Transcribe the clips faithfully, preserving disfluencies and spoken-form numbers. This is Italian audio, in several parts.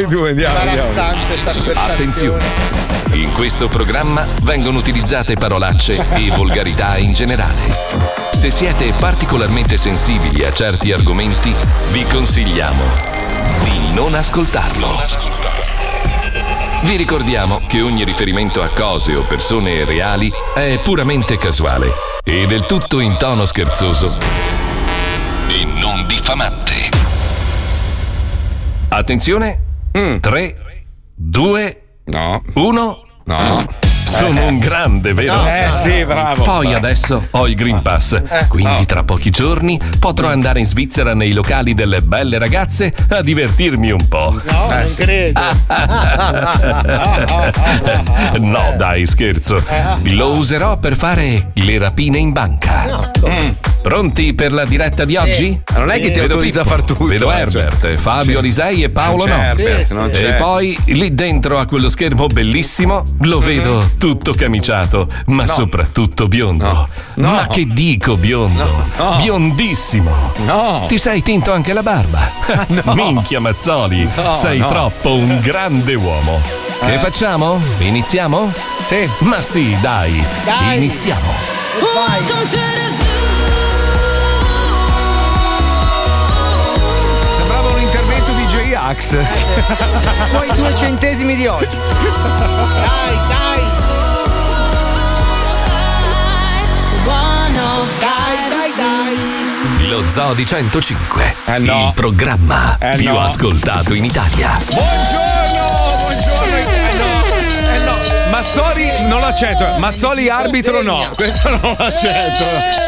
vai tu, andiamo. Imbarazzante sta conversazione. Attenzione, in questo programma vengono utilizzate parolacce e volgarità in generale. Se siete particolarmente sensibili a certi argomenti, vi consigliamo di non ascoltarlo. Vi ricordiamo che ogni riferimento a cose o persone reali è puramente casuale e del tutto in tono scherzoso e non diffamante. Attenzione, tre, due, uno. No. Sono Eh. un grande, vero? No, Eh, sì, bravo. Poi adesso ho il Green Pass, quindi no. tra pochi giorni potrò andare in Svizzera nei locali delle belle ragazze a divertirmi un po'. No, non credo. No, dai, scherzo. Lo userò per fare le rapine in banca. Mm. Pronti per la diretta di oggi? Non è che ti Vedo autorizza a Pippo, far tutto. Vedo eh, Herbert, cioè. Fabio Sì. Lisei e Paolo Non c'è no. Herbert, non E c'è. poi lì dentro a quello schermo bellissimo lo vedo tutto camiciato, ma No. soprattutto biondo. No. Ma che dico biondo? No. Biondissimo. No. Ti sei tinto anche la barba? no. Minchia Mazzoli, No, sei no. troppo un grande uomo. Che Eh. facciamo? Iniziamo? Sì. Ma sì, dai, Dai. iniziamo. Sembrava un intervento di J-Ax. Suoi due centesimi di oggi. Dai, dai. Dai, dai, dai. Lo Zoo di centocinque, Eh no. il programma Eh più no. ascoltato in Italia. Buongiorno, buongiorno. Eh no, eh no. Mazzoli non lo accetto. Mazzoli arbitro no. Questo non lo accetto.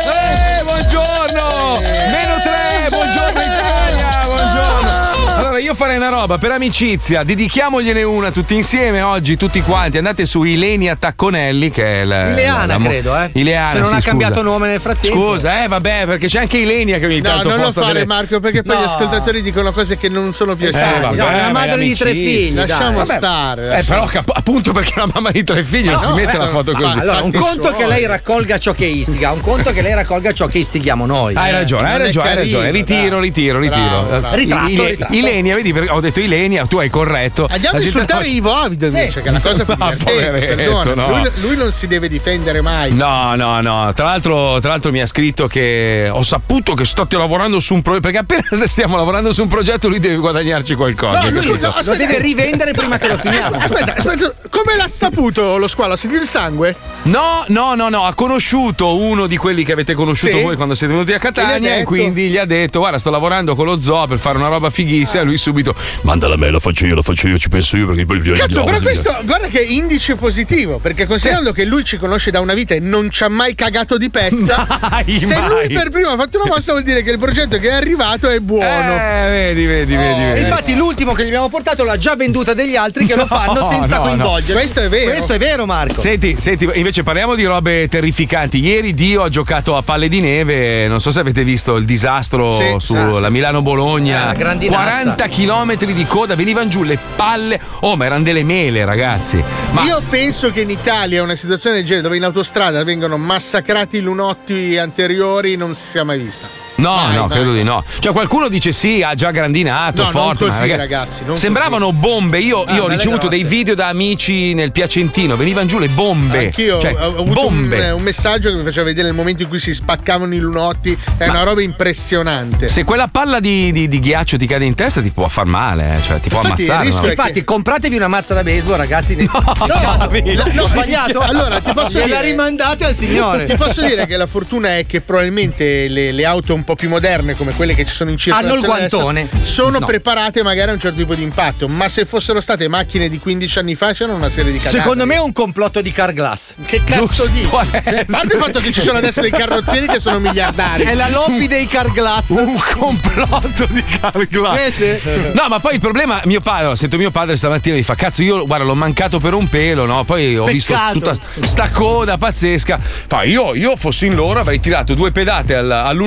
Eh, buongiorno. Meno tre, buongiorno Italia, buongiorno. Allora io farei una roba per amicizia, dedichiamogliene una tutti insieme oggi, tutti quanti. Andate su Ilenia Tacconelli, che è la, Ileana, la- la- credo, eh. Ileana, Se non sì, ha scusa. cambiato nome nel frattempo. Scusa, eh, vabbè, perché c'è anche Ilenia che ogni No, tanto non lo posta fare delle... Marco, perché poi No. gli ascoltatori dicono cose che non sono piacevoli. Eh, vabbè, no, è una ma madre di tre amicizia. figli. dai. Lasciamo Vabbè, stare. Eh, però cap- appunto perché la mamma di tre figli non no, si mette eh, la foto fa- così. Allora, un Fatti conto suoi. che lei raccolga ciò che istiga, un conto che lei raccolga ciò che istighiamo noi. Hai ragione, hai non è ragione, hai carino, ragione. Ritiro, dai. ritiro, ritiro. Bravo, bravo. Eh, Ritratto, Ile- ritratto. Ilenia, vedi, perché ho detto Ilenia, tu hai corretto. Andiamo a La gente- insultare Ivo Avido invece, Sì. che è la cosa più No, divertente. poveretto, Perdona, no. lui, lui non si deve difendere mai. No, no, no. Tra l'altro, tra l'altro mi ha scritto che ho saputo che state lavorando su un progetto. Perché appena stiamo lavorando su un progetto, lui deve guadagnarci qualcosa. No, hai lui- capito? no, Lo aspetta. deve rivendere prima che lo finisca. Aspetta, aspetta, come l'ha saputo lo squalo? Ha sentito il sangue? No, no, no, no, ha conosciuto uno di quelli che avete conosciuto Sì. voi quando siete venuti a E gli ha Catania e detto? quindi gli ha detto guarda sto lavorando con lo zoo per fare una roba fighissima e lui subito mandala a me, lo faccio io, lo faccio io, ci penso io perché poi Cazzo, no, però sì, questo, guarda che è indice positivo, perché considerando che lui ci conosce da una vita e non ci ha mai cagato di pezza, Mai, se mai. lui per primo ha fatto una mossa vuol dire che il progetto che è arrivato è buono. Eh, vedi, vedi, vedi, E vedi. infatti l'ultimo che gli abbiamo portato l'ha già venduta degli altri che lo fanno senza no, no. coinvolgere. Questo è vero. Questo è vero, Marco. Senti, senti, invece parliamo di robe terrificanti. Ieri Dio ha giocato a palle di neve, non so se avete visto il disastro Sì, sulla sì, sì. Milano-Bologna. Eh, la grandinazza. quaranta chilometri di coda, venivano giù le palle. Oh, ma erano delle mele, ragazzi. Ma Io penso che in Italia una situazione del genere dove in autostrada vengono massacrati i lunotti anteriori non si sia mai vista. No, Mai, no, mai. credo di no. Cioè, qualcuno dice sì, ha già grandinato, No, non forte. ma così, ragazzi, non sembravano bombe. Io, Ah, io ho belle ricevuto dei grosse. video da amici nel Piacentino, venivano giù le bombe. Anch'io Cioè, ho ho avuto un, bombe. un messaggio che mi faceva vedere il momento in cui si spaccavano i lunotti. È una roba impressionante. Se quella palla di, di- di ghiaccio ti cade in testa, ti può far male, eh, cioè ti può Infatti, il ammazzare. rischio no? è Infatti, che- compratevi una mazza da baseball, ragazzi. Ne- No, no, ho sbagliato. Allora, ti posso Gliela dire. rimandate al signore. Ti posso dire che la fortuna è che probabilmente le, le auto un po' più moderne, come quelle che ci sono in Hanno il circolazione adesso, guantone. sono No. preparate magari a un certo tipo di impatto. Ma se fossero state macchine di quindici anni fa, c'erano una serie di cagate. Secondo me è un complotto di Carglass. Che cazzo Giusto, dici? può A parte essere. il fatto che ci sono adesso dei carrozzieri che sono miliardari. È la lobby dei Carglass. Un complotto di Carglass. Sì, sì. No, ma poi il problema, mio padre, allora, sento mio padre stamattina mi fa: cazzo, io guarda, l'ho mancato per un pelo, no? Poi ho Peccato. visto tutta sta coda pazzesca. Fa, io, io fossi in loro, avrei tirato due pedate al, all'unotto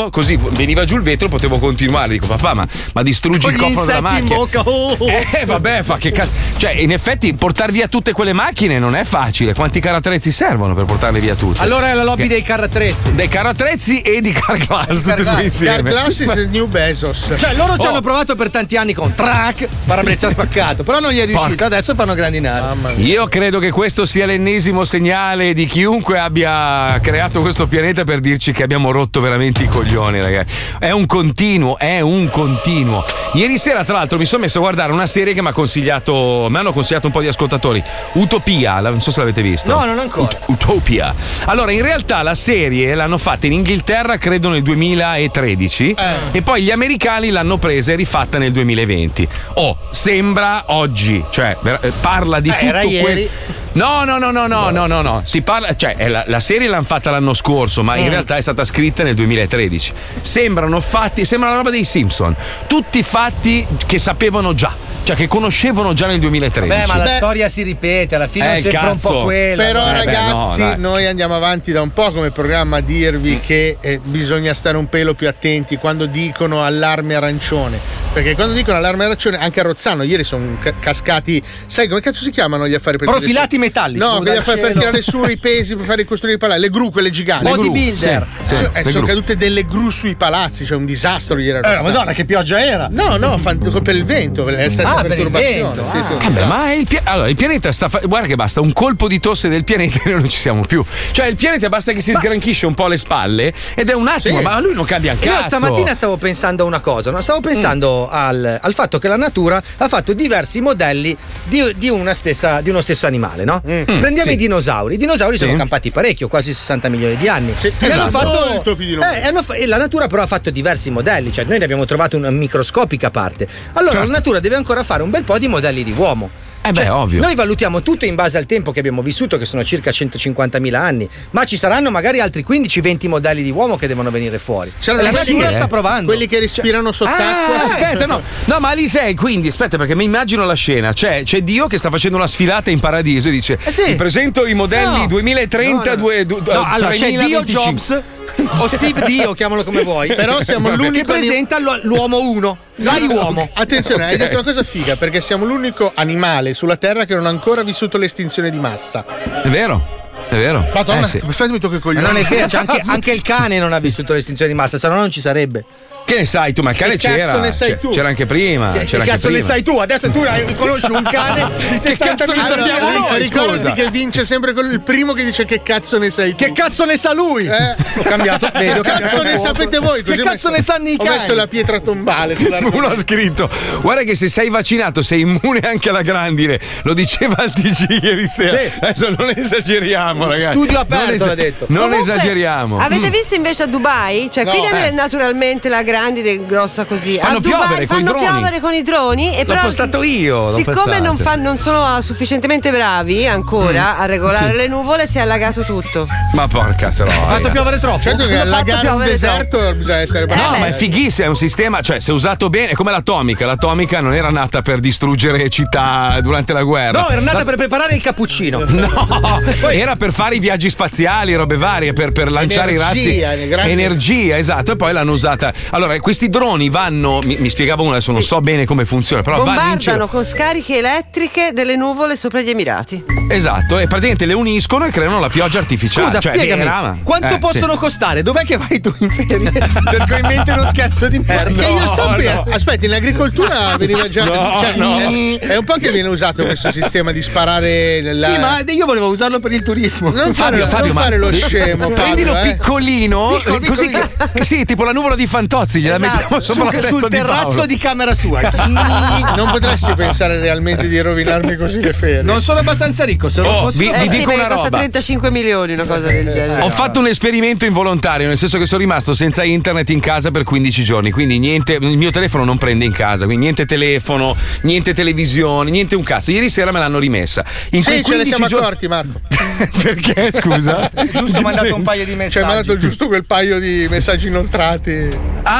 vetro, così veniva giù il vetro, potevo continuare. Dico, papà, ma, ma distruggi Con il gli cofano della insetti in macchina. bocca. Oh, oh. Eh, vabbè, fa che cazzo. Cioè, in effetti, portare via tutte quelle macchine non è facile. Quanti carattrezzi servono per portarle via tutte? Allora è la lobby che... dei carrattrezzi. Dei carrattrezzi e di Carglass, tutti Carglass. insieme. Carglass is il new Bezos. Cioè, loro ci Oh. hanno provato per tanti anni con track, parabrezza spaccato, però non gli è riuscito. Porca. Adesso fanno grandinare. Mamma mia. Io credo che questo sia l'ennesimo segnale di chiunque abbia creato questo pianeta per dirci che abbiamo rotto veramente i coglioni, ragazzi. È un continuo, è un continuo. Ieri sera, tra l'altro, mi sono messo a guardare una serie che mi ha consigliato, mi hanno consigliato un po' di ascoltatori. Utopia, la- non so se l'avete visto. No, non ancora. Ut- Utopia. Allora, in realtà la serie l'hanno fatta in Inghilterra, credo nel duemilatredici, Eh. e poi gli americani l'hanno presa e rifatta nel duemilaventi. Oh, sembra oggi, cioè ver- eh, parla di Eh, tutto era quel- ieri. No, no, no, no, no, no, no, no. Si parla, cioè, è la, la serie l'hanno fatta l'anno scorso, ma in realtà è stata scritta nel duemilatredici. Sembrano fatti, sembra una roba dei Simpson. Tutti fatti che sapevano già, cioè che conoscevano già nel duemilatredici. Beh, ma la Beh. storia si ripete, alla fine Eh, è sempre cazzo. un po' quella. Però Eh, beh, ragazzi, no, dai. noi andiamo avanti da un po' come programma a dirvi che eh, bisogna stare un pelo più attenti quando dicono allarme arancione. Perché quando dicono allarme arancione, anche a Rozzano ieri sono ca- cascati, sai come cazzo si chiamano gli affari per Profilati tirare su- metallici, No, come quelli dal affari per cielo. tirare su i pesi, per fare costruire i palazzi, le gru, quelle giganti. Le gru, bodybuilder. sì, sì, So- eh, le sono gru. cadute delle gru sui palazzi, cioè un disastro ieri a Eh, Rozzano. madonna, che pioggia era! No, no, fan- per il vento, per la stessa Ah, per il perturbazione. vento, Sì, ah. sì, Vabbè, esatto. ma il, pia- allora, il pianeta sta fa- guarda che basta un colpo di tosse del pianeta e noi non ci siamo più. Cioè il pianeta basta che si sgranchisce un po' le spalle ed è un attimo, Sì. ma lui non cambia un cazzo. Io stamattina stavo pensando a una cosa, no? stavo pensando al, al fatto che la natura ha fatto diversi modelli di, di una stessa, di uno stesso animale, no? Prendiamo sì. i dinosauri. I dinosauri Sì. sono campati parecchio, quasi sessanta milioni di anni. Sì, E hanno esatto. fatto, Oh, i topi di nuovo. eh, hanno fa- e la natura però ha fatto diversi modelli, cioè noi ne abbiamo trovato una microscopica parte. Allora Certo. la natura deve ancora fare un bel po' di modelli di uomo. Eh beh, Cioè, ovvio. Noi valutiamo tutto in base al tempo che abbiamo vissuto, che sono circa centocinquantamila anni, ma ci saranno magari altri quindici venti modelli di uomo che devono venire fuori. Cioè, E la sì, natura eh. sta provando. Quelli che respirano sott'acqua. Ah, aspetta, no, no, ma Alisei, quindi aspetta, perché mi immagino la scena. C'è, c'è Dio che sta facendo una sfilata in paradiso e dice: Eh sì. "Vi presento i modelli No. duemilatrenta, No, no. due- du- No, allora c'è Dio tremilaventicinque. Jobs o Steve Dio, chiamalo come vuoi. Però siamo che l'unico presenta l'u- l'uomo uno. Dai uomo. Attenzione, hai Ok. detto una cosa figa, perché siamo l'unico animale sulla Terra che non ha ancora vissuto l'estinzione di massa. È vero, è vero. Madonna, Eh sì. aspetta, mi tocca i Ma coglioni. non è vero, c'è anche, anche il cane non ha vissuto l'estinzione di massa, se no non ci sarebbe. Che ne sai tu? Ma il cane Che cazzo c'era. ne sai c'è- tu? C'era anche prima. Che c'era cazzo anche ne prima. sai tu? Adesso tu hai- conosci un cane di sessanta cazzo ne milioni. sappiamo Allora, noi, ricordati scusa. che vince sempre quello, il primo che dice che cazzo ne sai tu. Che cazzo ne sa lui? Eh? Ho cambiato. Vedi, ho Che cazzo cambiato ne foto. sapete voi? Così Che ho cazzo messo- ne sanno i Ho cani? messo la pietra tombale sull'argomento. Uno ha scritto: guarda che se sei vaccinato sei immune anche alla grandine. Lo diceva il T G ieri sera. Sì. Adesso non esageriamo, ragazzi. Studio aperto, Non l'ha detto. Non Comunque, esageriamo. Avete Mm. visto invece a Dubai? Cioè, qui No. viene Eh. naturalmente la grandine grossa così. Fanno a Dubai piovere coi fanno droni. piovere con i droni. E L'ho però, postato io, l'ho Siccome postato. non, fan- non sono sufficientemente bravi ancora a regolare le nuvole, si è allagato tutto. Ma porca troia. Ha fatto piovere troppo. Certo che Hanno fatto allagare un piovere deserto bisogna essere bravi. No, Eh, ma è beh. fighissimo, è un sistema, cioè se usato bene, è come l'atomica. L'atomica non era nata per distruggere città durante la guerra. No, era nata La- per preparare il cappuccino. No, era per fare i viaggi spaziali, robe varie, per, per lanciare Energia, i razzi. grandi- Energia, esatto. E poi l'hanno usata. Allora, questi droni vanno. Mi, mi spiegava uno, adesso non so bene come funziona, però vanno in cielo. Bombardano con scariche elettriche delle nuvole sopra gli Emirati. Esatto, e praticamente le uniscono e creano la pioggia artificiale. Scusa, cioè, spiegami, vera, ma- quanto eh, possono sì. costare? Dov'è che vai tu in ferie? Per cui in mente uno scherzo di merda. Che io No, sappia, no. aspetta, in agricoltura veniva già. No, cioè, no. È, è un po' che viene usato questo sistema di sparare. La... Sì, ma io volevo usarlo per il turismo. Non fare, Fabio, Fabio, non ma- fare lo scemo. Prendilo Fabio, eh. piccolino, Piccolo, eh, così piccolo. che, che sì, tipo la nuvola di Fantozzi, gliela mettiamo Su- sopra la testa sul di terrazzo Paolo. di camera sua. Non potresti pensare realmente di rovinarmi così le ferie. Non sono abbastanza ricco, se non Oh, fossi. vi- Eh sì, dico perché una costa roba. trentacinque milioni, una cosa del genere. Ho fatto un esperimento involontario, nel senso che sono rimasto senza internet in casa per quindici giorni, quindi niente, il mio telefono non prende in casa, quindi niente telefono, niente televisione, niente un cazzo. Ieri sera me l'hanno rimessa. In quei Sì, ce ne quindici siamo giorni- accorti, Marco. Perché, scusa? Giusto, ho mandato un paio di Ci hai messaggi. mandato giusto quel paio di messaggi inoltrati. Ah,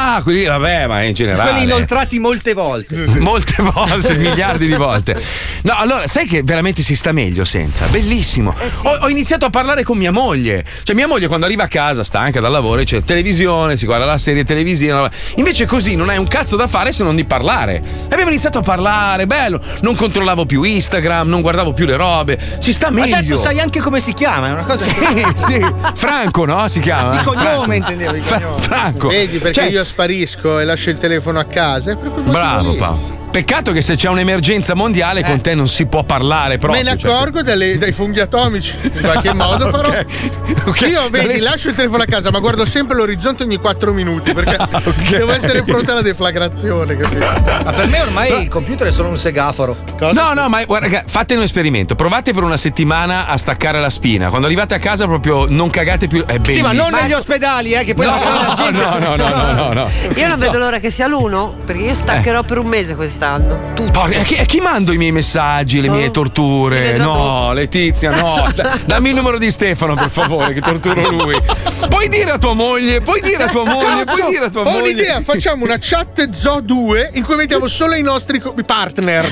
Ah, quelli, vabbè, ma in generale. Quelli inoltrati molte volte. Molte volte, miliardi di volte. No, allora, sai che veramente si sta meglio senza? Bellissimo. Eh sì. ho, ho iniziato a parlare con mia moglie. Cioè, mia moglie quando arriva a casa, stanca dal lavoro, c'è televisione, si guarda la serie televisiva. Invece così non hai un cazzo da fare se non di parlare. Abbiamo iniziato a parlare, bello. Non controllavo più Instagram, non guardavo più le robe. Si sta meglio. Adesso sai anche come si chiama, è una cosa. Sì, sì. Franco, no? Si chiama? Di cognome intendevo, di cognome. Fra- Franco. Vedi, perché Cioè, io sparisco e lascio il telefono a casa. È per quel motivo bravo lì. Paolo. Peccato che se c'è un'emergenza mondiale con te non si può parlare proprio. Me ne cioè, accorgo dalle- dai funghi atomici. In qualche modo farò. Ok, ok. Io vedi, Dalle- lascio il telefono a casa, ma guardo sempre l'orizzonte ogni quattro minuti perché ok. devo essere pronta alla deflagrazione, capito? Ma per me ormai il computer è solo un segaforo. No, no, ma guarda, raga, fate un esperimento. Provate per una settimana a staccare la spina. Quando arrivate a casa proprio non cagate più. È bellissimo. Sì, ma non negli ospedali, eh, che poi No, la la gente. no, no, no, no, no, no. Io non vedo l'ora che sia l'uno, perché io staccherò per un mese quest'anno. Tutto. Porca, a chi, a chi mando i miei messaggi, le mie Oh, torture? li vedrò No, Letizia, no. Da- dammi il numero di Stefano, per favore, che torturo lui. Puoi dire a tua moglie, puoi dire a tua moglie, Cazzo, puoi dire a tua ho moglie. un'idea, facciamo una chat Zoo due in cui mettiamo solo i nostri co- partner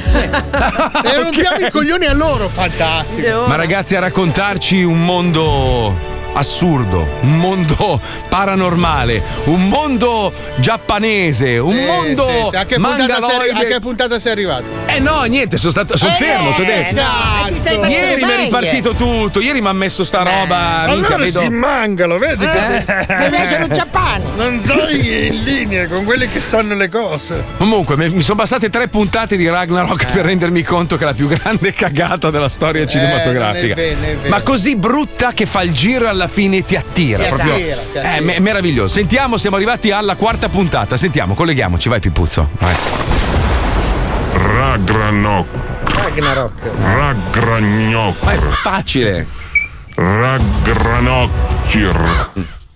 e rompiamo i coglioni a loro. Fantastico. Ma ragazzi, a raccontarci un mondo assurdo, un mondo paranormale, un mondo giapponese, un Sì, mondo sì, sì. A che puntata sei, mangaloide. a che puntata sei arrivato? Eh no, niente, sono stato sono Eh, fermo, ti ho detto. no, ti sei cazzo. perso Ieri le mi è maglie. ripartito tutto, ieri mi ha messo sta roba. minchia, vedo- mangalo, vedi Ti piacciono i Giappani? non sei in linea con quelli che sanno le cose. Comunque, mi mi sono passate tre puntate di Ragnarok per rendermi conto che è la più grande cagata della storia cinematografica. non è vero, non è vero. Ma così brutta che fa il giro e alla fine ti attira. Ti proprio. attira, ti attira. È me- meraviglioso. Sentiamo, siamo arrivati alla quarta puntata. Sentiamo, colleghiamoci, vai Pippuzzo. Vai. Ragnarok, Ragnarok. Ragnarok, Ma è facile. Ragnarokir,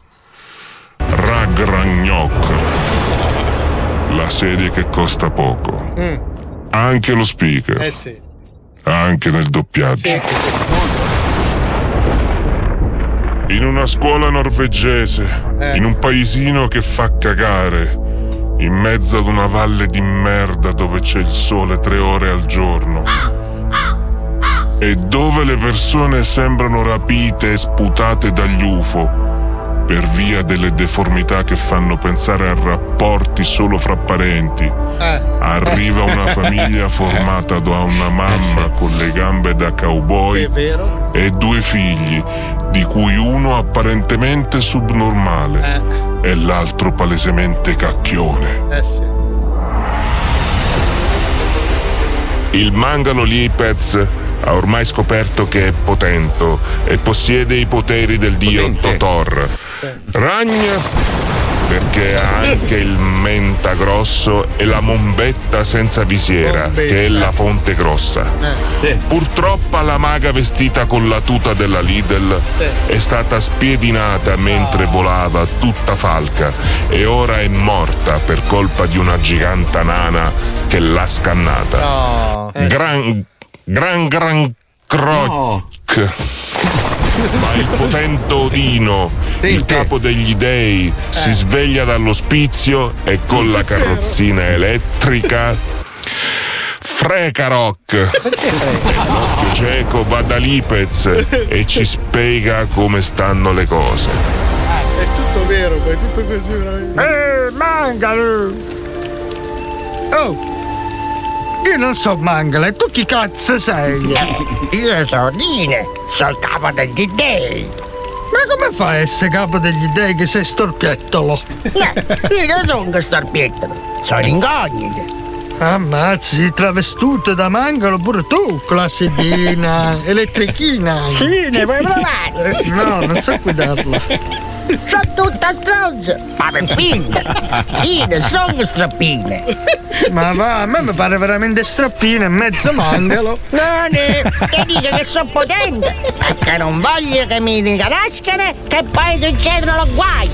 Ragnarok, la serie che costa poco. Anche lo speaker, Eh sì. anche nel doppiaggio. Sì, sì, sì. In una scuola norvegese, Eh. in un paesino che fa cagare, in mezzo ad una valle di merda dove c'è il sole tre ore al giorno e dove le persone sembrano rapite e sputate dagli U F O per via delle deformità che fanno pensare a rapporti solo fra parenti. Eh. Arriva una famiglia formata da una mamma con le gambe da cowboy È vero? e due figli, di cui uno apparentemente subnormale Eh. e l'altro palesemente cacchione. Eh sì. Il Mangano Lipez ha ormai scoperto che è potente e possiede i poteri del dio Potente. Totor. Ragna perché ha anche il menta grosso e la mombetta senza visiera, Mombetta. che è la fonte grossa. Eh. Purtroppo la maga vestita con la tuta della Lidl Sì. è stata spiedinata mentre volava tutta falca e ora è morta per colpa di una giganta nana che l'ha scannata. No. Eh, Gran, gran, gran croc. Ma il potente Odino, il Sente. capo degli dei, si sveglia dall'ospizio e con la carrozzina elettrica Frecaroc, l'occhio cieco, va da Lipez e ci spiega come stanno le cose. È tutto vero, poi è tutto così veramente. Eh, Mangalo! Oh! Io non so Mangalo, e tu chi cazzo sei? Io sono Dine, sono il capo degli dei. Ma come fai a essere capo degli dei che sei storpiettolo? No, io non sono un storpiettolo, sono incognito. Ammazzi, travestuto da Mangalo pure tu, con la sedina elettrichina. Sì, ne vuoi provare? Eh, No, non so guidarla. Sono tutta stronza, ma per finta. Io non sono strappine. Ma va, a me mi pare veramente strappino e mezzo Mangalo. Non è che dico che sono potente, perché non voglio che mi riconoscano che poi succedono guai.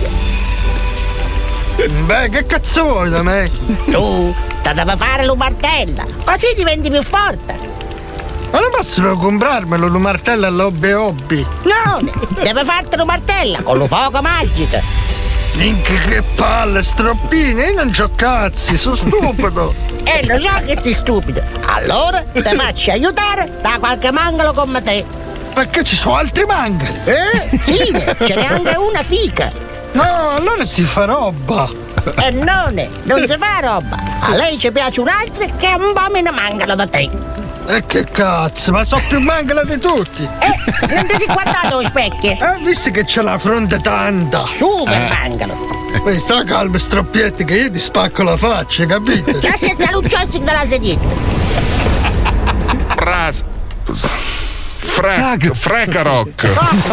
Beh, che cazzo vuoi da me? Tu ti devi fare la martella, così diventi più forte. Ma non posso comprarmelo lo martello all'hobby hobby. No, devi farti la martella con lo fuoco magico. Minchia che palle, stroppini, io non c'ho cazzi, sono stupido. Eh, lo so che sei stupido. Allora ti faccio aiutare da qualche mangalo come te. Perché ci sono altri mangali? Eh, sì, ce n'è anche una fica. No, allora si fa roba. E non, non si fa roba. A lei ci piace un altro che è un po' meno mangalo da te. E che cazzo, ma so più mangala di tutti. Eh, non ti sei guardato allo specchio? Eh, visto che c'è la fronte tanta. Super eh. mangalo. Poi sta calmo, stroppietti, che io ti spacco la faccia, capito? Lascia sta lucciossi dalla sedietta. Pras. Frec. Frecaroc.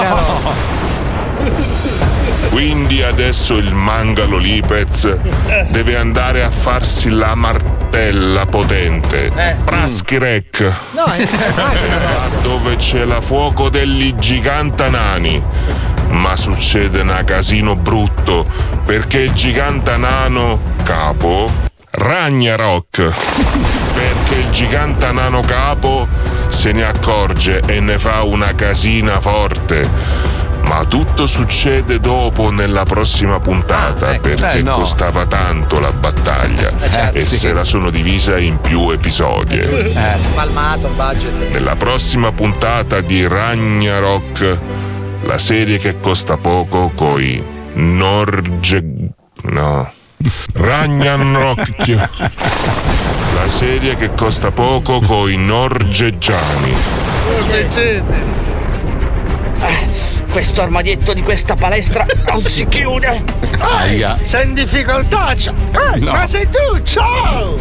Quindi adesso il mangalo Lipez deve andare a farsi la martella potente. Eh. Praschirec. No, è dove c'è la fuoco degli gigantanani. Ma succede un casino brutto perché il gigantanano capo Ragnarok. Perché il gigantanano capo se ne accorge e ne fa una casina forte. Ma tutto succede dopo nella prossima puntata, ah, ecco. perché eh, no. costava tanto la battaglia eh, certo, e sì. se la sono divisa in più episodi. Eh. Spalmato il budget. Nella prossima puntata di Ragnarok, la serie che costa poco coi Norge... no... Ragnarok. La serie che costa poco coi norvegiani. Norvegese. Questo armadietto di questa palestra non si chiude. Ehi, sei in difficoltà? Ehi, no. Ma sei tu, ciao!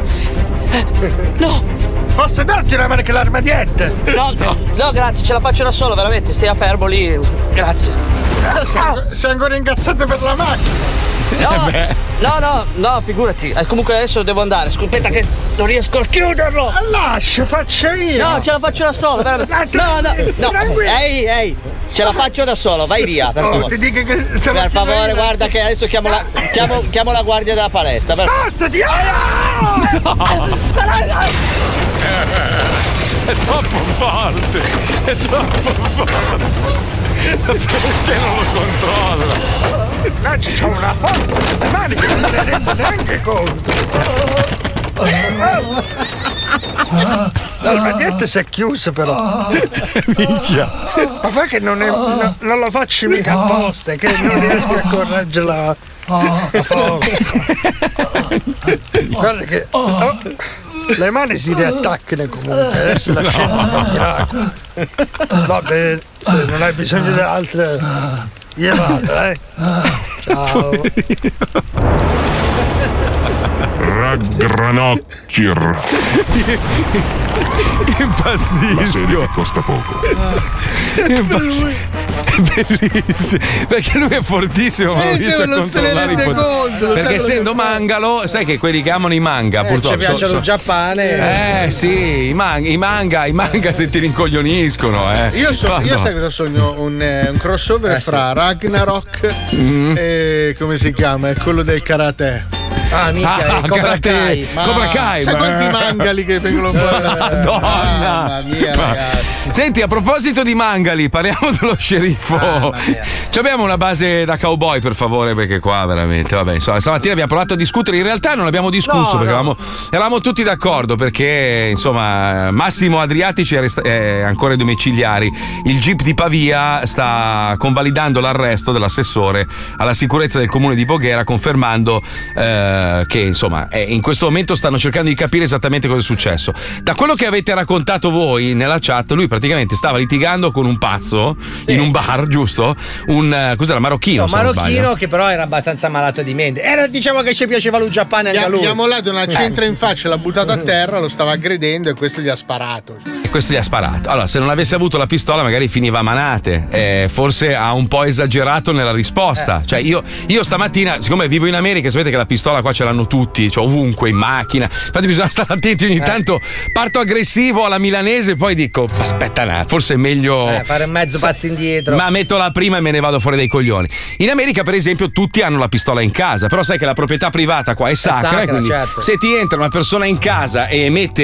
No! Posso darti una mano che l'armadietto? No, no, no, grazie, ce la faccio da solo, veramente, stia fermo lì. Grazie. Sei, sei ancora incazzato per la macchina? No, no, no, no, figurati. Eh, comunque adesso devo andare. Aspetta che non riesco a chiuderlo. Lascia, faccio io. No, ce la faccio da solo, veramente. No, no, no. Ehi, ehi, ce la faccio da solo, vai via, per favore. Oh, ti dico che per favore, guarda che adesso chiamo la, chiamo, chiamo la guardia della palestra. Spostati! No! È troppo forte! È troppo forte! Perché non lo controlla? No, c'è una forza nelle mani che non ne rendo neanche conto. L'armadietto si è chiuso però. Minchia. Ma fa che non, è, no, non lo faccio mica apposta, che non riesco a correggere la, la forza. Guarda che oh, le mani si riattaccano comunque, adesso la scienza fa miracolo. Va bene, se non hai bisogno di altre, io vado, eh. Ciao. Raggranocchir. Impazzisco. La serie che costa poco. È bellissimo. Perché lui è fortissimo, ma eh, non riesce a non controllare i pot- conto. Perché essendo mangalo, sai che quelli che amano i manga, eh, purtroppo. Ci piacciono il Giappone. Eh sì, i manga, i manga, i manga ti rincoglioniscono, eh. Io, so, io sai cosa sogno? Un, eh, un crossover eh, fra sì. Ragnarok mm. e come si chiama? È quello del karate. Ah, mica, ah, Cobra Kai. Cobra Kai. Sai quanti mangali che vengono fuori? Madonna. Mamma mia, ragazzi. Senti, a proposito di mangali, parliamo dello sceriffo. Ah, ci abbiamo una base da cowboy, per favore, perché qua veramente, vabbè, insomma, stamattina abbiamo provato a discutere, in realtà non abbiamo discusso, no, perché no. Eravamo, eravamo tutti d'accordo, perché insomma Massimo Adriatici è, resta- è ancora ai domiciliari. Il Jeep di Pavia sta convalidando l'arresto dell'assessore alla sicurezza del comune di Voghera, confermando eh, che insomma eh, in questo momento stanno cercando di capire esattamente cosa è successo. Da quello che avete raccontato voi nella chat, lui praticamente stava litigando con un pazzo sì. in un bar, giusto? Un cos'era, marocchino? No, marocchino che però era abbastanza malato di mente. Era, diciamo che ci piaceva lui Giappone anche a lui. Gli ha mollato una centra in faccia, l'ha buttato a terra, lo stava aggredendo e questo gli ha sparato. E questo gli ha sparato. Allora, se non avesse avuto la pistola magari finiva a manate. Eh, forse ha un po' esagerato nella risposta. Eh. Cioè io, io stamattina, siccome vivo in America, sapete che la pistola qua qua ce l'hanno tutti, cioè ovunque, in macchina. Infatti bisogna stare attenti ogni Eh. tanto. Parto aggressivo alla milanese, poi dico aspetta, no, forse è meglio Eh, fare mezzo passo indietro. ma metto la prima e me ne vado fuori dai coglioni. In America, per esempio, tutti hanno la pistola in casa, però sai che la proprietà privata qua è sacra, sacra, e quindi certo. se ti entra una persona in casa e mette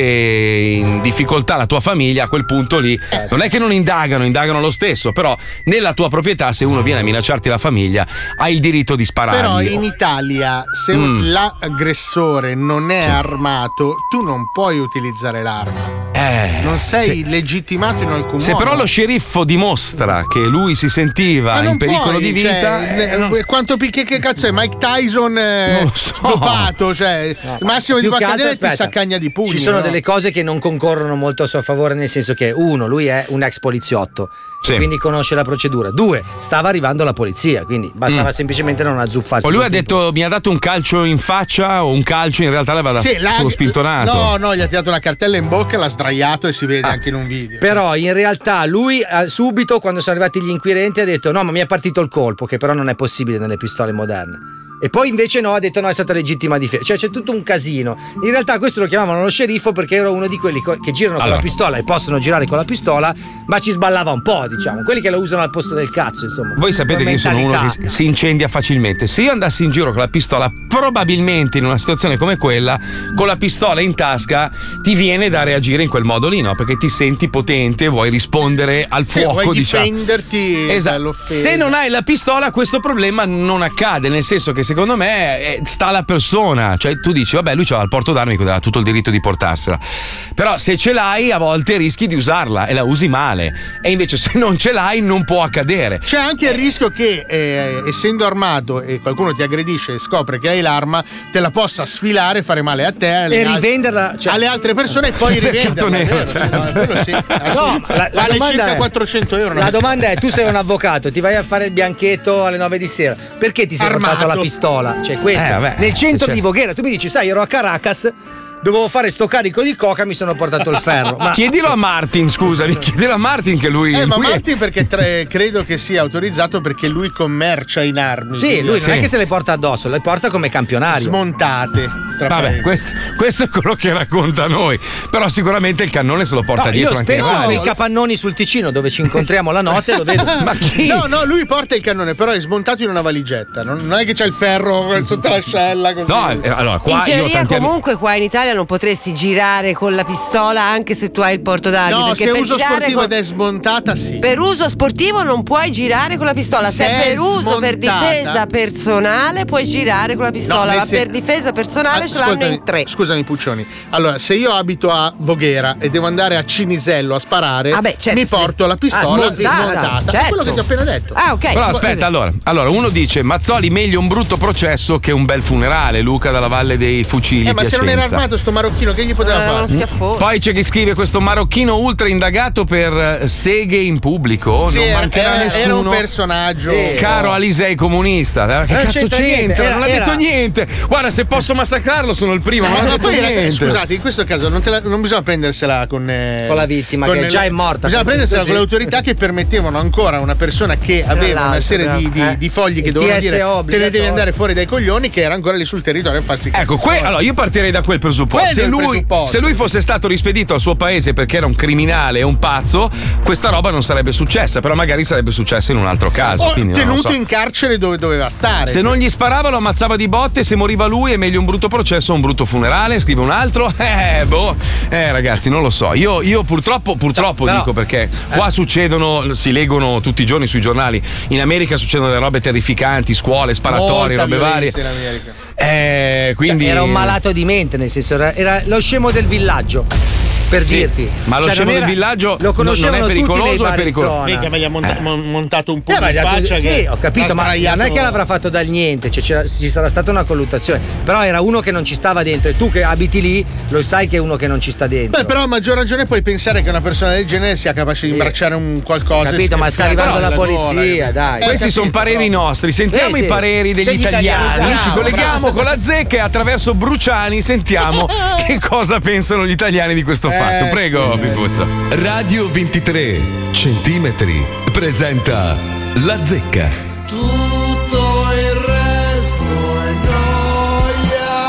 in difficoltà la tua famiglia, a quel punto lì non è che non indagano, indagano lo stesso, però nella tua proprietà, se uno viene a minacciarti la famiglia, hai il diritto di sparargli. Però in Italia, se Mm. l'aggressore non è armato, tu non puoi utilizzare l'arma. Eh, non sei se- legittimato in alcun Se modo. però lo sceriffo dimostra che lui si sentiva Ma in non pericolo puoi, di vita, cioè, eh, non- quanto che, che cazzo è Mike Tyson eh, Non lo so. dopato, cioè il massimo di Più che altro, cadere ti aspetta, saccagna di pugni. Ci sono no? delle cose che non concorrono molto a suo favore, nel senso che uno, lui è un ex poliziotto, Sì. quindi conosce la procedura. Due, stava arrivando la polizia, quindi bastava Mm. semplicemente non azzuffarsi. O lui ha col tipo. detto mi ha dato un calcio in faccia o un calcio in realtà l'aveva Sì, l'ha- solo spintonato. No, no, gli ha tirato una cartella in bocca, l'ha sdraiato e si vede anche in un video. Però in realtà lui eh, subito, quando sono arrivati gli inquirenti, ha detto no, ma mi è partito il colpo, che però non è possibile nelle pistole moderne. E poi invece no, ha detto no, è stata legittima difesa. Cioè c'è tutto un casino. In realtà questo lo chiamavano lo sceriffo perché era uno di quelli co- che girano con Allora. la pistola e possono girare con la pistola, ma ci sballava un po', diciamo. Quelli che la usano al posto del cazzo, insomma. Voi sapete Con che io sono uno mentalità. che si incendia facilmente. Se io andassi in giro con la pistola, probabilmente in una situazione come quella, con la pistola in tasca, ti viene da reagire in quel modo lì, no? Perché ti senti potente, vuoi rispondere al Sì, fuoco, vuoi diciamo. difenderti Esatto. dall'offesa. Se non hai la pistola, questo problema non accade, nel senso che secondo me eh, sta alla persona. Cioè, tu dici, vabbè, lui c'ha il porto d'armi, ha tutto il diritto di portarsela. Però se ce l'hai, a volte rischi di usarla e la usi male. E invece se non ce l'hai, non può accadere. C'è anche il rischio che, eh, essendo armato e qualcuno ti aggredisce e scopre che hai l'arma, te la possa sfilare, fare male a te alle E al- rivenderla, cioè- alle altre persone e poi Mercato rivenderla. nero, è vero, certo. sì, no, quello sì, assolutamente. la- la vale domanda circa è- quattrocento euro. La domanda è: tu sei un avvocato, ti vai a fare il bianchetto alle nove di sera, perché ti sei Armato. portato la pistola? Cioè, questo Eh, vabbè, nel centro cioè- di Voghera, tu mi dici, sai, ero a Caracas, dovevo fare sto carico di coca, mi sono portato il ferro. Ma Chiedilo a Martin, scusami, chiedilo a Martin che lui. Eh, ma lui è- Martin perché tre- credo che sia autorizzato perché lui commercia in armi. sì, lui non Sì. è che se le porta addosso, le porta come campionario. smontate. tra Vabbè, parentesi. questo, questo è quello che racconta a noi. Però sicuramente il cannone se lo porta No, dietro io anche spesso in nei mano. capannoni sul Ticino dove ci incontriamo la notte lo vedo. Ma chi? No, no, lui porta il cannone, però è smontato in una valigetta. Non, non è che c'è il ferro sotto l'ascella. Così. No, eh, allora qua In io ho teoria tanti amici- comunque qua in Italia non potresti girare con la pistola anche se tu hai il porto d'armi. No, perché se per uso girare sportivo con- ed è smontata, sì. Per uso sportivo non puoi girare con la pistola. Se, Se è è per uso, per smontata- difesa personale, puoi girare con la pistola, No, nel ma sen- per difesa personale Ah, ce l'hanno scusami, in tre. Scusami, Puccioni. Allora, se io abito a Voghera e devo andare a Cinisello a sparare, Ah, beh, certo, mi sì. porto la pistola Ah, smontata, smontata. È certo. quello che ti ho appena detto. Ah, ok. Però aspetta, allora, allora, uno dice Mazzoli meglio un brutto processo che un bel funerale, Luca dalla Valle dei Fucili. Eh, ma se non era Piacenza. armato sto marocchino, che gli poteva Eh, uno fare? schiaffone. Poi c'è chi scrive questo marocchino ultra indagato per eh, seghe in pubblico. Sì, non era, mancherà era- nessuno. era un personaggio. Sì. Caro Alisei comunista, eh, che Non cazzo c'entra c'entra? niente, era- non ha era- detto niente. Guarda, se posso massacrarlo sono il primo, Eh, ma non ha ma detto poi era- niente. scusate, in questo caso non, te la- non bisogna prendersela con, eh, Con la vittima, con che le- già è morta. Bisogna prendersela Così. con le autorità che permettevano ancora a una persona che aveva una l'altro, serie di, di- eh. di fogli che Il dovevano T S O dire te ne devi obbligatorio. andare fuori dai coglioni, che era ancora lì sul territorio a farsi cazzi Ecco, que- suoi. allora io partirei da quel presupposto. Quello Se è il lui, presupposto. se lui fosse stato rispedito al suo paese perché era un criminale e un pazzo, questa roba non sarebbe successa, però magari sarebbe successa in un altro caso. O quindi non lo tenuto so. in carcere dove doveva stare. Se non gli sparava lo ammazzava di botte, se moriva lui è meglio un brutto processo o un brutto funerale, scrive un altro. Eh, boh. Eh, ragazzi, non lo so. Io, io purtroppo, purtroppo Però- dico perché qua succedono, si leggono tutti i giorni sui giornali. In America succedono delle robe terrificanti, scuole, sparatori, Molta robe varie. violenza in America. Eh, quindi. Cioè, era un malato di mente, nel senso, era, era lo scemo del villaggio. Per Sì, dirti, ma lo Cioè, scemo non del era- villaggio lo conoscevano non è tutti nei pericoloso, è bar in pericoloso. zona. Mica me gli ha monta- mon- montato un Eh, pugno ma in gli ha detto- faccia. sì, che ho capito, l'ha ma sdraiato- non è che l'avrà fatto dal niente, cioè, c'era- ci sarà stata una colluttazione. Però era uno che non ci stava dentro, e tu che abiti lì lo sai che è uno che non ci sta dentro. Beh, però a maggior ragione puoi pensare che una persona del genere sia capace di imbracciare un qualcosa. Capito, e ma sta schiacciare arrivando la gola. polizia, dai. Eh, Questi capito, sono pareri però. nostri, sentiamo Eh, sì. i pareri degli, Degli italiani. italiani, Ci bravo, colleghiamo con la zecca e attraverso Bruciani sentiamo che cosa pensano gli italiani di questo Eh, fatto. Prego, sì, Pipuzzo. Radio ventitré centimetri presenta La Zecca. Tutto il resto è gioia.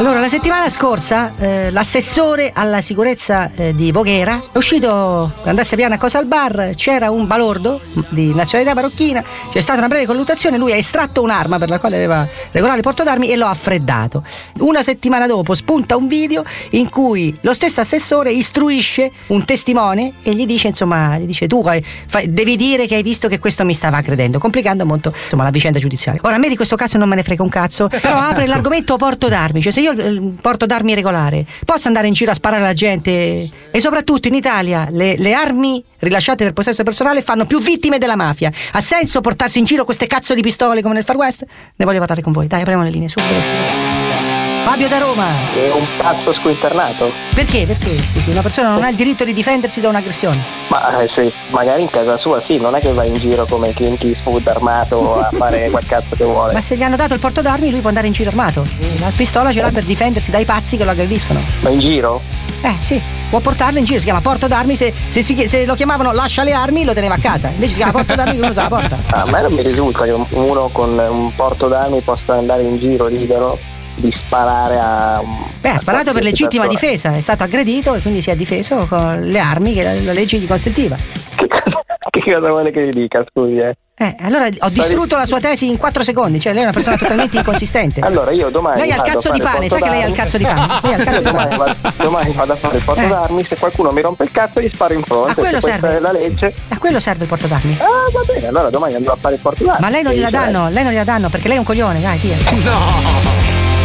Allora, la settimana scorsa eh, l'assessore alla sicurezza eh, di Voghera è uscito per andarsi a piano a cosa al bar, c'era un balordo di nazionalità marocchina, c'è stata una breve colluttazione, lui ha estratto un'arma per la quale aveva regolare il porto d'armi e lo ha freddato. Una settimana dopo spunta un video in cui lo stesso assessore istruisce un testimone e gli dice, insomma, gli dice tu fai, devi dire che hai visto che questo mi stava aggredendo, complicando molto, insomma, la vicenda giudiziaria. Ora, a me di questo caso non me ne frega un cazzo, però apre l'argomento porto d'armi, cioè se io eh, porto d'armi regolare posso andare in giro a sparare alla gente, e soprattutto in Italia le, le armi rilasciate per possesso personale fanno più vittime della mafia. Ha senso portarsi in giro queste cazzo di pistole come nel Far West? Ne voglio parlare con voi, dai, apriamo le linee, su. Fabio da Roma. È un cazzo squinternato. Perché? Perché? Scusi, una persona non ha il diritto di difendersi da un'aggressione. Ma eh, se magari in casa sua sì, non è che va in giro come Clint Eastwood armato a fare quel cazzo che vuole. Ma se gli hanno dato il porto d'armi lui può andare in giro armato. La pistola ce l'ha per difendersi dai pazzi che lo aggrediscono. Ma in giro? Eh sì, può portarlo in giro, si chiama porto d'armi, se, se, si, se lo chiamavano lascia le armi lo teneva a casa, invece si chiama porto d'armi che uno usa la porta. A me non mi risulta che uno con un porto d'armi possa andare in giro libero di sparare a... Beh, ha sparato per legittima difesa, è stato aggredito e quindi si è difeso con le armi che la, la legge gli consentiva. Che, che cosa vuole che gli dica, scusi, eh? Eh, allora ho distrutto la sua tesi in quattro secondi, cioè lei è una persona totalmente inconsistente. Allora io domani lei ha il cazzo di pane, sai che lei ha il cazzo di pane? Lei ha il cazzo di domani, pane. Vado, domani vado a fare il porto eh. d'armi, se qualcuno mi rompe il cazzo gli sparo in fronte. A quello se serve è la legge. A quello serve il porto d'armi. Ah, va bene, allora domani andrò a fare il porto d'armi. Ma lei non gliela danno, lei non gliela danno perché lei è un coglione, dai, via. No!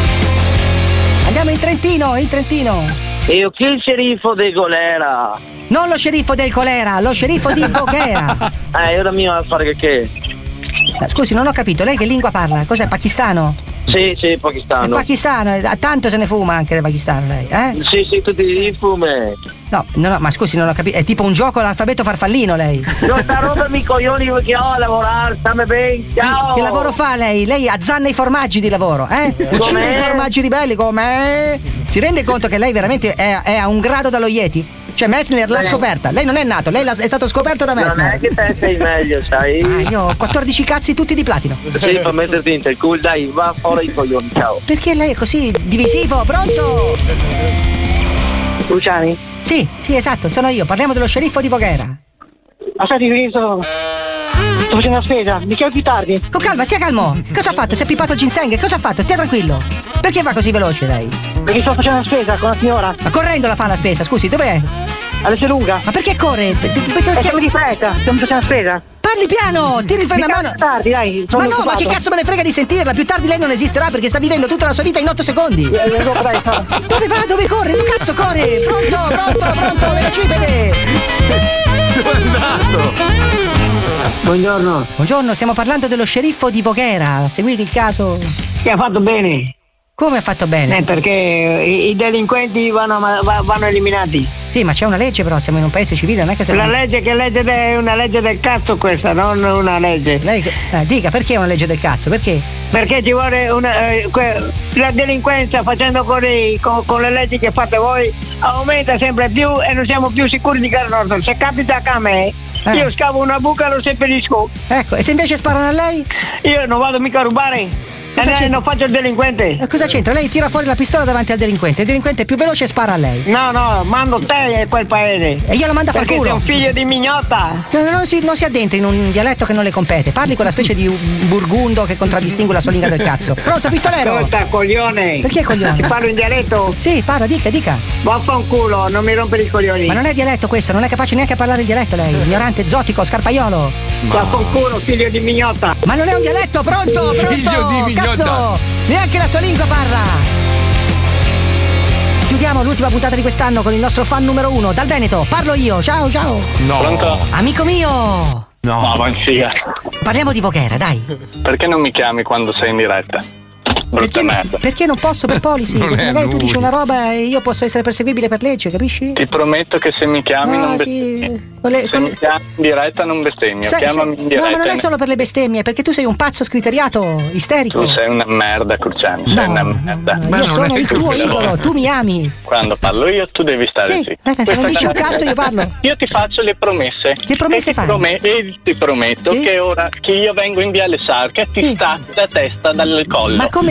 Andiamo in Trentino, in Trentino. Io chi il sceriffo di Colera? Non lo sceriffo del colera, lo sceriffo di Voghera. Eh, io da mio a fare che che? Scusi, non ho capito, lei che lingua parla? Cos'è, pakistano? Sì, sì, pakistano. È pakistano, tanto se ne fuma anche del pakistano lei, eh? Sì, sì, tutti i fume. No, no, no, ma scusi, non ho capito, è tipo un gioco all'alfabeto farfallino lei. Non sta roba mi coglioni perché ho a lavorare, stammi bene, ciao. Che lavoro fa lei? Lei azzanna i formaggi di lavoro, eh? Uccide i formaggi ribelli, come? Si rende conto che lei veramente è, è a un grado dallo Yeti? Cioè Messner l'ha scoperta, lei non è nato, lei è stato scoperto da Messner. Non è che te sei meglio, sai? Ah, io ho quattordici cazzi tutti di platino. Sì, per metterti in il culo, dai, va fuori i coglioni, ciao. Perché lei è così divisivo? Pronto? Luciani? Sì, sì, esatto, sono io, parliamo dello sceriffo di Voghera. Aspetti, io sto... sto facendo la spesa, mi chiamo più tardi. Con calma, stia calmo. Cosa ha fatto? Si è pippato il ginseng? Cosa ha fatto? Stia tranquillo. Perché va così veloce lei? Perché sto facendo la spesa con la signora. Ma correndo la fa la spesa, scusi, dov'è? All'S lunga. Ma perché corre? Perché... Eh, siamo di fretta, stiamo facendo la spesa. Parli piano, tiri il freno a mano. Tardi, dai. Ma no, occupato. ma che cazzo me ne frega di sentirla? Più tardi lei non esisterà perché sta vivendo tutta la sua vita in otto secondi. Eh, dai, dove va? Dove corre? Dove cazzo corre? Pronto, pronto, pronto, velocipede. Dove è andato? Buongiorno. Buongiorno, stiamo parlando dello sceriffo di Voghera. Seguite il caso. Che ha fatto bene. Come ha fatto bene? Eh, perché i, i delinquenti vanno, vanno eliminati. Sì, ma c'è una legge però, siamo in un paese civile, non è che siamo... La legge che legge de, è una legge del cazzo questa, non una legge. Lei, eh, dica, perché è una legge del cazzo? Perché? Perché ci vuole una... Eh, que, la delinquenza facendo così, con, con le leggi che fate voi, aumenta sempre più e non siamo più sicuri di casa nostra. Se capita a me, eh. io scavo una buca e lo seppellisco. Ecco, e se invece sparano a lei? Io non vado mica a rubare. Eh, non faccio il delinquente. E cosa c'entra? Lei tira fuori la pistola davanti al delinquente. Il delinquente è più veloce e spara a lei. No, no, mando te a quel paese. E io lo mando a far culo. Perché sei un figlio di mignotta. Non, non, si, non si addentri in un dialetto che non le compete. Parli quella specie di burgundo che contraddistingue la sua lingua del cazzo. Pronto, pistolero? Ascolta, coglione. Perché coglione? Ti parlo in dialetto? Sì, parla, dica, dica. Vaffanculo, non mi rompere i coglioni. Ma non è dialetto questo, non è capace neanche a parlare il dialetto lei. Ignorante, zotico, scarpaiolo. Vaffanculo, figlio di mignotta. Ma non è un dialetto, pronto, pronto. Figlio di mignotta. Cazzo. Neanche la sua lingua parla. Chiudiamo l'ultima puntata di quest'anno con il nostro fan numero uno dal Veneto. Parlo io, ciao ciao. No. Pronto? Amico mio. No. No, ma figa. Parliamo di Voghera, dai. Perché non mi chiami quando sei in diretta? Brutta Perché, merda. perché non posso per policy? Non Perché è magari tu lui. dici una roba e io posso essere perseguibile per legge, capisci? Ti prometto che se mi chiami No, non sì. bestemmi. Con le- Se con mi le- chiami in diretta non bestemmio. Sai- Chiamami sai- in diretta. No, ma non è e- solo per le bestemmie, perché tu sei un pazzo scriteriato, isterico. Tu sei una merda, Cruciani. Sei No, una merda. io sono il tuo idolo, tu mi ami. Quando parlo io, tu devi stare Sì, zitto. eh, se non Questa dici è un la- cazzo io parlo. Io ti faccio le promesse. Che promesse e ti fai? prome- e ti prometto Sì? che ora che io vengo in Viale Sarca ti Sì. stacco la testa dal collo. Ma come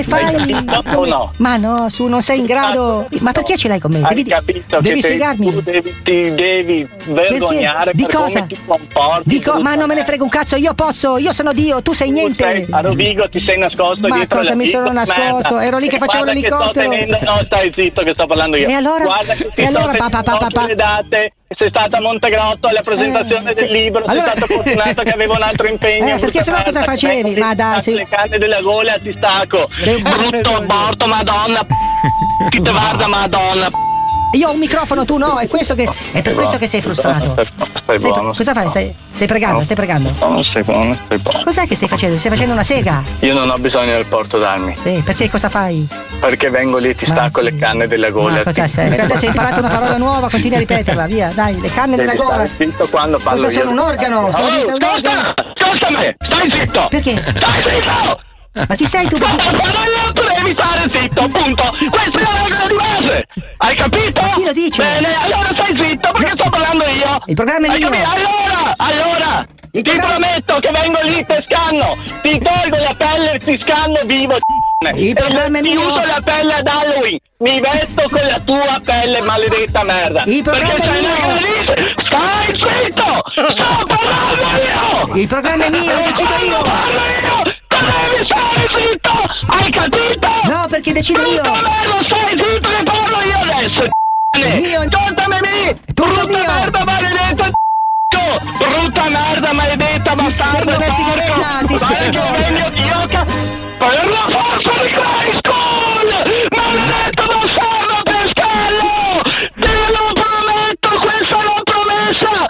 fai? O no? Ma no, su, non sei in grado. Ma perché ce l'hai con me? Hai Devi, capito devi che spiegarmi. tu devi, ti devi vergognare Di per cosa? come ti comporti. Dico, ma non me ne frega un cazzo, io posso, io sono Dio, tu sei niente. Sei, a Rovigo ti sei nascosto Ma dietro cosa la mi sono pista, nascosto? merda. Ero lì che E facevo guarda l'elicottero. Che sto tenendo, no, stai zitto che sto parlando io. E allora? Guarda che ti E sto allora, tenendo pa, pa, pa, pa. le date. Sei stata a Montegrotto alla presentazione Eh, del sì. libro, sei Allora- stato fortunato che avevo un altro impegno. Eh, perché sennò cosa facevi? Ma dai, sei- le canne della gola ti stacco. Sei un- Brutto aborto, madonna. Chi te guarda, madonna. Io ho un microfono, tu no, è questo che. È per questo che sei frustrato. Stai Sei- buono. cosa fai? Stai, stai pregando, stai pregando. No, stai buono, stai buono. Cos'è che stai facendo? Stai facendo una sega? Io non ho bisogno del porto d'armi. Sì, perché cosa fai? Perché vengo lì e ti stacco le canne della gola. Ma cosa sei? Adesso hai imparato una parola nuova, continui a ripeterla, via, dai, le canne della Devi gola. stare zitto quando parlo Cosa io. sono un organo? Sono Oh, un ascolta, organo. ascoltami, stai zitto. Perché? Stai zitto. Ma chi sei tu? Sto parlando, tu devi stare zitto, appunto. Questa è la regola di base. Hai capito? Chi lo dice? Bene, allora stai zitto perché sto parlando io. Il programma è Hai mio. capito? Allora, allora. Il ti programma- prometto che vengo lì, te scanno. Ti tolgo la pelle e ti scanno vivo. Il programma è Ti mio. uso la pelle ad Halloween. Mi vesto con la tua pelle, maledetta merda. Il programma Perché è sei mio. una lì. Stai zitto! Sto parlando io! Il programma è mio, lo decido io. Parlo io! Tu devi stare zitto! Hai capito? No, perché decido io. Tutto merda, stai zitto che parlo io adesso! Mio. Ascoltami me! Tutto Brutta mio. merda, maledetta brutta merda, maledetta bastardo! spengo la sigaretta, ti spengo. Sveglio di oca! Per la forza di Grayskull! Maledetto bastardo pescallo! Te lo prometto, questa è la promessa!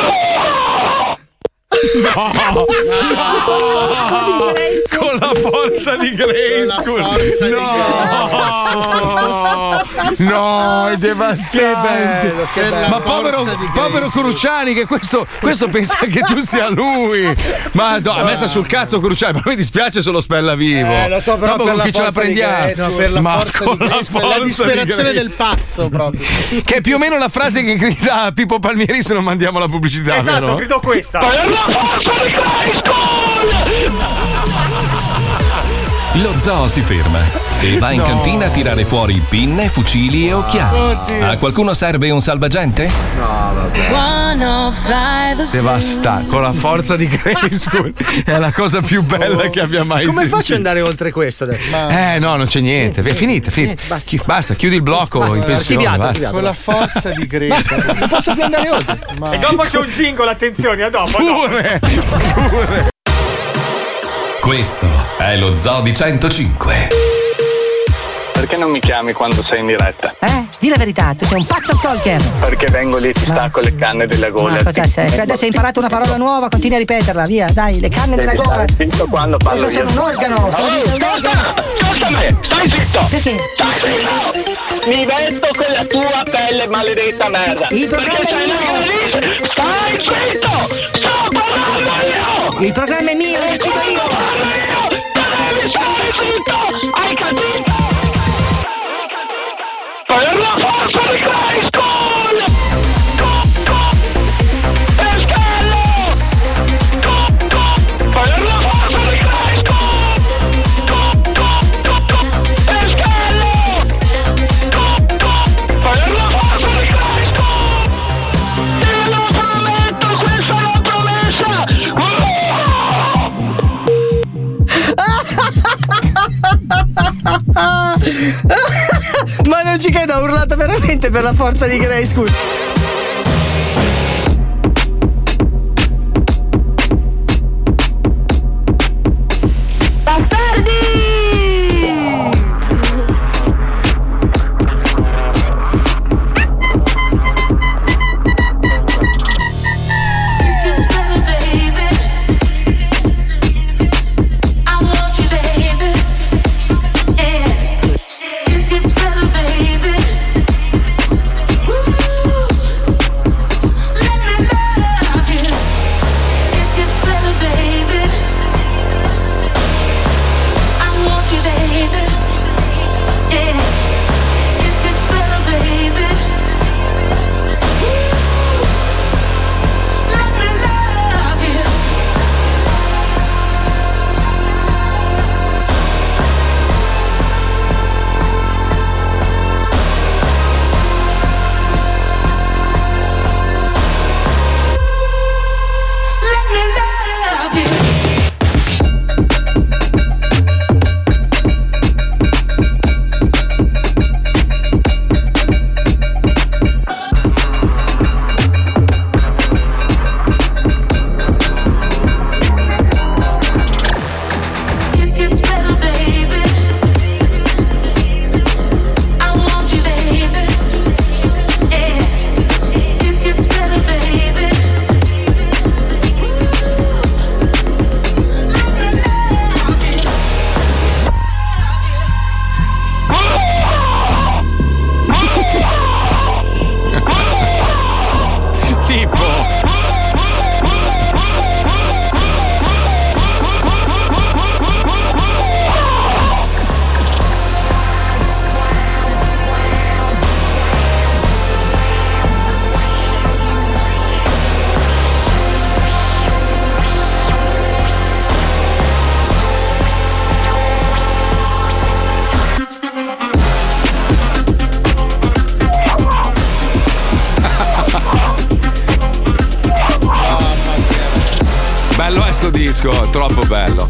Con la forza di Grayskull. No, no, è devastante. che bello. Ma La povero, forza di povero Cruciani, che questo, questo pensa che tu sia lui. Ma no, a me sta sul cazzo Cruciani, ma mi dispiace solo Spella vivo. Eh, lo so, però Dopo per con la chi ce la forza di prendiamo? Grayskull. No, per la Ma forza con di la Grayskull, la forza di disperazione del Grayskull. pazzo proprio. Che è più o meno la frase che grida a Pippo Palmieri se non mandiamo la pubblicità, Esatto, vero? grido questa. Per la forza di Grayskull! Lo zoo si ferma e va in No. cantina a tirare fuori pinne, fucili e occhiali. Oddio. A qualcuno serve un salvagente? No, vabbè. Devasta, con la forza di Grayskull. È la cosa più bella che abbia mai Come sentito. faccio ad andare oltre questo adesso? Eh no, non c'è niente. È finita, finita. niente, basta. Chi- basta, chiudi il blocco Basta, in pensione. archiviato, basta. archiviato. Con la forza di Grayskull. Non posso più andare oltre. Ma- E dopo c'è un jingle, attenzione, a dopo. a dopo. Pure, pure. Questo è lo Zoo di centocinque. Perché non mi chiami quando sei in diretta? Eh? Di la verità, tu sei un pazzo stalker. Perché vengo lì e ti stacco le canne della gola. Ma cosa sei? Adesso hai imparato una parola nuova, continui a ripeterla, via, dai, le canne della Devi gola. stare zitto quando parlo Cosa io. sono un organo? Sono Oh, un organo. ascoltami, stai zitto! Perché? Stai zitto! Mi vesto con la tua pelle, maledetta merda! Il programma Perché è sei mio. una lì. Stai zitto! Sto parlando io! Il programma è mio, lo decido io. Parlo io! Tu devi stare zitto! Hai capito? Per la forza di Grayskull! Pescallo! Per la forza di Grayskull! Pescallo! Per la forza di Grayskull! Te lo prometto, questa è la promessa! Ma non ci credo, ho urlato veramente per la forza di Grayskull. Woo! sto disco, troppo bello.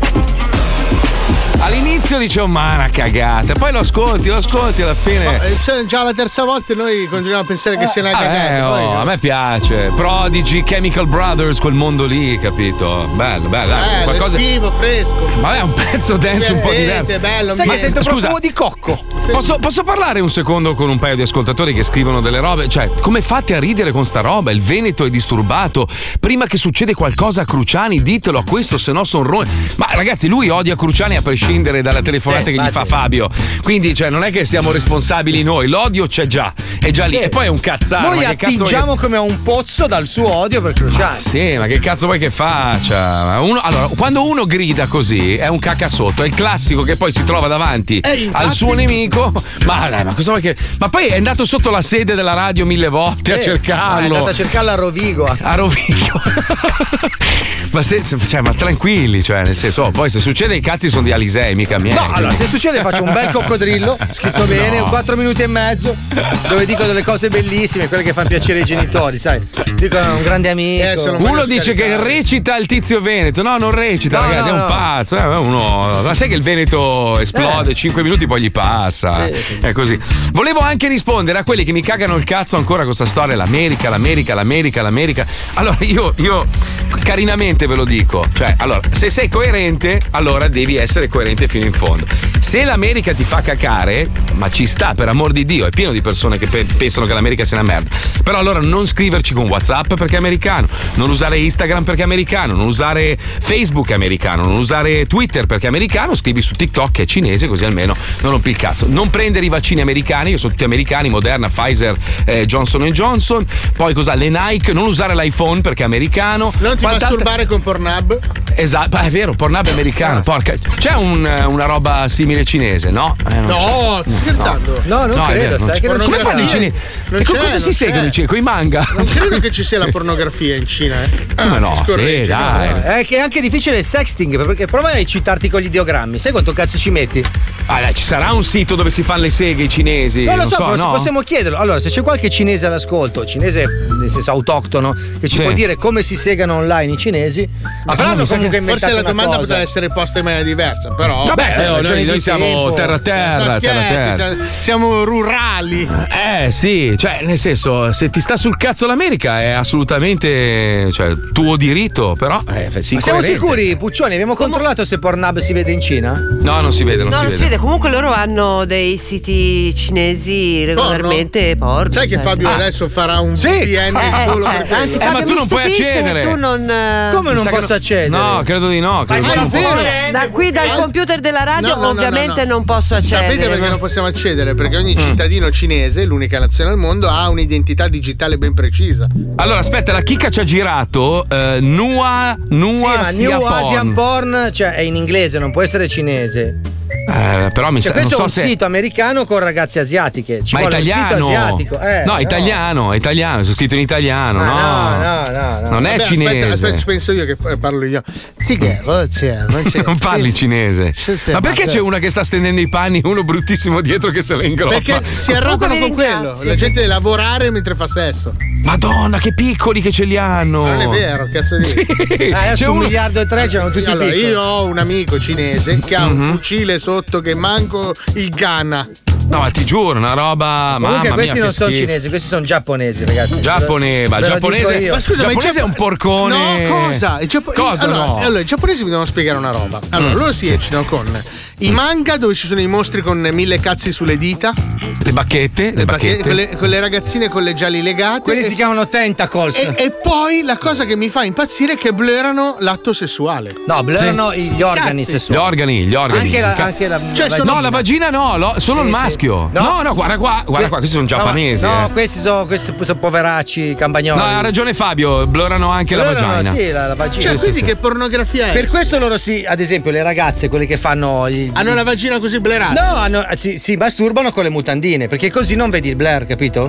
All'inizio dicevo ma una cagata, poi lo ascolti, lo ascolti alla fine. Ma, eh, già la terza volta noi continuiamo a pensare che sia una cagata. Eh, oh, poi, a me piace. Prodigy, Chemical Brothers, quel mondo lì, capito? Bello, bello. Dai, Eh, qualcosa... estivo, fresco. Ma è un pezzo dance un po' diverso. Bello, sai ma che sento scusa, profumo di cocco. Posso, posso parlare un secondo con un paio di ascoltatori che scrivono delle robe? Cioè, come fate a ridere con sta roba? Il Veneto è disturbato. Prima che succede qualcosa a Cruciani, ditelo a questo, se no son roni. Ma ragazzi, lui odia Cruciani a prescindere dalla telefonata che gli fa Fabio. Quindi, cioè, non è che siamo responsabili noi. L'odio c'è già, è già lì. E poi è un cazzaro. Noi ma che cazzo attingiamo vuoi che... come a un pozzo dal suo odio per Cruciani. Sì, ma che cazzo vuoi che faccia? Uno, allora, quando uno grida così è un cacasotto, è il classico che poi si trova davanti Eh, infatti- al suo nemico. Ma dai, ma cosa vuoi che. Ma poi è andato sotto la sede della radio mille volte a Eh, cercarlo. È andato a cercarlo a Rovigo. A Rovigo. ma, se, cioè, ma tranquilli, cioè, nel senso, oh, poi se succede i cazzi sono di Alisei, mica miei. No, allora se succede faccio un bel coccodrillo, scritto bene, No. quattro minuti e mezzo, dove dico delle cose bellissime, quelle che fanno piacere ai genitori, sai? Dicono un grande amico. Uno dice che recita il tizio Veneto. No, non recita, No, ragazzi, no, è un no. pazzo. Eh, uno, ma sai che il Veneto esplode, cinque minuti poi gli passa. Sì, sì. È così. Volevo anche rispondere a quelli che mi cagano il cazzo ancora con questa storia, l'America, l'America, l'America, l'America. Allora, io, io carinamente ve lo dico. Cioè, allora, se sei coerente, allora devi essere coerente fino in fondo. Se l'America ti fa cacare, ma ci sta, per amor di Dio, è pieno di persone che pe- pensano che l'America sia una merda. Però allora non scriverci con WhatsApp perché è americano, non usare Instagram perché è americano, non usare Facebook è americano, non usare Twitter perché è americano, scrivi su TikTok che è cinese, così almeno non rompi il cazzo. Non prendere i vaccini americani, io sono tutti americani, Moderna, Pfizer, eh, Johnson and Johnson. Poi cosa? Le Nike, non usare l'iPhone perché è americano. Non ti Quant'altre- masturbare con Pornhub. Esatto, è vero, Pornhub è americano. Porca. C'è un, una roba simile cinese, no? Eh, non No, c'è. stai scherzando? No, non No, è credo, vero, sai c'è. che non Come ci fanno i sta. cinesi? Non E con c'è, cosa si non seguono c'è. i cinesi? Con i manga? Non credo che ci sia la pornografia in Cina, eh. Come no? Sì, scorreggi, dai. no? È che è anche difficile il sexting, perché prova a citarti con gli ideogrammi. Sai quanto cazzo ci metti? Ah, dai, ci sarà un sito dove si fanno le seghe i cinesi? Non lo so, so, però no? possiamo chiederlo. Allora, se c'è qualche cinese all'ascolto, cinese nel senso autoctono, che ci Sì. può dire come si segano online i cinesi, avranno mi sa comunque che- inventato Forse la una domanda cosa. poteva essere posta in maniera diversa, però. Vabbè, sai, eh, ragioni noi, di noi siamo tempo. terra Sa terra, scherzi, terra terra. siamo- siamo rurali. Eh sì, cioè nel senso, se ti sta sul cazzo l'America è assolutamente, cioè, tuo diritto, però eh, sì, Ma siamo coerente. sicuri, Puccioni? Abbiamo controllato se Pornhub si vede in Cina? No, non si vede, non No, si non vede. si vede. Comunque loro hanno dei siti cinesi regolarmente porno. Sai che cioè. Fabio Ah. adesso farà un Sì. V P N Eh, solo cioè, per quello? anzi, Eh, ma Fabio, tu mi non puoi stupisce accedere. che tu non. eh, Come Mi non sa che posso no- accedere? No, credo di no. Credo Ma di è no. vero? Da qui dal computer della radio No, no, no, ovviamente no, no. non posso accedere. Sapete perché ma- non possiamo accedere? Perché ogni Mm. cittadino cinese, l'unica nazione al mondo, ha un'identità digitale ben precisa. Allora, aspetta, la chicca ci ha girato eh, Nua Nua Sì, ma Sia New Porn. Asian Porn, cioè è in inglese, non può essere cinese. Eh, però mi Cioè, sa, non questo so è un se sito americano con ragazze asiatiche. Ci ma è vuole un italiano. sito asiatico. Eh, no, è italiano, è italiano, è scritto in italiano, Ah, no. no, no, no, no. Non è Vabbè, cinese. Aspetta, aspetta, ci penso io che eh, parlo io. Sì, che oh, c'è, non c'è. Non parli sì. cinese. Sì, sì, ma perché ma- c'è una che sta stendendo i panni, uno bruttissimo dietro che se la ingroppa? Perché si arrabbiano con Comunque vi quello. ringrazio. La gente deve lavorare mentre fa sesso. Madonna, che piccoli che ce li hanno. Ma non è vero, cazzo di. Eh, adesso C'è un uno- miliardo e tre c'erano tutti Allora, piccoli. io ho un amico cinese che ha Mhm. un fucile sotto che manco il Ghana. No, ma ti giuro, una roba. Comunque mamma questi mia, non che sono schifo. cinesi, questi sono giapponesi, ragazzi. Giappone, ma Ve lo giapponese, dico io. Ma scusa, ma i giapponese giappo- è un porcone. No, cosa? I giappo- Cosa allora, no? allora, i giapponesi mi devono spiegare una roba. Allora, Mm, loro si sì. eccitano con i manga dove ci sono i mostri con mille cazzi sulle dita, Le bacchette, le, le bacche- bacchette. quelle, quelle ragazzine con le gialli legate. Quelli e, si chiamano tentacles. e, e poi la cosa che mi fa impazzire è che blurano l'atto sessuale. No, blurano gli organi Cazzi. Gli sessuali. organi, gli organi. Anche la, Ca- anche la Cioè, la sono- No, la vagina no, lo- solo Sì, il sì. maschio. No. No, no, guarda qua, guarda Sì. qua, questi sono No, giapponesi. No, eh. questi sono, questi sono poveracci, campagnoli. No, ha ragione Fabio, blurano anche la Blurano, vagina. Sì, la, la vagina. Cioè, sì, quindi sì. che pornografia è? Per questo loro sì, ad esempio, le ragazze, quelle che fanno. i- Hanno la vagina così blerata. No, hanno- si, si masturbano con le mutandine, perché così non vedi il blur, capito? Eh,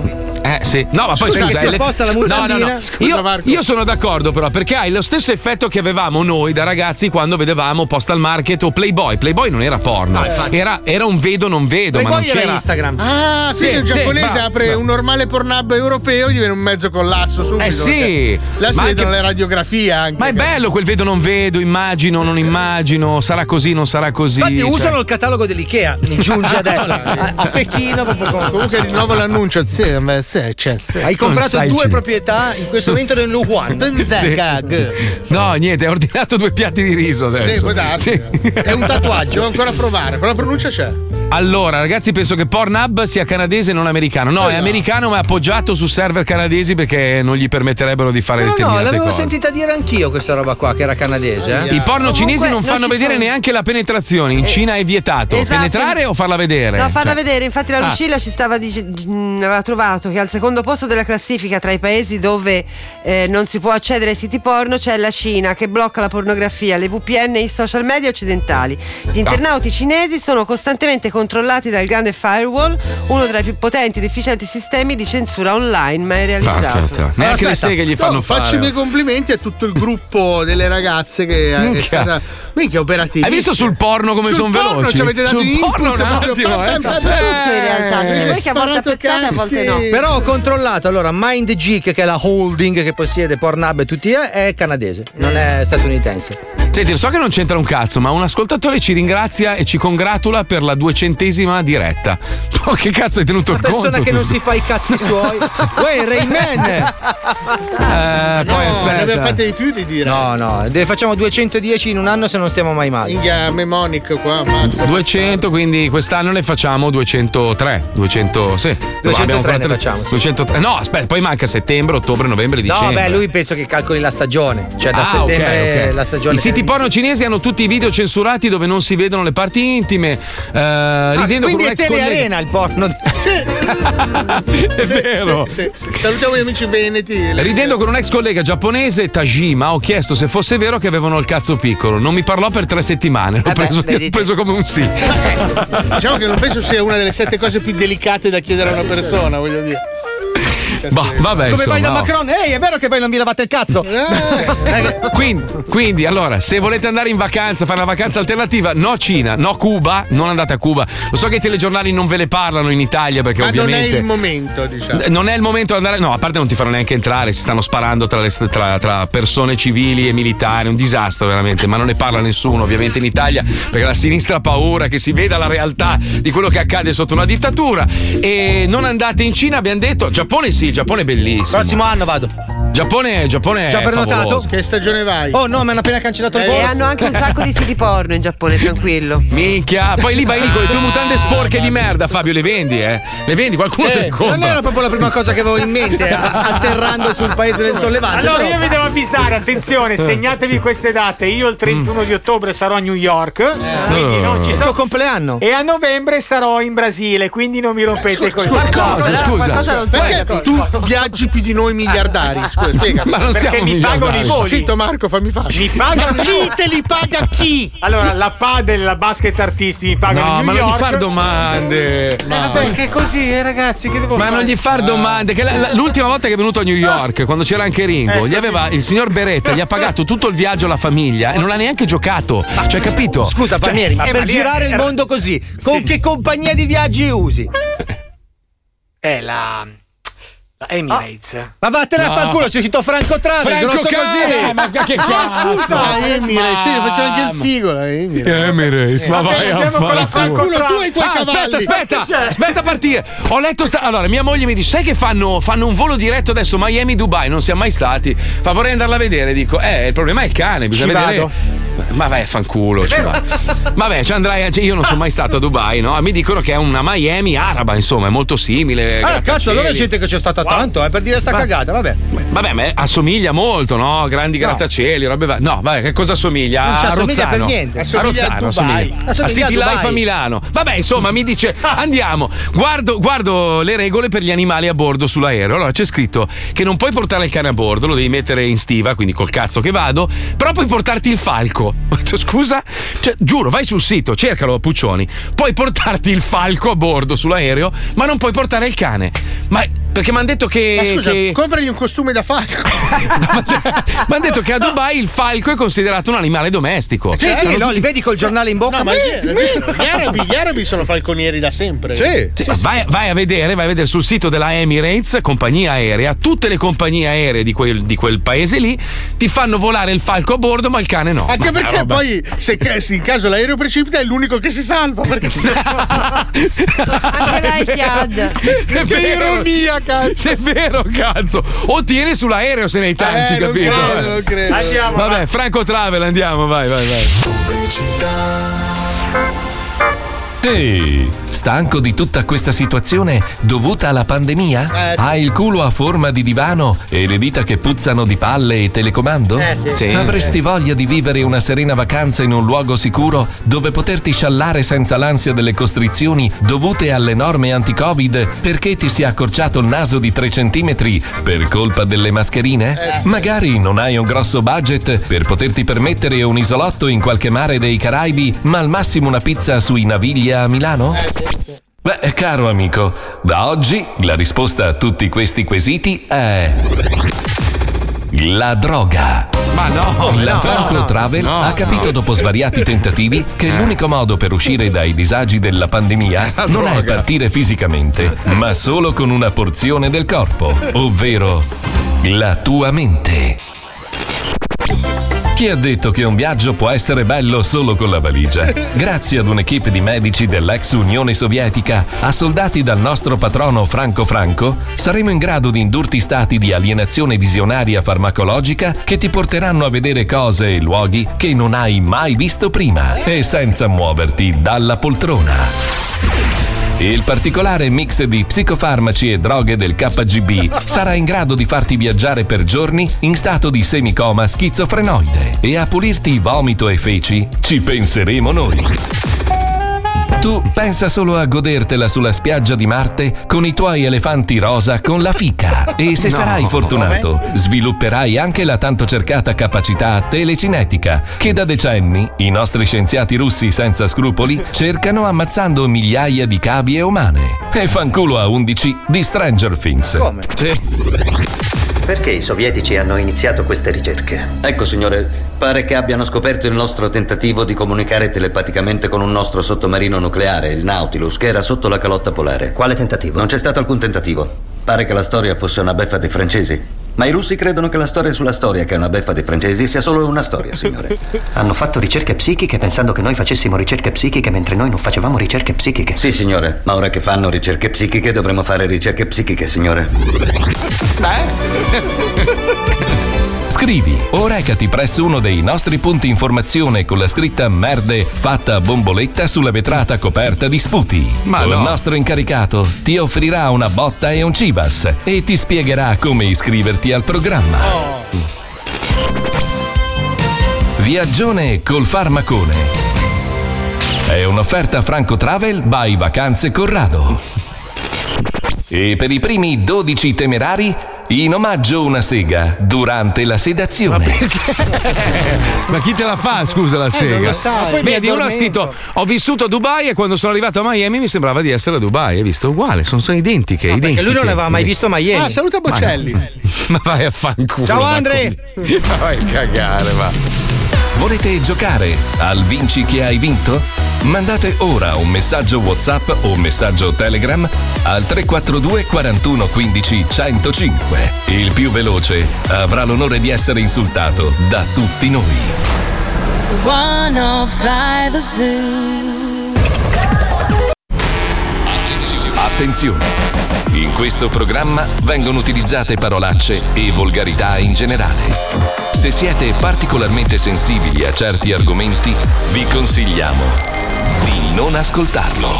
Eh sì, no, ma poi Scusa, scusa, si è sposta la mutandina. No, no, no. Scusa, io, Marco. io sono d'accordo, però, perché hai lo stesso effetto che avevamo noi da ragazzi quando vedevamo Postal Market o Playboy. Playboy non era porno, No, infatti. era, era un vedo non vedo, ma non Playboy era c'era Instagram. Ah, quindi Sì, un sì, giapponese bravo, apre bravo. un normale Pornhub europeo e diviene un mezzo collasso subito. Eh sì, perché là si ma vedono anche- le radiografie anche. Ma è bello quel vedo non vedo, immagino, non immagino, sarà così, non sarà così. Infatti cioè. usano il catalogo dell'Ikea, mi giunge adesso a, a Pechino proprio con... Comunque rinnovo l'annuncio, sì, beh, sì, c'è, sì. Hai comprato sai, due ci- proprietà in questo momento nel Wuhan. Sì. No, niente, hai ordinato due piatti di riso adesso. Sì, può darsi. È un tatuaggio. Devo ancora provare. Quella pronuncia c'è. Allora, ragazzi, penso che Pornhub sia canadese e non americano. No, è americano, ma è appoggiato su server canadesi perché non gli permetterebbero di fare No, no, determinate l'avevo cose. sentita dire anch'io questa roba qua, che era canadese. Eh? I porno Comunque, cinesi non non fanno ci vedere sono- neanche la penetrazione. In Cina è vietato. Esatto. Penetrare o farla vedere? No, farla Cioè- vedere. Infatti la Ah. Lucilla ci stava dice- mh, aveva trovato che al secondo posto della classifica tra i paesi dove eh, non si può accedere ai siti porno c'è la Cina, che blocca la pornografia, le V P N e i social media occidentali. Gli internauti cinesi sono costantemente controllati dal grande firewall, uno tra i più potenti ed efficienti sistemi di censura online mai realizzato. Neanche le seghe gli fanno no, fare. Faccio i miei complimenti a tutto il gruppo delle ragazze che Minchia. è stata. Minchia, operativi. Hai visto sul porno come Sul sono porno veloci? ci avete dato Sul input porno un proprio, attimo, pa- eh. pa- pa- Tutto in realtà, Eh, siete voi che a volte sparato apprezzate, a volte no. Però ho controllato, allora MindGeek, che è la holding che possiede Pornhub e tutti, è canadese, non è statunitense. Senti, so che non c'entra un cazzo, ma un ascoltatore ci ringrazia e ci congratula per la duecentesima diretta. Oh, che cazzo hai tenuto Una il conto? persona che non si fa i cazzi suoi. Uè, Rayman! Eh, poi No, aspetta. ne abbiamo fatte di più di dire. No, no, ne facciamo duecentodieci in un anno se non stiamo mai male. Minchia, Memonic qua, ammazza. duecento, quindi quest'anno ne facciamo duecentotre. duecento, sì. duecentotre Abbiamo ancora ne tre- facciamo, sì. duecentotre. No, aspetta, poi manca settembre, ottobre, novembre, No, dicembre. beh, lui penso che calcoli la stagione. Cioè, da Ah, ok, settembre ok. la stagione. I siti porno cinesi hanno tutti i video censurati dove non si vedono le parti intime. eh, ridendo quindi con è un ex collega- Telearena il porno. È vero. Sì, sì, sì. Salutiamo gli amici veneti. Ridendo con un ex collega giapponese, Tajima, ho chiesto se fosse vero che avevano il cazzo piccolo. Non mi parlò per tre settimane. L'ho Eh beh, preso, vedi. l'ho preso come un sì. Diciamo che non penso sia una delle sette cose più delicate da chiedere a una persona, voglio dire. Bah, vabbè, Come vai insomma, da no. Macron? Ehi, è vero che voi non vi lavate il cazzo? Quindi, quindi, allora, se volete andare in vacanza, fare una vacanza alternativa, no Cina, no Cuba, non andate a Cuba. Lo so che i telegiornali non ve le parlano in Italia perché Ma ovviamente. non è il momento, diciamo. Non è il momento di andare, no, a parte non ti fanno neanche entrare, si stanno sparando tra, le, tra, tra persone civili e militari, un disastro veramente, ma non ne parla nessuno ovviamente in Italia perché la sinistra ha paura che si veda la realtà di quello che accade sotto una dittatura. E non andate in Cina, abbiamo detto, Giappone sì, Giappone è bellissimo. Prossimo anno vado. Giappone, Giappone Già è prenotato? favoloso. Che stagione vai? Oh no, mi hanno appena cancellato il E volo. hanno anche un sacco di siti porno in Giappone, tranquillo. Minchia, poi lì vai lì con le tue mutande sporche di merda, Fabio, le vendi, eh? Le vendi, qualcuno Sì, te le compra. non era proprio la prima cosa che avevo in mente a- atterrando sul paese del sollevante. Allora però- io vi devo avvisare, attenzione, segnatevi queste date. Io il trentuno di ottobre sarò a New York, quindi non ci Il sarò. tuo compleanno. E a novembre sarò in Brasile, quindi non mi rompete i coglioni. Cosa, scusa? Perché tu viaggi più di noi miliardari? Scusa, spiega. Ma non Perché siamo mi pagano i miliardari. voli. Zitto Marco, fammi fare. Mi pagano Ma chi te li paga chi? Allora, la padel, la basket artisti mi pagano No, in ma New non gli York. far domande. Eh, vabbè, che così, eh, ragazzi, che devo Ma fare? non gli far domande. Che la- la- l'ultima volta che è venuto a New York, quando c'era anche Ringo, gli aveva il signor Beretta, gli ha pagato tutto il viaggio alla famiglia e non l'ha neanche giocato. Cioè, capito? Scusa, Cioè, Palmieri, ma eh, per ma lì girare il era- mondo così, con che compagnia di viaggi usi? È la, la Emirates. Ma vattene No. a fanculo, c'è scritto Franco Travel, Franco grosso Cane, così. ma che Ah, cazzo? scusa, la Emirates, sì, faceva anche il figo la Emirates. Emirates, ma Vabbè, vai a stiamo con la fare Franco Culo, tu hai quei Ah, aspetta, cavalli. aspetta, Che c'è? aspetta a partire. Ho letto sta... Allora, mia moglie mi dice: sai che fanno, fanno un volo diretto adesso Miami-Dubai, non siamo mai stati. Fa, vorrei andarla a vedere. Dico, eh, il problema è il cane, bisogna Ci vedere. vado. Ma vai, fanculo. Ci va. Vabbè, ci andrai. Cioè, io non sono mai stato a Dubai, no? Mi dicono che è una Miami araba, insomma, è molto simile. Ah, cazzo, allora c'è grattacieli. gente che c'è stata tanto, eh, per dire sta Ma- cagata, vabbè. Vabbè, ma assomiglia molto, no? Grandi No. grattacieli, robe va- No, vabbè, che cosa assomiglia? Non ci a assomiglia Rozzano. per niente. A Assomiglia a Rozzano, Dubai. assomiglia. Assomiglia a City a Dubai. Life a Milano. Vabbè, insomma, mi dice andiamo. Guardo, guardo le regole per gli animali a bordo sull'aereo. Allora c'è scritto che non puoi portare il cane a bordo, lo devi mettere in stiva, quindi col cazzo che vado, però puoi portarti il falco. Scusa? Cioè, giuro, vai sul sito, cercalo, Puccioni. Puoi portarti il falco a bordo sull'aereo, ma non puoi portare il cane. Ma perché mi hanno detto che. Ma scusa, che... compragli un costume da falco. Mi hanno detto che a Dubai il falco è considerato un animale domestico. Sì, sì, no, li vedi col giornale in bocca. No, ma è vero, gli arabi, gli arabi sono falconieri da sempre. Sì, sì, sì. Vai, vai a vedere, vai a vedere sul sito della Emirates, compagnia aerea, tutte le compagnie aeree di quel, di quel paese lì ti fanno volare il falco a bordo, ma il cane no. Anche ma, perché eh, poi, se, se in caso l'aereo precipita, è l'unico che si salva. Perché anche l'Etihad. Che ironia, cazzo! È vero, cazzo! O tieni sull'aereo se ne hai tanti, eh, non capito? Credo, non credo. Andiamo. Vabbè, vai. Franco Travel, andiamo, vai, vai, vai. Ehi, stanco di tutta questa situazione dovuta alla pandemia? Eh, sì. Hai il culo a forma di divano e le dita che puzzano di palle e telecomando? Eh, sì. Sì. Avresti voglia di vivere una serena vacanza in un luogo sicuro dove poterti sciallare senza l'ansia delle costrizioni dovute alle norme anti-Covid perché ti sia accorciato il naso di tre centimetri per colpa delle mascherine? Eh, sì. Magari non hai un grosso budget per poterti permettere un isolotto in qualche mare dei Caraibi, ma al massimo una pizza sui Naviglia a Milano? Eh, sì, sì. Beh, caro amico, da oggi la risposta a tutti questi quesiti è la droga. Ma no, La no, Franco no, Travel no, ha capito no. dopo svariati tentativi che l'unico modo per uscire dai disagi della pandemia La non è droga. partire fisicamente, ma solo con una porzione del corpo, ovvero la tua mente. Chi ha detto che un viaggio può essere bello solo con la valigia? Grazie ad un'equipe di medici dell'ex Unione Sovietica, a soldati dal nostro patrono Franco Franco, saremo in grado di indurti stati di alienazione visionaria farmacologica che ti porteranno a vedere cose e luoghi che non hai mai visto prima e senza muoverti dalla poltrona. Il particolare mix di psicofarmaci e droghe del K G B sarà in grado di farti viaggiare per giorni in stato di semicoma schizofrenoide e a pulirti vomito e feci ci penseremo noi. Tu pensa solo a godertela sulla spiaggia di Marte con i tuoi elefanti rosa con la fica e se No, sarai fortunato svilupperai anche la tanto cercata capacità telecinetica che da decenni i nostri scienziati russi senza scrupoli cercano ammazzando migliaia di cavie umane. E fanculo a undici di Stranger Things. Come? Sì. Perché i sovietici hanno iniziato queste ricerche? Ecco, signore, pare che abbiano scoperto il nostro tentativo di comunicare telepaticamente con un nostro sottomarino nucleare, il Nautilus, che era sotto la calotta polare. Quale tentativo? Non c'è stato alcun tentativo. Pare che la storia fosse una beffa dei francesi. Ma i russi credono che la storia sulla storia, che è una beffa dei francesi, sia solo una storia, signore. Hanno fatto ricerche psichiche pensando che noi facessimo ricerche psichiche mentre noi non facevamo ricerche psichiche. Sì, signore, ma ora che fanno ricerche psichiche dovremmo fare ricerche psichiche, signore. Scrivi o recati presso uno dei nostri punti informazione con la scritta merde fatta a bomboletta sulla vetrata coperta di sputi. Ma Il no. nostro incaricato ti offrirà una botta e un Civas e ti spiegherà come iscriverti al programma. Viaggione col farmacone. È un'offerta Franco Travel by Vacanze Corrado. E per i primi dodici temerari, in omaggio una sega durante la sedazione. Ma chi te la fa, scusa, la sega? non lo sai. Poi vedi, Mi uno ha addormento. scritto: ho vissuto a Dubai e quando sono arrivato a Miami mi sembrava di essere a Dubai. Hai visto? Uguale, sono, sono identiche. No, identiche. perché lui non aveva mai visto Miami. Ah, saluta Bocelli. Ma vai a fanculo. Ciao, ma Andre. come- Ma vai a cagare, va. Volete giocare al Vinci che hai vinto? Mandate ora un messaggio WhatsApp o un messaggio Telegram al tre quattro due quarantuno quindici centocinque. Il più veloce avrà l'onore di essere insultato da tutti noi. centocinque Zoo. Attenzione! In questo programma vengono utilizzate parolacce e volgarità in generale. Se siete particolarmente sensibili a certi argomenti, vi consigliamo di non ascoltarlo.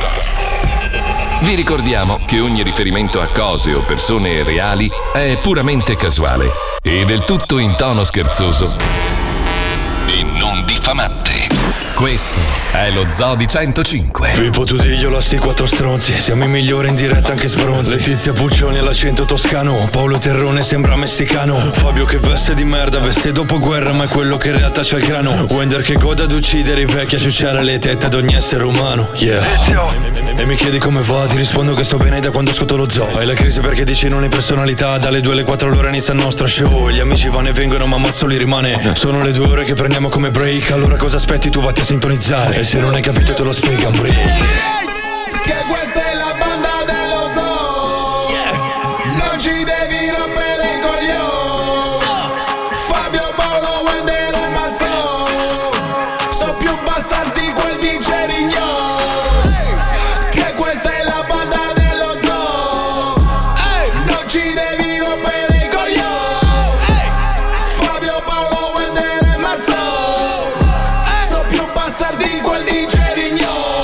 Vi ricordiamo che ogni riferimento a cose o persone reali è puramente casuale e del tutto in tono scherzoso e non diffamante. Questo è lo Zoo di centocinque. Pippo Tudiglio, la sti quattro stronzi. Siamo i migliori in diretta anche sbronzi. Letizia Puccioni all'accento toscano. Paolo Terrone sembra messicano. Fabio che veste di merda, veste dopo guerra, ma è quello che in realtà c'ha il grano. Wender che goda ad uccidere i vecchi, a ciucciare le tette ad ogni essere umano. Yeah. E mi chiedi come va, ti rispondo che sto bene da quando ascolto lo Zoo. Hai la crisi perché dici non hai personalità. Dalle due alle quattro all'ora inizia il nostro show. Gli amici vanno e vengono ma Mazzoli rimane. Sono le due ore che prendiamo come break. Allora cosa aspetti, tu vatti a sintonizzare. E se non hai capito te lo spiega un break. Che questa è la banda dello Zoo. Yeah. Non ci devi rompere i coglioni. Fabio, Paolo, Wender e Mazzo so più bastardi quel di Cerignon. Che questa è la banda dello Zoo. Non ci devi rompere i coglioni. Fabio, Paolo, Wender e Mazzo so più bastardi quel di Cerignon.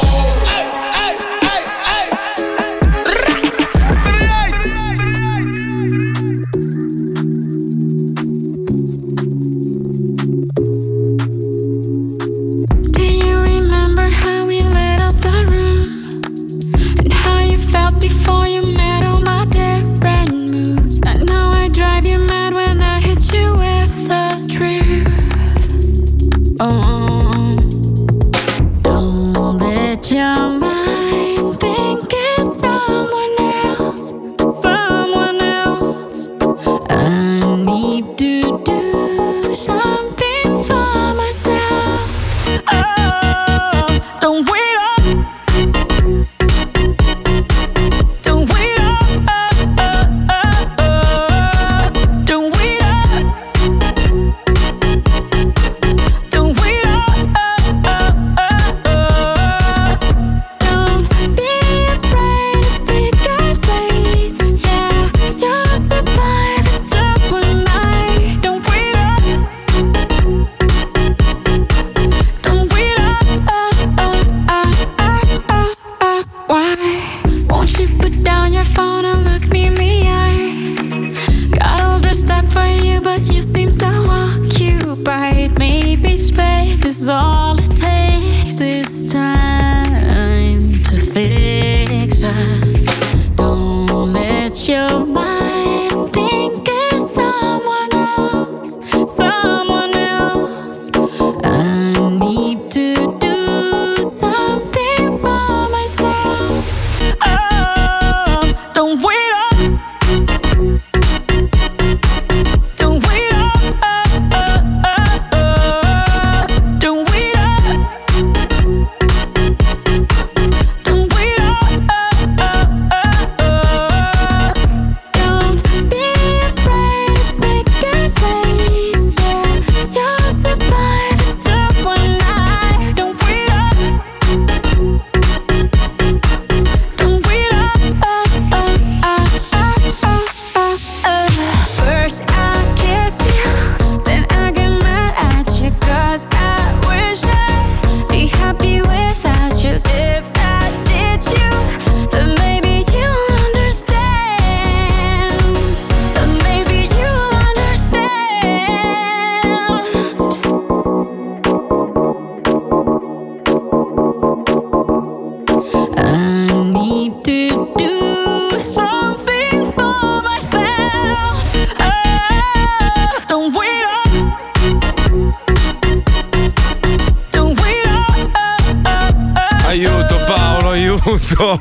Do you remember how we lit up the room? And how you felt before you met all my different moods? I know I drive you mad when I hit you with the truth. Oh, don't let your mind think it's someone else, someone else. I need to do something for myself. Oh, don't wait up. Don't wait up. Oh, oh, oh, oh. Don't wait up. Don't wait up. Oh, oh, oh, oh. Don't be afraid to pick up late. Yeah, you'll survive. It's just one night. Don't wait up. Don't wait up. Oh, oh, oh, oh, oh, oh. Why won't you put down your phone and look me in the eye? Got all dressed up for you, but you seem so occupied. Maybe space is all it takes this time to fix us. Don't let your mind think it's someone else, someone else. I need to do something for myself. Oh, don't wait up. Don't wait up. Oh, oh, oh, oh. Don't wait up. Don't wait up. Oh, oh, oh, oh. Don't be afraid to pick and take. Yeah, you'll survive. It's just one night. Don't wait up. Don't wait up. Oh, oh, oh, oh, oh, oh. First I kiss you, then I get mad at you, 'cause I wish I'd be happy without you. If I did you, then maybe you'll understand. Then maybe you'll understand. I need to do something for myself. Oh, don't wait up. Don't wait up. Oh, oh, oh. Aiuto Paolo, aiuto.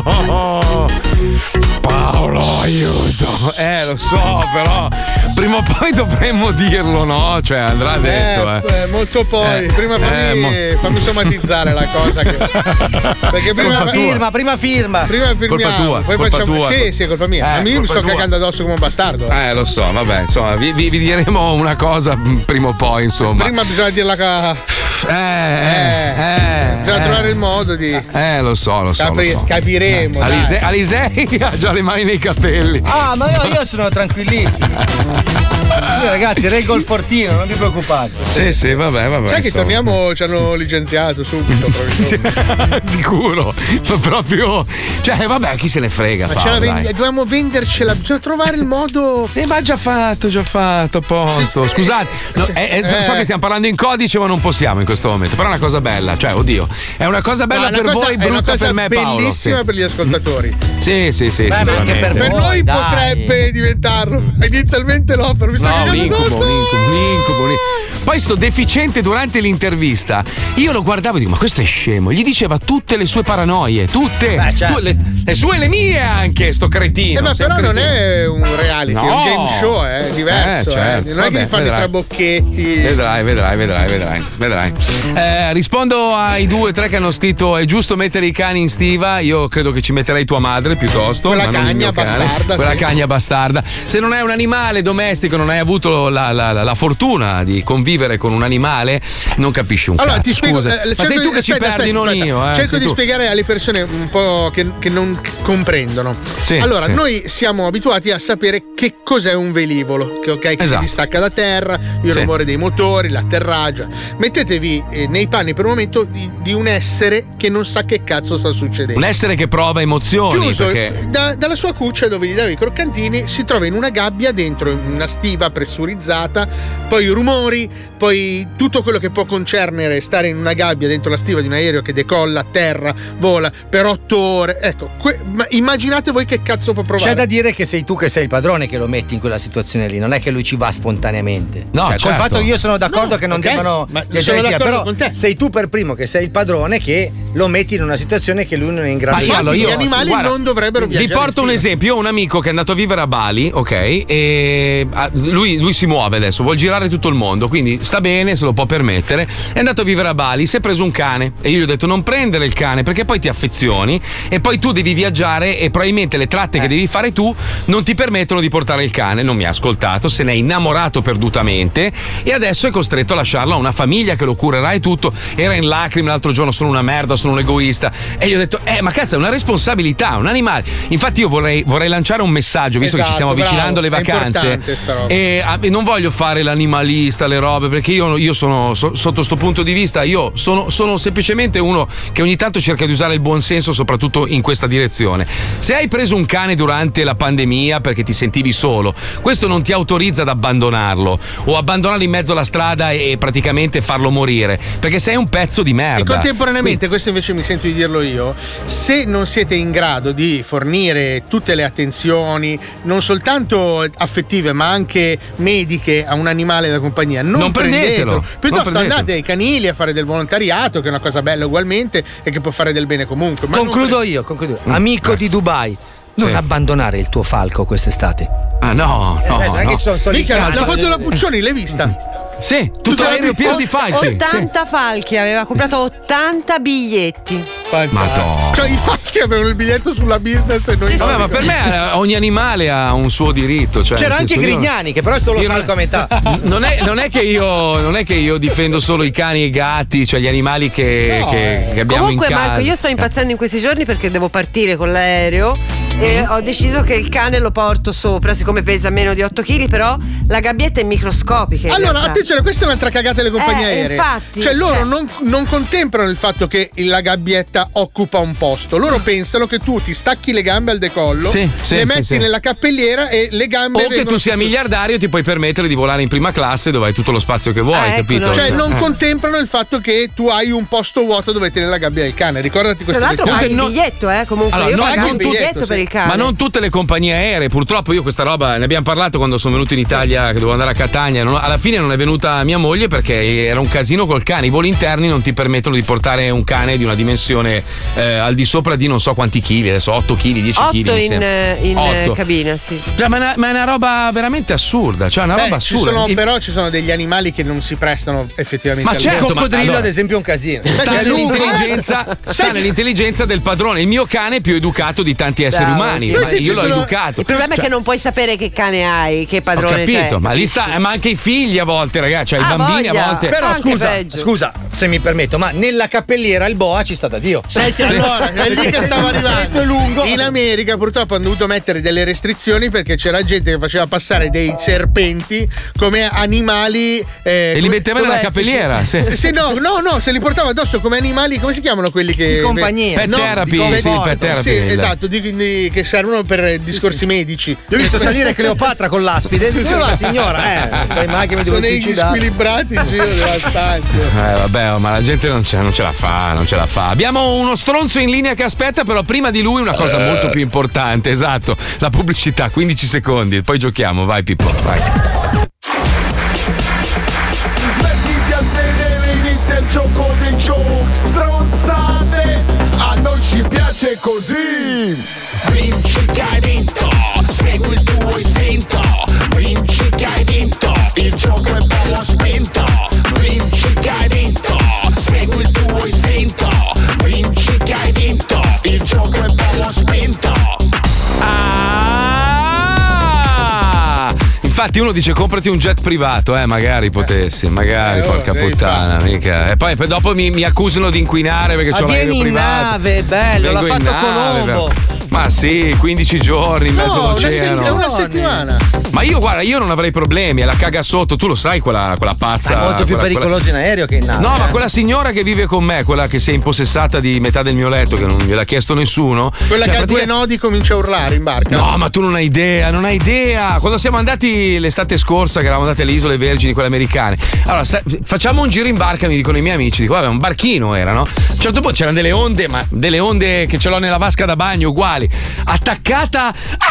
Paolo, aiuto. Eh, lo so, però prima o poi dovremmo dirlo, no? Cioè, andrà detto, eh. Eh, molto poi. Eh, prima fammi, eh, mo- fammi somatizzare la cosa. Che... Perché prima Colpa firma, prima firma. Prima firmiamo, Colpa tua, poi colpa facciamo. tua. Sì, sì, è colpa mia. Eh, Ma io mi colpa sto tua. cagando addosso come un bastardo. Eh, lo so, vabbè, insomma, vi, vi- vi diremo una cosa mh, prima o poi, insomma. Prima bisogna dirla ca... Eh, eh, eh, bisogna eh. trovare il modo di. Eh, lo so, lo so. Capri- lo so. capiremo. dai. Alise- Alisei ha già le mani nei capelli. Ah, ma io, io sono tranquillissimo. Io ragazzi, reggo il fortino, non vi preoccupate. Sì, sì, vabbè, vabbè. Sai che insomma. torniamo, ci hanno licenziato subito. Sicuro, proprio. Cioè, vabbè, chi se ne frega. Ma Paolo, ce la vendi- dai. dobbiamo vendercela, bisogna trovare il modo. Eh, ma già fatto, già fatto, a posto. Sì, Scusate, sì, no, sì. eh, eh, so- Eh. so che stiamo parlando in codice, ma non possiamo in questo momento. Però è una cosa bella, cioè, oddio, è una cosa bella No, per una cosa- voi, è una brutta cosa per me, Paolo. bellissima Sì. per gli ascoltatori. Sì, sì, sì, Beh, ma anche sicuramente. per noi dai. potrebbe diventarlo. Inizialmente no, però mi sta No, un cagando incubo, addosso. un incubo, un incubo, un incubo. Poi sto deficiente durante l'intervista. Io lo guardavo e dico, ma questo è scemo. Gli diceva tutte le sue paranoie, tutte. Beh, certo. Tu- le, le sue e le mie anche, sto cretino. Eh, ma sei un però non cretino. è un reality, è un No. game show, è diverso. Eh, certo. eh. Non è che Vabbè, ti fanno vedrai. i trabocchetti. Vedrai, vedrai, vedrai, vedrai, vedrai. Eh, rispondo ai due o tre che hanno scritto: è giusto mettere i cani in stiva? Io credo che ci metterei tua madre piuttosto. Quella ma non il cagna mio cane. bastarda, Quella sì. cagna bastarda. Se non è un animale domestico, non hai avuto la, la- la- la fortuna di convivere con un animale, non capisci un Allora, cazzo. ti spiego. Scusa. eh, ma cerco sei tu di- che ci aspetta, perdi, aspetta, non aspetta. io. Eh, Cerco sei di tu. spiegare alle persone un po' che, che non comprendono. Sì, allora, sì. noi siamo abituati a sapere che cos'è un velivolo, che ok, che Esatto. si distacca da terra, il Sì. rumore dei motori, l'atterraggio. Mettetevi eh, nei panni per un momento di, di un essere che non sa che cazzo sta succedendo. Un essere che prova emozioni. Chiuso Perché... da- dalla sua cuccia dove gli dava i croccantini, si trova in una gabbia dentro in una stiva pressurizzata, poi i rumori, poi tutto quello che può concernere stare in una gabbia dentro la stiva di un aereo che decolla, atterra, vola per otto ore. Ecco, que- ma immaginate voi che cazzo può provare. C'è da dire che sei tu che sei il padrone che lo metti in quella situazione lì, non è che lui ci va spontaneamente. No, cioè, certo. col fatto che io sono d'accordo No, che non ok, debbano ma viaggiare sono insieme, d'accordo però con te. sei tu per primo che sei il padrone che lo metti in una situazione che lui non è in grado Ma di io, Infatti, allora, gli io- animali guarda, non dovrebbero viaggiare. Vi porto in un stiva. esempio. Io ho un amico che è andato a vivere a Bali, ok? E ah, lui, lui si muove adesso, vuol girare tutto il mondo, quindi sta bene, se lo può permettere. È andato a vivere a Bali, si è preso un cane. E io gli ho detto: non prendere il cane perché poi ti affezioni e poi tu devi viaggiare e probabilmente le tratte che devi fare tu non ti permettono di portare il cane. Non mi ha ascoltato, se n'è innamorato perdutamente e adesso è costretto a lasciarlo a una famiglia che lo curerà e tutto. Era in lacrime l'altro giorno, sono una merda, sono un egoista. E gli ho detto: eh, ma cazzo, è una responsabilità, un animale. Infatti, io vorrei, vorrei lanciare un messaggio, visto che ci stiamo Esatto, avvicinando alle bravo, è vacanze. importante sta roba. E ah, e non voglio fare l'animalista, le robe, perché io, io sono so- sotto questo punto di vista, io sono, sono semplicemente uno che ogni tanto cerca di usare il buon senso, soprattutto in questa direzione. Se hai preso un cane durante la pandemia perché ti sentivi solo, questo non ti autorizza ad abbandonarlo o abbandonarlo in mezzo alla strada e praticamente farlo morire, perché sei un pezzo di merda. E contemporaneamente, questo invece mi sento di dirlo io, se non siete in grado di fornire tutte le attenzioni, non soltanto affettive ma anche mediche a un animale da compagnia, non, Non prendetelo, non Piuttosto prendetelo. andate ai canili a fare del volontariato, che è una cosa bella ugualmente e che può fare del bene comunque. Ma non Concludo pre- io, concludo io. Amico di Dubai, non Sì. abbandonare il tuo falco quest'estate. Ah, no, no. Eh, non è no. che ci sono solo i Mica, cani. la foto della Puccioni l'hai vista? Sì, tutto l'aereo pieno di falchi. ottanta falchi, aveva comprato ottanta biglietti. Madonna. Cioè i falchi avevano il biglietto sulla business e noi Sì, no. vabbè, ma per me eh, ogni animale ha un suo diritto. Cioè, C'era nel anche senso, io- Grignani, che però è solo io falco a metà. Non è, non è che io non è che io difendo solo i cani e i gatti, cioè gli animali che, No. che- che abbiamo Comunque, in casa. Marco, io sto impazzendo in questi giorni perché devo partire con l'aereo e ho deciso che il cane lo porto sopra, siccome pesa meno di otto chili, però la gabbietta è microscopica. in Allora, realtà. attenzione, questa è un'altra cagata delle compagnie Eh, aeree. infatti, cioè, loro cioè- non, non contemplano il fatto che la gabbietta occupa un posto. Loro pensano che tu ti stacchi le gambe al decollo, Sì, sì, le sì, metti sì. nella cappelliera e le gambe O che vengono tu sia miliardario ti puoi permettere di volare in prima classe dove hai tutto lo spazio che vuoi, Ah, ecco, capito? no. Cioè, non Eh. contemplano il fatto che tu hai un posto vuoto dove tenere la gabbia del cane. Ricordati Tra questo l'altro dettaglio. paghi il no- biglietto, eh. Comunque Allora, io no, pagavo non il tu- biglietto per il cane. Ma non tutte le compagnie aeree, purtroppo io questa roba ne abbiamo parlato quando sono venuto in Italia, che dovevo andare a Catania. non- alla fine non è venuta mia moglie perché era un casino col cane. I voli interni non ti permettono di portare un cane di una dimensione eh, al di sopra di non so quanti chili, adesso otto chili, dieci chili. Otto mi in, sembra. eh, in eh, Otto. cabina, sì. Cioè, ma, è una, ma è una roba veramente assurda, cioè una Beh, roba ci assurda. sono, Il- però ci sono degli animali che non si prestano effettivamente Ma al certo, volo. ma Coccodrillo, allora- ad esempio, è un casino. Sta Cioè, nell'intelligenza, Luca- sta Sai- nell'intelligenza del padrone. Il mio cane è più educato di tanti esseri Dai. umani. sì. Ma io l'ho educato. Il problema Cioè, è che non puoi sapere che cane hai, che ho padrone capito, c'è. ma lì sta, ma anche i figli a volte, ragazzi, cioè Ah, i bambini voglia. a volte. Però Anche scusa, peggio. scusa, se mi permetto, ma nella cappelliera il boa ci sta da Dio. Sai che allora è lì che stavo arrivando. Stretto e lungo. In America purtroppo hanno dovuto mettere delle restrizioni perché c'era gente che faceva passare dei serpenti come animali eh, E li come- metteva nella cappelliera. Sì. Se, se no, no, no, se li portava addosso come animali, come si chiamano quelli che. Di compagnia. Pet No, therapy, di sì, comfort. pet therapy. Sì, esatto, di- di- che servono per discorsi medici. Io ho visto salire Cleopatra con l'aspide. Dove va, signora? Eh, sai mai che mi devo Sono degli suicidare. squilibrati in giro devastante. Eh vabbè, oh, ma la gente non ce, non ce la fa, non ce la fa. Abbiamo uno stronzo in linea che aspetta, però prima di lui una cosa molto più importante, esatto, la pubblicità, quindici secondi, poi giochiamo, vai Pippo, vai. Mettiti a sedere, inizia il gioco dei giochi. Stronzate, a noi ci piace così. Vinci che hai vinto, segui il tuo istinto. Vinci che hai vinto, il gioco è bello spinto. Vinci che hai vinto, segui il tuo istinto. Vinci che hai vinto, il gioco è bello spinto. Ah! Infatti uno dice comprati un jet privato, eh, magari potessi, magari, Eh, oh, porca devi puttana, mica. E poi, poi dopo mi, mi accusano di inquinare perché Ma c'ho l'aereo vieni in privato. nave, bello, l'ha Vengo in fatto nave, Colombo. però. Ma sì, quindici giorni in mezzo No, una, all'oceano. se- una settimana. Ma io guarda, io non avrei problemi, è la caga sotto, tu lo sai quella, quella pazza. È molto più quella- pericoloso in aereo che in nave. No, eh. ma quella signora che vive con me, quella che si è impossessata di metà del mio letto, che non gliel'ha chiesto nessuno. Quella cioè, che a due praticamente- nodi comincia a urlare in barca. No, ma tu non hai idea, non hai idea. Quando siamo andati l'estate scorsa, che eravamo andati alle Isole Vergini, quelle americane, allora sa- facciamo un giro in barca, mi dicono i miei amici, dico, vabbè, un barchino era, no? A un certo punto c'erano delle onde, ma delle onde che ce l'ho nella vasca da bagno, uguali. Attaccata.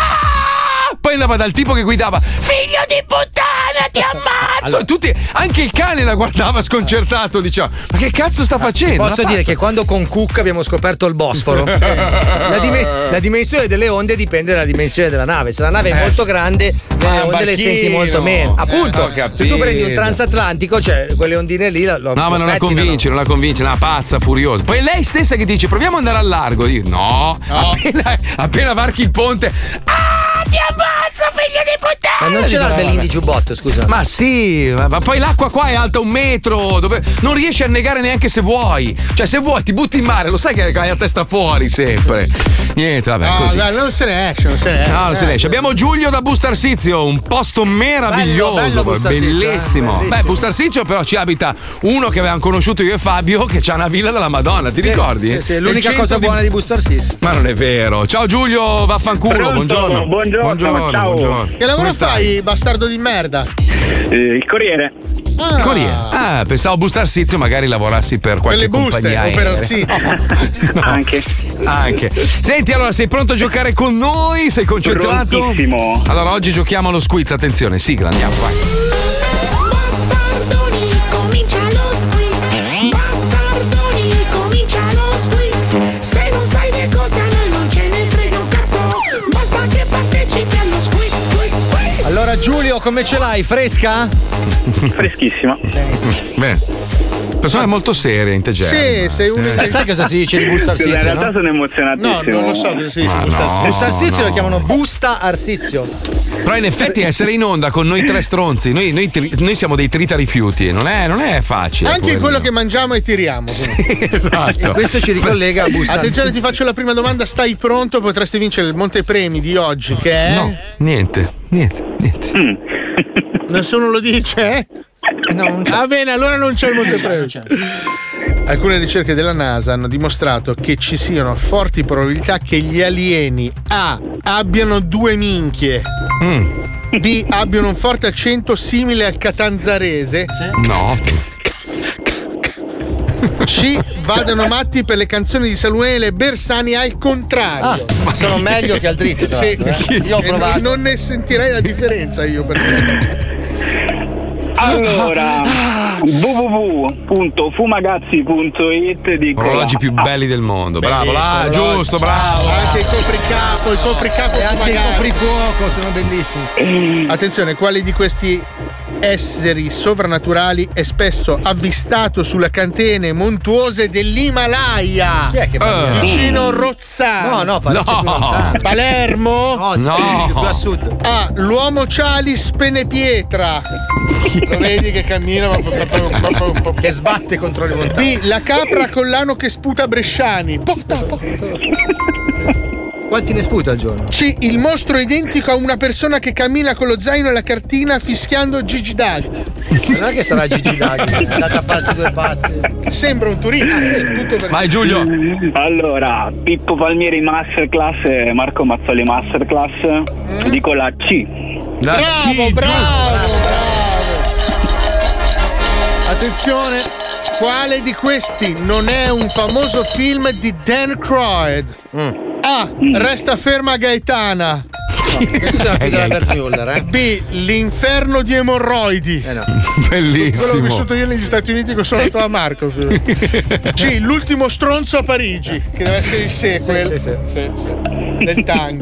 Ah! Poi andava dal tipo che guidava, figlio di puttana, ti ammazzo! Allora- E tutti, anche il cane la guardava sconcertato, diceva, ma che cazzo sta facendo? Posso Una dire pazza. che quando con Cook abbiamo scoperto il Bosforo, la, dime- la dimensione delle onde dipende dalla dimensione della nave. Se la nave è Eh, molto sì. grande, Ma le è un onde le senti barchino. molto meno. Eh, Appunto, ho se tu prendi un capito. transatlantico, cioè quelle ondine lì, lo, No, ma non la pettinano. convince, non la convince, è una pazza furiosa. Poi è lei stessa che dice: proviamo ad andare al largo. Io, no, Appena, appena varchi il ponte. Ah, ti ammazzo, figlio di puttana! Ma non ce l'ha il Dico, Bellini vabbè. giubbotto, scusa. Ma sì, ma, ma poi l'acqua qua è alta un metro, dove non riesci a annegare neanche se vuoi. Cioè, se vuoi ti butti in mare, lo sai che hai la testa fuori sempre. Niente, vabbè, No, così. dai, non se ne esce, non se ne esce. No, non se ne esce. Abbiamo Giulio da Bustarsizio, un posto meraviglioso, Bello, bello Bustarsizio, bellissimo. eh, bellissimo. Beh, Bustarsizio però ci abita uno che avevamo conosciuto io e Fabio, che c'ha una villa della Madonna, ti Sì, ricordi? sì, sì, è Nel l'unica centro cosa buona di Bustarsizio. Ma non è vero. Ciao Giulio, vaffanculo, Pronto? buongiorno. Buongiorno, buongiorno, ciao. buongiorno. Che lavoro Come stai? fai, bastardo di merda? Eh, il Corriere. Ah, Corriere. Ah, pensavo Bustarsizio magari lavorassi per qualche Quelle buste, compagnia o per aerea. Arsizio. Anche. Anche. Senti, allora sei pronto a giocare con noi? Sei concentrato? Prontissimo. Allora oggi giochiamo allo squiz, attenzione, sigla, andiamo, vai. Bastardoni, comincia lo squiz. Bastardoni, comincia lo squiz. Se non sai le cose a noi non ce ne frega un cazzo. Basta che partecipi allo squiz, squiz, squiz. Allora Giulio, come ce l'hai? Fresca? Freschissima. Bene. Persona molto seria, intelligente. Sì, sei uno Eh, sai cosa si dice di Scusa, in Bustarsizio? realtà No? sono No, emozionatissimo. non lo so cosa si dice. Ma Bustarsizio. no. Bustarsizio no. lo chiamano Busta Arsizio. Però in effetti essere in onda con noi tre stronzi, noi, noi, tri- noi siamo dei trita rifiuti, non è, non è facile. Anche poverino. quello che mangiamo e tiriamo. Sì, esatto. E questo ci ricollega a Bustarsizio. Attenzione, ti faccio la prima domanda. Stai pronto? Potresti vincere il montepremi di oggi, che è. No, niente, niente, niente. Nessuno lo dice, eh? No, Va bene, allora non c'è il montepremi. Alcune ricerche della NASA hanno dimostrato che ci siano forti probabilità che gli alieni A. abbiano due minchie, Mm, B. abbiano un forte accento simile al catanzarese, no. C. vadano matti per le canzoni di Samuele Bersani al contrario. Ah, sono meglio che al dritto. tra Sì, l'altro, eh. Io ho e non, provato. non ne sentirei la differenza io perché. Allora, w w w punto fumagazzi punto it dico Orologi più belli del mondo. Bravo, là, Bellissimo, giusto, bravo. Anche il copricapo, il copricapo E anche i magari. coprifuoco sono bellissimi. Attenzione, quali di questi esseri sovrannaturali è spesso avvistato sulle catene montuose dell'Himalaya. Chi è che parla? Vicino Rozzano. No, no, Palermo No. è più lontano. Palermo? No, No. più a sud. Ah, l'uomo Cialis Penepietra. Lo vedi che cammina ma Che sbatte contro le montagne. B, la capra con l'ano che sputa Bresciani. Porta, porta. Quanti ne sputa al giorno? C, il mostro identico a una persona che cammina con lo zaino e la cartina fischiando Gigi Dag. Non è che sarà Gigi Dag, è andata a farsi due passi. Sembra un turista. Tutto per Vai Giulio. Allora, Pippo Palmieri Masterclass e Marco Mazzoli Masterclass. Mm. Dico la C. La Bravo, C, bravo, bravo. Attenzione, quale di questi non è un famoso film di Dan Aykroyd? Mm. A, Resta ferma Gaetana. No, questi sono più della Wertmüller, eh? B, l'inferno di emorroidi. Eh no. Bellissimo. Quello l'ho vissuto io negli Stati Uniti che sono andato a Marco. C, l'ultimo stronzo a Parigi, che deve essere il sequel. Sì, sì, sì. Sì, sì. Del tango.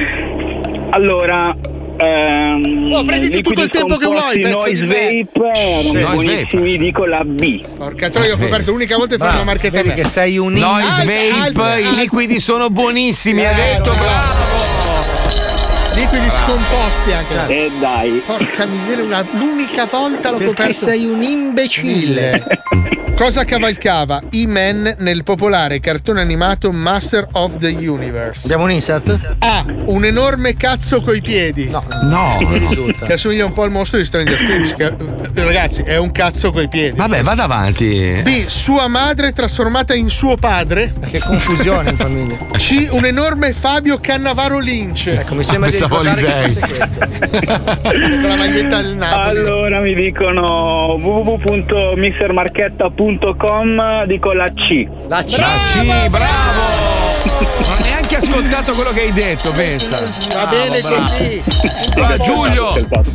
Allora, ehm, Oh, prenditi tutto il tempo che vuoi, pezzo Noise di me. Vape erano Noise buonissimi, dico la B. Porca troia, ho coperto l'unica volta e fanno una marchetta a Vedi me. che sei un Noise Al- Vape, al- i al- liquidi sono buonissimi, hai Bravo, detto, bravo. bravo. Liquidi scomposti anche. E dai. Porca miseria, una- l'unica volta l'ho Perché coperto. sei un imbecille. Cosa cavalcava E-Man nel popolare cartone animato Master of the Universe? Abbiamo un insert? A, un enorme cazzo coi piedi. No. No. Non risulta. Che assomiglia un po' al mostro di Stranger Things. Che, eh, ragazzi, è un cazzo coi piedi. Vabbè, vada avanti. B, sua madre trasformata in suo padre. Che confusione in famiglia. C, un enorme Fabio Cannavaro Lynch. Ecco, mi sembra di Pensavo ricordare che Lisei. fosse questo. Con la maglietta del Napoli. Allora mi dicono w w w punto mister marchetta punto com, dico la C. La C. La C, bravo! Non ho neanche ascoltato quello che hai detto, pensa. Va bene così. Allora, Giulio,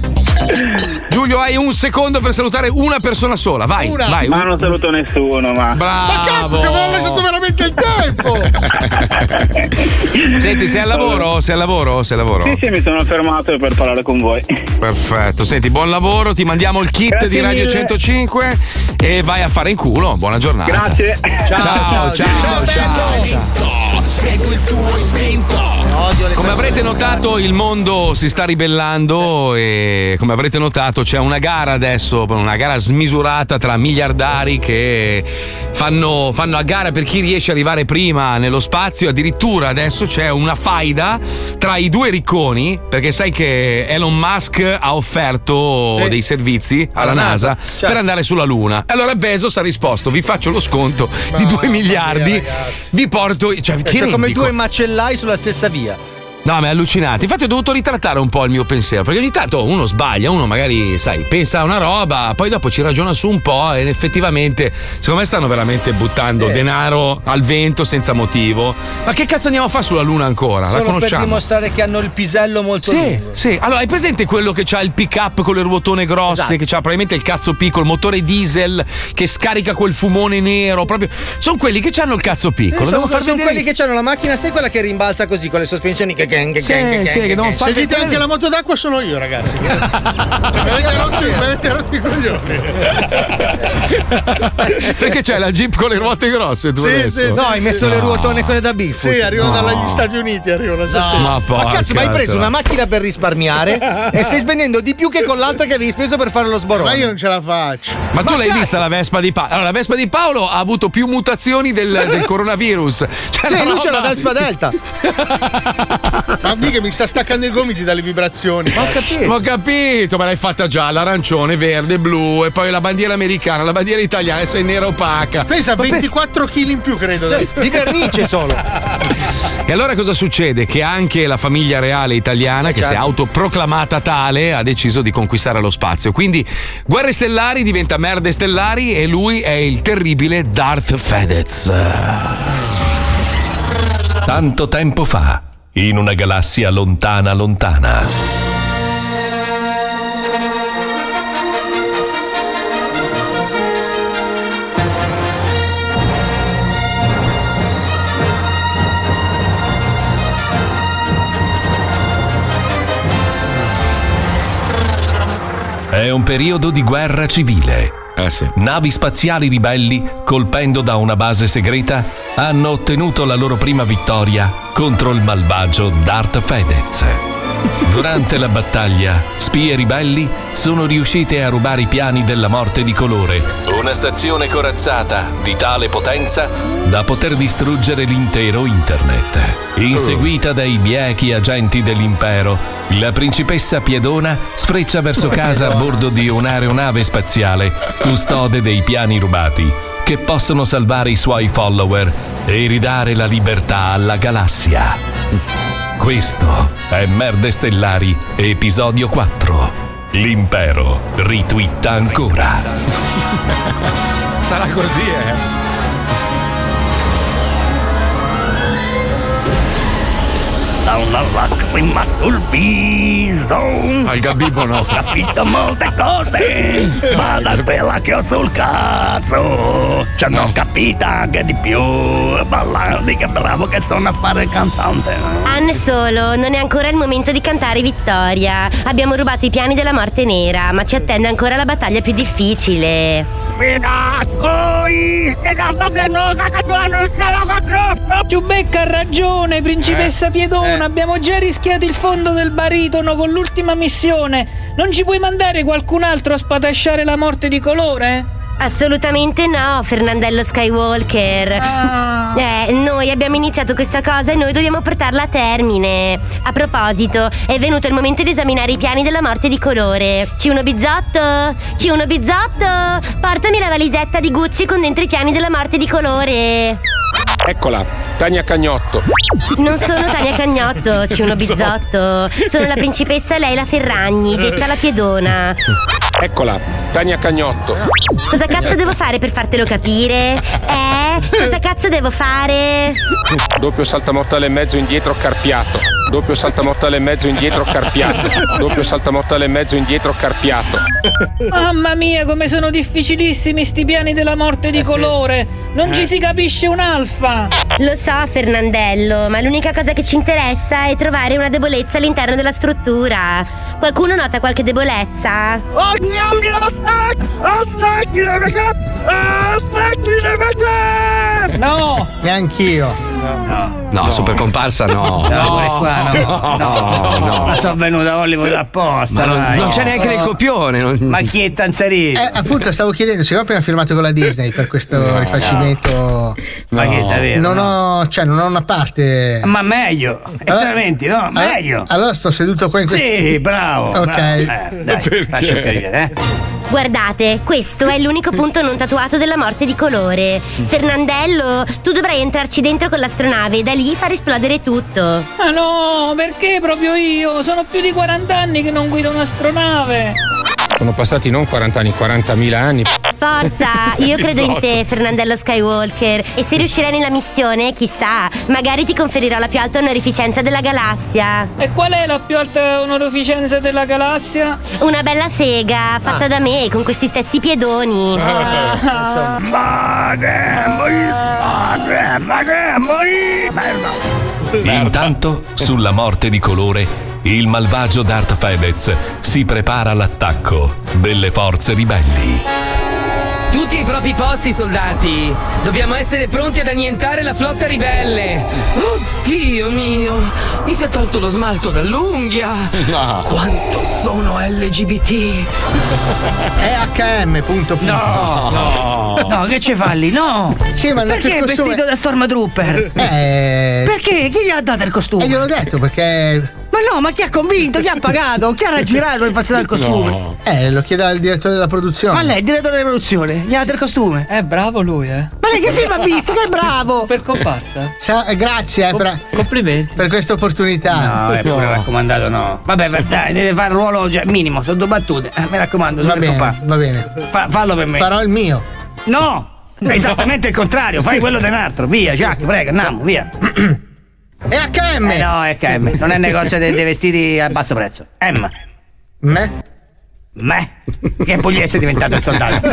Giulio, hai un secondo per salutare una persona sola. Vai, Una. vai. Ma un- non saluto nessuno, ma. Bravo. Ma cazzo, ti avevo lasciato veramente il tempo. Senti, sei al lavoro? Sei al lavoro? Sei al lavoro? Sì, sì, mi sono fermato per parlare con voi. Perfetto, senti, buon lavoro, ti mandiamo il kit Grazie di Radio mille. centocinque e vai a fare in culo. Buona giornata. Grazie. Ciao, ciao, ciao, ciao, ciao. Segui il tuo istinto. Come avrete notato, il mondo si sta ribellando e come avrete notato c'è una gara adesso, una gara smisurata tra miliardari che fanno, fanno a gara per chi riesce ad arrivare prima nello spazio. Addirittura adesso c'è una faida tra i due ricconi, perché sai che Elon Musk ha offerto Sì. dei servizi alla, Alla NASA, NASA, certo. per andare sulla Luna. Allora Bezos ha risposto: vi faccio lo sconto di due miliardi, ragazzi. vi porto. Cioè, ti Cioè, come rendi due co- macellai sulla stessa via. No, ma è allucinante. Infatti ho dovuto ritrattare un po' il mio pensiero, perché ogni tanto uno sbaglia, uno magari, sai, pensa a una roba, poi dopo ci ragiona su un po' e effettivamente, secondo me stanno veramente buttando Eh. denaro al vento senza motivo. Ma che cazzo andiamo a fare sulla Luna ancora? La Solo per conosciamo? dimostrare che hanno il pisello molto Sì, lungo. sì. Allora, hai presente quello che c'ha il pick up con le ruotone grosse, Esatto. che c'ha probabilmente il cazzo piccolo, il motore diesel che scarica quel fumone nero, proprio. Sono quelli che hanno il cazzo piccolo. Eh, sono Devo far sono vedere- quelli che hanno la macchina, sai quella che rimbalza così con le sospensioni che gang, Sì, gang, gang, sì, che gang, devono gang. far Se dite vedere- anche la moto d'acqua sono io, ragazzi. Cioè, mi avete rotto, mi avete rotto i coglioni. Perché c'è la Jeep con le ruote grosse, tu Sì, adesso? sì, sì. No, hai messo le ruotone quelle da biff. Sì, arrivano No. dagli Stati Uniti, arrivano No. sempre. Ma Ma porca cazzo, ma hai preso troia. una macchina per risparmiare e stai spendendo di più che con l'altra che avevi speso per fare lo sborone. Ma io non ce la faccio. Ma tu Ma l'hai cazzo! vista la Vespa di Paolo? Allora, la Vespa di Paolo ha avuto più mutazioni del, del coronavirus. Cioè, Sì, la lui c'è la roba- Vespa Delta. Ma mica mi sta staccando i gomiti dalle vibrazioni. Ma ho capito. Ho capito, ma l'hai fatta gialla, arancione, verde, blu e poi la bandiera americana, la bandiera italiana, sei nera opaca. Pensa, ventiquattro chili in più, credo. Cioè, di vernice solo. E allora cosa succede? Che anche la famiglia reale italiana, che si è certo. autoproclamata tale, ha deciso di conquistare lo spazio. Quindi Guerre Stellari diventa Merde Stellari e lui è il terribile Darth Fedez. Tanto tempo fa, in una galassia lontana lontana. È un periodo di guerra civile. Eh sì. Navi spaziali ribelli, colpendo da una base segreta, hanno ottenuto la loro prima vittoria contro il malvagio Darth Fedez. Durante la battaglia, spie ribelli sono riuscite a rubare i piani della morte di colore, una stazione corazzata di tale potenza da poter distruggere l'intero internet. Inseguita dai biechi agenti dell'impero, la principessa Piedona sfreccia verso casa a bordo di un'aeronave spaziale, custode dei piani rubati, che possono salvare i suoi follower e ridare la libertà alla galassia. Questo è Merde Stellari, episodio quattro. L'impero ritwitta ancora. Sarà così, eh? Da una lacrima sul viso. Al gabibbo no. Ho capito molte cose, ma da quella che ho sul cazzo ci hanno capita anche di più. Ballardi, che bravo che sono a fare il cantante. Anne solo, non è ancora il momento di cantare vittoria. Abbiamo rubato i piani della morte nera, ma ci attende ancora la battaglia più difficile. Giubecca ha ragione, principessa Eh, Piedona. eh. Abbiamo già rischiato il fondo del baritono con l'ultima missione. Non ci puoi mandare qualcun altro a spatasciare la morte di colore? Assolutamente no, Fernandello Skywalker. Ah. Eh, noi abbiamo iniziato questa cosa e noi dobbiamo portarla a termine. A proposito, è venuto il momento di esaminare i piani della morte di colore. C uno Bizzotto? C uno Bizzotto? Portami la valigetta di Gucci con dentro i piani della morte di colore. Eccola, Tania Cagnotto. Non sono Tania Cagnotto, C uno Bizzotto. Sono la principessa Leila Ferragni, detta la Piedona. Eccola, Tania Cagnotto. Cosa cazzo devo fare per fartelo capire? Eh? Cosa cazzo devo fare? Doppio saltamortale e mezzo indietro carpiato. Doppio saltamortale e mezzo indietro carpiato. Doppio saltamortale e mezzo indietro carpiato. Mamma mia, come sono difficilissimi sti piani della morte di Eh sì. colore. Non ci Eh. si capisce un'alfa. Lo so, Fernandello, ma l'unica cosa che ci interessa è trovare una debolezza all'interno della struttura. Qualcuno nota qualche debolezza? Oh, mio mio, aspetti, Rebecca! Aspetti, Rebecca! No! Neanch'io. No, no, super comparsa no. No, pure qua no. No, no. Ma sono venuto a Hollywood apposta. Ma non, dai. non c'è neanche nel copione. Non... Ma chi è Tanzarino? Eh, appunto, stavo chiedendo, siccome ho appena firmato con la Disney per questo No, rifacimento. Ma che davvero? Non no. ho, cioè, non ho una parte. Ma meglio, estremamente, no? Meglio. Allora sto seduto qua in questo. Sì, bravo. Ok. bravo. Eh, dai, faccio capire, eh. Guardate, questo è l'unico punto non tatuato della morte di colore. Fernandello, tu dovrai entrarci dentro con l'astronave e da lì far esplodere tutto. Ma no, perché proprio io? Sono più di quaranta anni che non guido un'astronave. Sono passati non quaranta anni, quarantamila anni. Forza, io credo in te, Fernandello Skywalker. E se riuscirai nella missione, chissà, magari ti conferirò la più alta onorificenza della galassia. E qual è la più alta onorificenza della galassia? Una bella sega, fatta Ah. da me, con questi stessi piedoni. Ah. Ma che morì! Ma che, ma che morì! Merda! Intanto, sulla morte di colore, il malvagio Darth Fedez si prepara all'attacco delle forze ribelli. Tutti ai propri posti, soldati! Dobbiamo essere pronti ad annientare la flotta ribelle! Oddio mio! Mi si è tolto lo smalto dall'unghia! No. Quanto sono L G B T! È H M punto P. No, no, no, che ci falli? No! Sì, ma perché è il costume- vestito da Stormtrooper? Eh. Perché? Chi gli ha dato il costume? E gliel'ho detto perché. Ma no, ma chi ha convinto? Chi ha pagato? Chi ha raggirato per farsi dare il costume? No. Eh, lo chiede al direttore della produzione. Ma lei, il direttore della produzione, gli ha dato il costume? È bravo lui, eh. Ma lei che film ha visto? Che bravo! Per comparsa. Sa- grazie eh, per, complimenti per questa opportunità. No, è pure raccomandato, no. Vabbè, dai, deve fare il ruolo già minimo, sono due battute. Eh, mi raccomando, Va super bene, compà. va bene. Fa- fallo per me. Farò il mio. No! È esattamente il contrario, fai quello di un altro. Via, Jack, prego, andiamo, via. È H M! Eh no, è H M, non è negozio dei, dei vestiti a basso prezzo. M. Me? Me? Che pugliese è diventato il soldato?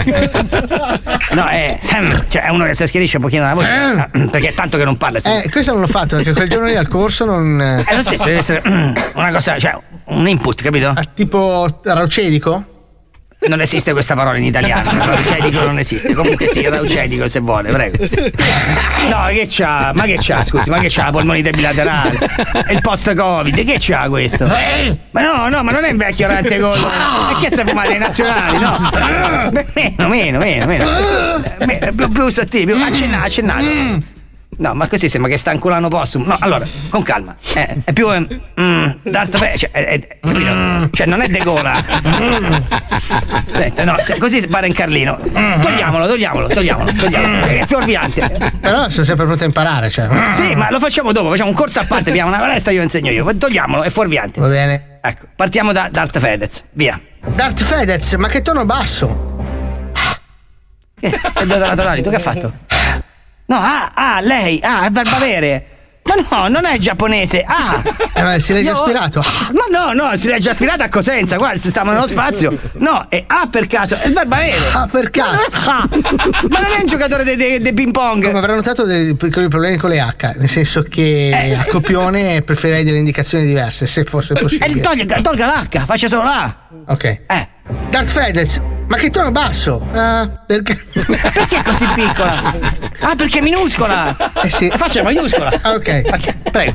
No, è M, cioè è uno che si schiarisce un pochino la voce. Perché è tanto che non parla. Sì. Eh, questo non l'ho fatto perché quel giorno lì al corso non. È lo stesso, deve essere una cosa, cioè un input, capito? Ah, tipo raucedico? Non esiste questa parola in italiano, raucedico non esiste. Comunque sì, raucedico se vuole, prego. No, che c'ha? Ma che c'ha, scusi, ma che c'ha la polmonite bilaterale? E il post-Covid, che c'ha questo? Ma no, no, ma non è un vecchio rante con. E che stai fumando i nazionali, no? Meno, meno, meno, meno. Più, più sottile, più accennato, accennato. No, ma così sembra che sta in culano postumo. No, allora, con calma. Eh, è più. Eh, mm, Darth Vader, cioè, è, è, capito? Cioè, non è De Gola. Senta, no, se, così pare in Carlino. Togliamolo, togliamolo, togliamolo, togliamolo. È fuorviante. Però sono sempre pronto a imparare, cioè. Sì, ma lo facciamo dopo, facciamo un corso a parte, abbiamo una palestra, io insegno io. Togliamolo, è fuorviante. Va bene. Ecco, partiamo da Darth Fedez, via. Darth Fedez, ma che tono basso? Che? Sei due laterali, tu che hai fatto? No, ah, ah, lei, ah, è verbavere. Ma no, non è giapponese. Ah! Eh, ma si legge Io- aspirato. Ma no, no, si legge aspirato a Cosenza. Guarda, stiamo nello spazio. No, è A per caso, è il verbo avere. Ah, per caso. Ah, ma non è un giocatore di ping pong. Come avrà notato dei piccoli problemi con le H, nel senso che Eh. a copione preferirei delle indicazioni diverse, se fosse Eh, possibile. tolga, tolga l'H, faccia solo l'A. Ok. Eh. Darth Fedez, ma che tono basso? Ah, perché? Perché è così piccola? Ah, perché è minuscola. Eh sì. Faccia maiuscola. Ah, ok. Ok, prego.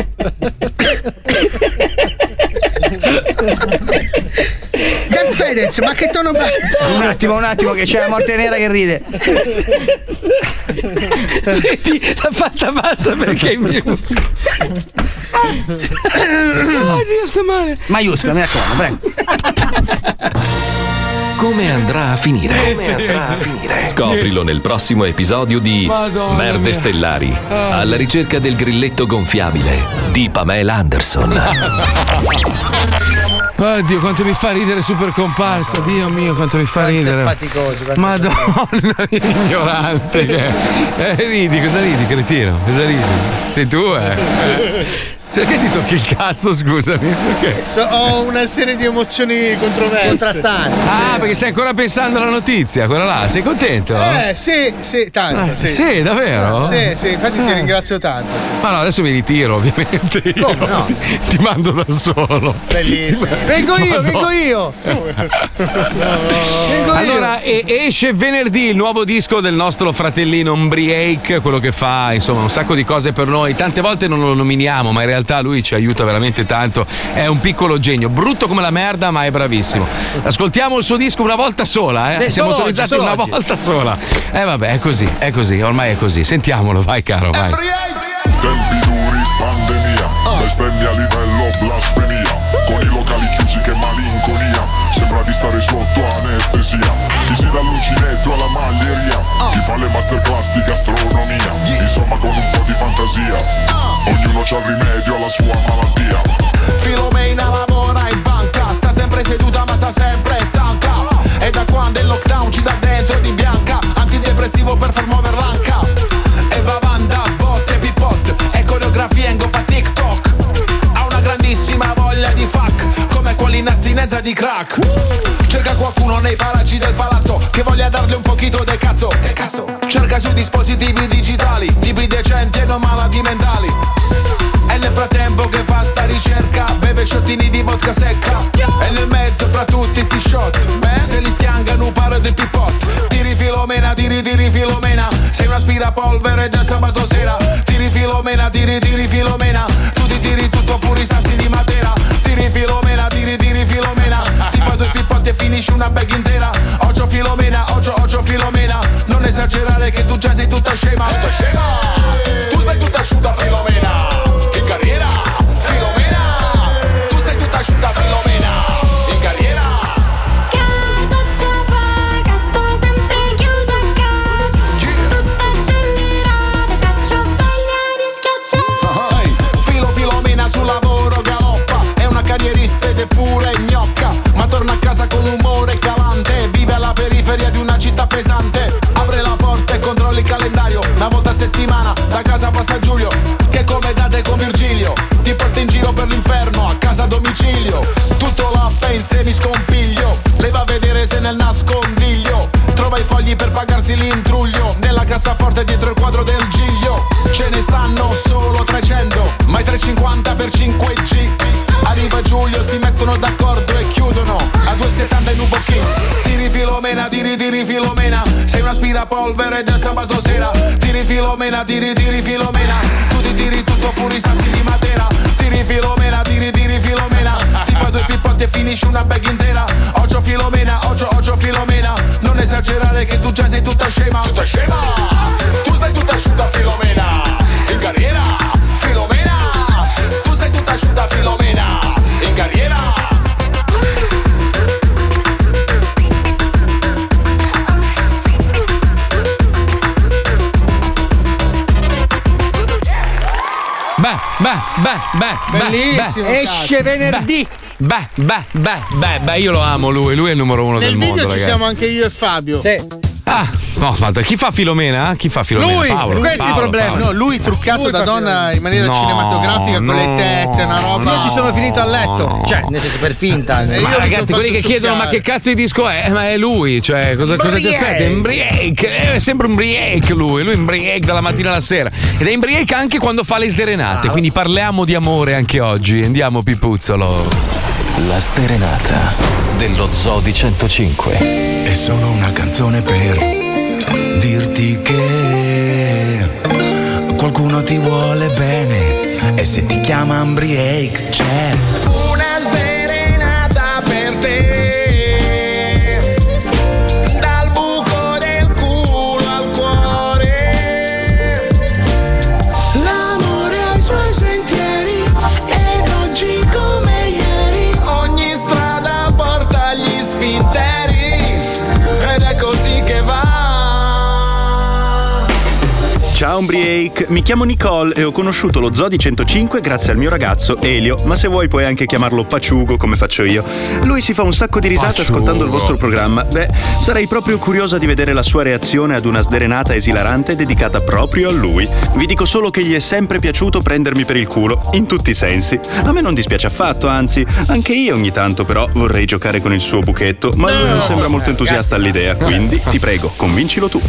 Darth Fedez, ma che tono basso? Un attimo, un attimo, che c'è la morte nera che ride. Vedi, l'ha fatta bassa perché è minuscola. Oddio, sto male. Maiuscola, mi raccomando, prego. Come andrà a finire? Come andrà a finire? Scoprilo nel prossimo episodio di Madonna Merde mia. Stellari, Ah. alla ricerca del grilletto gonfiabile di Pamela Anderson. Oddio, quanto mi fa ridere Super Comparsa. Dio mio, quanto mi fa ridere. faticoso, quanto- Madonna, ignorante che è. Eh, ridi, cosa ridi, cretino? Cosa ridi? Sei tu, eh? Perché ti tocchi il cazzo, scusami? Perché? So- ho una serie di emozioni controverse. Contrastanti. Ah, perché stai ancora pensando alla notizia, quella là. Sei contento? Eh, sì, sì, tanto. Ah, sì, sì, davvero? Sì, sì, infatti ti Ah. ringrazio tanto. Sì. Ma no, adesso mi ritiro, ovviamente. Io Come no? ti, ti mando da solo. Bellissimo. Vengo io, Madonna. vengo io. Vengo io. Allora, e- esce venerdì il nuovo disco del nostro fratellino Umbriake, quello che fa insomma un sacco di cose per noi. Tante volte non lo nominiamo, ma in realtà lui ci aiuta veramente tanto. È un piccolo genio, brutto come la merda, ma è bravissimo. Ascoltiamo il suo disco una volta sola, eh? Sì, Siamo solo autorizzati oggi, solo una oggi. volta sola. Eh vabbè, è così, è così, ormai è così. Sentiamolo, vai caro, vai. Tempi duri, pandemia, bestemmia a livello blasfemia. Con i locali chiusi che malinconia, sembra di stare sotto anestesia. Chi si dà l'uncinetto alla maglieria, chi fa le masterclass di gastronomia. Insomma con un po' di fantasia, ognuno c'ha il rimedio alla sua malattia. Filomena lavora in banca, sta sempre seduta ma sta sempre stanca. E da quando il lockdown ci dà dentro di bianca, antidepressivo per far muovere l'anca. E va avanti a botte e pipot, e coreografia in goppa TikTok. Ha una grandissima voglia di fuck, come quelli in astinenza di crack. Cerca qualcuno nei paraggi del palazzo che voglia darle un pochino de cazzo. De cazzo. Cerca sui dispositivi digitali tipi decenti e non malati mentali. E nel frattempo che fa sta ricerca beve sciottini di vodka secca. E nel mezzo fra tutti sti shot, beh, se li schiangano un paro di pipot. Tiri Filomena, tiri tiri Filomena, sei un aspirapolvere del sabato sera. Tiri Filomena, tiri tiri Filomena, tu ti tiri tutto pure i sassi di Matera. Tiri Filomena, tiri tiri Filomena, ti fa due pippotti e finisci una bag intera. Ocio Filomena, ocio ocio Filomena, non esagerare che tu già sei tutta scema. Tutta scema, tu stai tutta asciutta Filomena. In carriera, Filomena, tu stai tutta asciutta Filomena. In carriera. Casa già paga, sto sempre chiusa a casa. Tutta accelerata, caccio voglia di schiacciare. Filo Filomena sul lavoro galoppa, è una carrierista ed è pure gnocca, ma torna a casa con umore calante, vive alla periferia di una città pesante. Apre la porta e controlla il calendario, una volta a settimana da casa passa Giulio, che come date con Virgilio ti porta in giro per l'inferno, a casa a domicilio. Tutto là pensa e mi scompiglio, lei va a vedere se nel nascondiglio trova i fogli per pagarsi l'intruglio, nella cassaforte dietro il quadro del Giglio. Ce ne stanno solo trecento, ma i trecentocinquanta per cinque G. Arriva Giulio, si mettono d'accordo e chiudono a due e settanta in un bocchino. Filomena, tiri tiri Filomena, sei un aspirapolvere del sabato sera. Tiri Filomena, tiri tiri Filomena, tu ti tiri tutto pure i sassi di Matera. Tiri Filomena, tiri tiri Filomena, ti fai due pippotti e finisci una bag intera. Ocio Filomena, ocio ocio Filomena, non esagerare che tu già sei tutta scema. Tutta scema, tu stai tutta asciutta Filomena, in carriera Filomena, tu stai tutta asciutta Filomena, in carriera. Beh, beh, beh, beh, bellissimo. beh, Esce venerdì. Beh, beh, beh, beh, beh, io lo amo lui, lui è il numero uno Nel del video mondo, ci ragazzi. siamo anche io e Fabio. Sì. Ah, no, ma chi fa Filomena? Chi fa Filomena? Lui, Paolo, questo è il Paolo, problema. Paolo. No, lui truccato Lui da fa donna Filomena. in maniera No, cinematografica con le no, tette, una roba. Io ci sono finito a letto. No. Cioè, nel senso per finta. E Ma io mi ragazzi, son quelli che fatto chiedono ma succhiare. che cazzo di disco è? Ma è lui, cioè cosa, cosa ti Embriake. aspetti? Embriake, è sempre un break lui, lui embriake dalla mattina alla sera. Ed è embriake anche quando fa le sderenate, quindi parliamo di amore anche oggi. Andiamo Pippuzzolo. La Sterenata dello Zoo di centocinque. È solo una canzone per dirti che qualcuno ti vuole bene e se ti chiama Embriake c'è Una sderenata per te, dal buco del culo al cuore. L'amore ha i suoi sentieri ed oggi come ieri ogni strada porta agli sfinteri ed è così che va. Ciao Embriake, mi chiamo Nicole e ho conosciuto lo Zoo di centocinque grazie al mio ragazzo Elio, ma se vuoi puoi anche chiamarlo Paciugo come faccio io. Lui si fa un sacco di risate Paciugo. ascoltando il vostro programma. Beh, sarei proprio curiosa di vedere la sua reazione ad una sderenata esilarante dedicata proprio a lui. Vi dico solo che gli è sempre piaciuto prendermi per il culo, in tutti i sensi. A me non dispiace affatto, anzi, anche io ogni tanto però vorrei giocare con il suo buchetto, ma lui non sembra molto entusiasta all'idea, quindi ti prego, convincilo tu.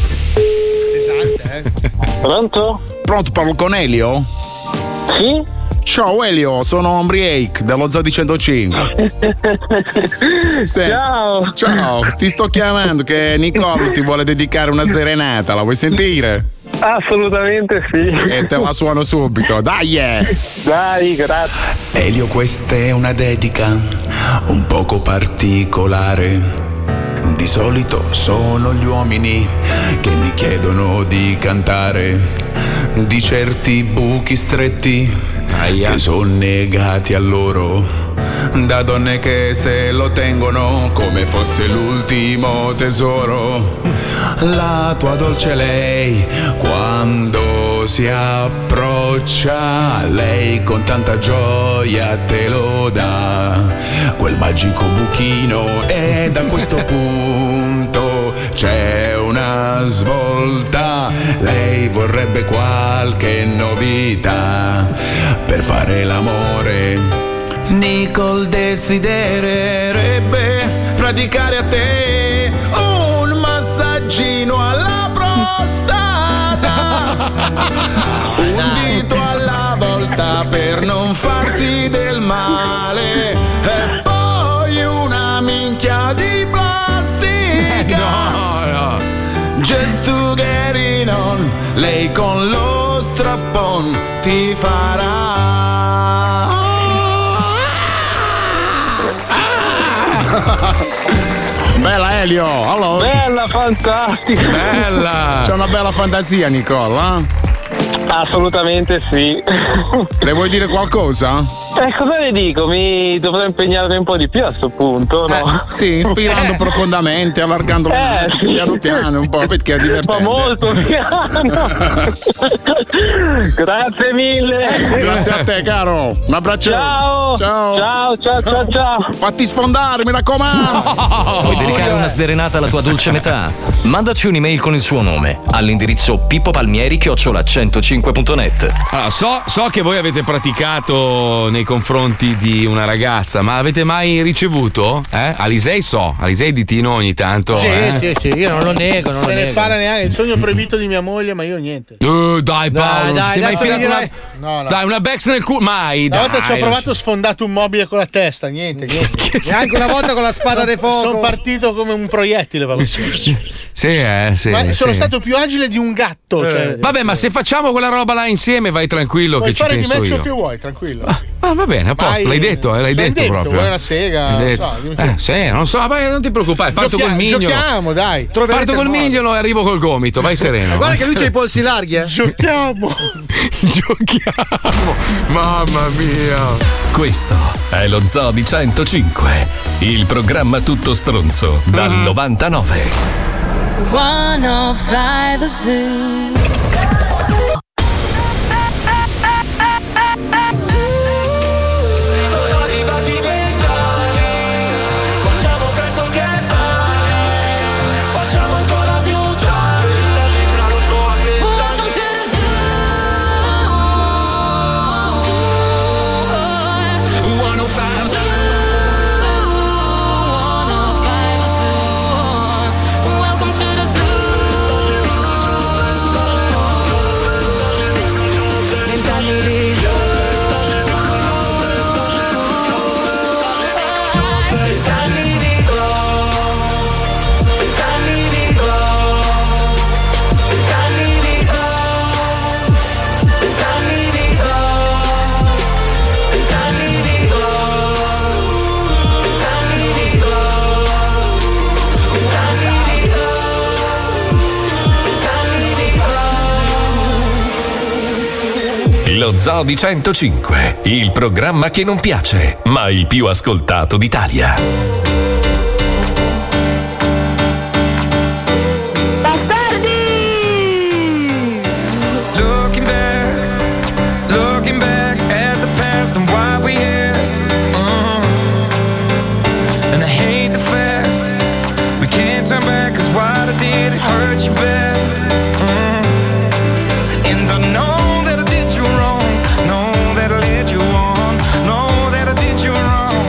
Pronto? Pronto, parlo con Elio? Sì? Ciao Elio, sono Embriake dello Zoo di centocinque. Ciao! Ciao, ti sto chiamando che Nicole ti vuole dedicare una sderenata, la vuoi sentire? Assolutamente sì. E te la suono subito, dai! eh. Dai, grazie. Elio, questa è una dedica un poco particolare. Di solito sono gli uomini che mi chiedono di cantare di certi buchi stretti che sono negati a loro da donne che se lo tengono come fosse l'ultimo tesoro. La tua dolce lei quando si approccia, lei con tanta gioia te lo dà quel magico buchino e da questo punto c'è una svolta. Lei vorrebbe qualche novità per fare l'amore. Nicole desidererebbe praticare a te un massaggino alla prostata, un dito alla volta per non farti del male e poi una minchia di plastica. No, no. Just to get it on, lei con lo strappon ti farà. Bella Elio, allora. Bella, fantastica. Bella. C'è una bella fantasia, Nicole, eh? Assolutamente sì. Le vuoi dire qualcosa? Eh, cosa ne dico? Mi dovrei impegnarmi un po' di più a questo punto, no? Eh, sì, ispirando Eh. profondamente, allargando le Eh, mani, sì. piano piano, un po', perché è divertente. Ma molto piano. Grazie mille. Grazie a te, caro. Un abbraccio. Ciao. Ciao. Ciao, ciao, ciao, ciao. Fatti sfondare, mi raccomando. Vuoi dedicare una sderenata alla tua dolce metà? Mandaci un'email con il suo nome all'indirizzo pippopalmieri chiocciola centocinque centocinque punto net. Allora, so, so che voi avete praticato nei confronti di una ragazza, ma avete mai ricevuto? Eh? Alisei so, Alisei di Tino ogni tanto. Sì, eh? sì, sì, io non lo nego, non Se lo ne nego. parla neanche il sogno proibito di mia moglie, ma io niente. Uh, dai Paolo, Dai, dai, sei mai adesso mi filato dirai- una... No, no. Dai, una Bex nel culo? Mai, Una dai. volta ci ho non provato, ho sfondato un mobile con la testa, niente, niente. Neanche una volta con la spada di fuoco. Sono partito come un proiettile. proprio. Sì, eh, sì. Ma sono sì. stato più agile di un gatto. Cioè, Vabbè, ma se facciamo quella roba là insieme, vai tranquillo puoi che ci fare di penso me ciò io. che vuoi, tranquillo. Ah, va bene, a posto, Vai- l'hai detto, eh, l'hai L'ho detto, detto, proprio. vuoi una sega, L'hai non detto. so, dimmi tu. Eh, sì, non so, vai, non ti preoccupare, parto Giochia- col mignolo. Giochiamo, dai. Parto col mignolo e arrivo col gomito, vai sereno. Guarda che lui c'ha i polsi larghi, eh. Giochiamo. Giochiamo. Mamma mia. Questo è lo Zoo di centocinque, il programma tutto stronzo dal novantanove. centocinque Zoo. Sono arrivati vent'anni, facciamo presto che fare, facciamo ancora più tardi, vent'anni fra lo zoo e vent'anni. centocinque Zoo. Welcome to the zoo. Vent'anni di Vent'anni di glow, vent'anni di glow, vent'anni di glow, vent'anni di glow, vent'anni di glow, vent'anni di glow, vent'anni di glow, vent'anni di glow. Lo Zoo di centocinque, il programma che non piace, ma il più ascoltato d'Italia. Looking back, looking back at the past and why we here. Uh-huh. And I hate the fact we can't turn back, 'cause what I did it hurt you bad. Uh-huh. And I know that I did you wrong, know that I led you on, know that I did you wrong.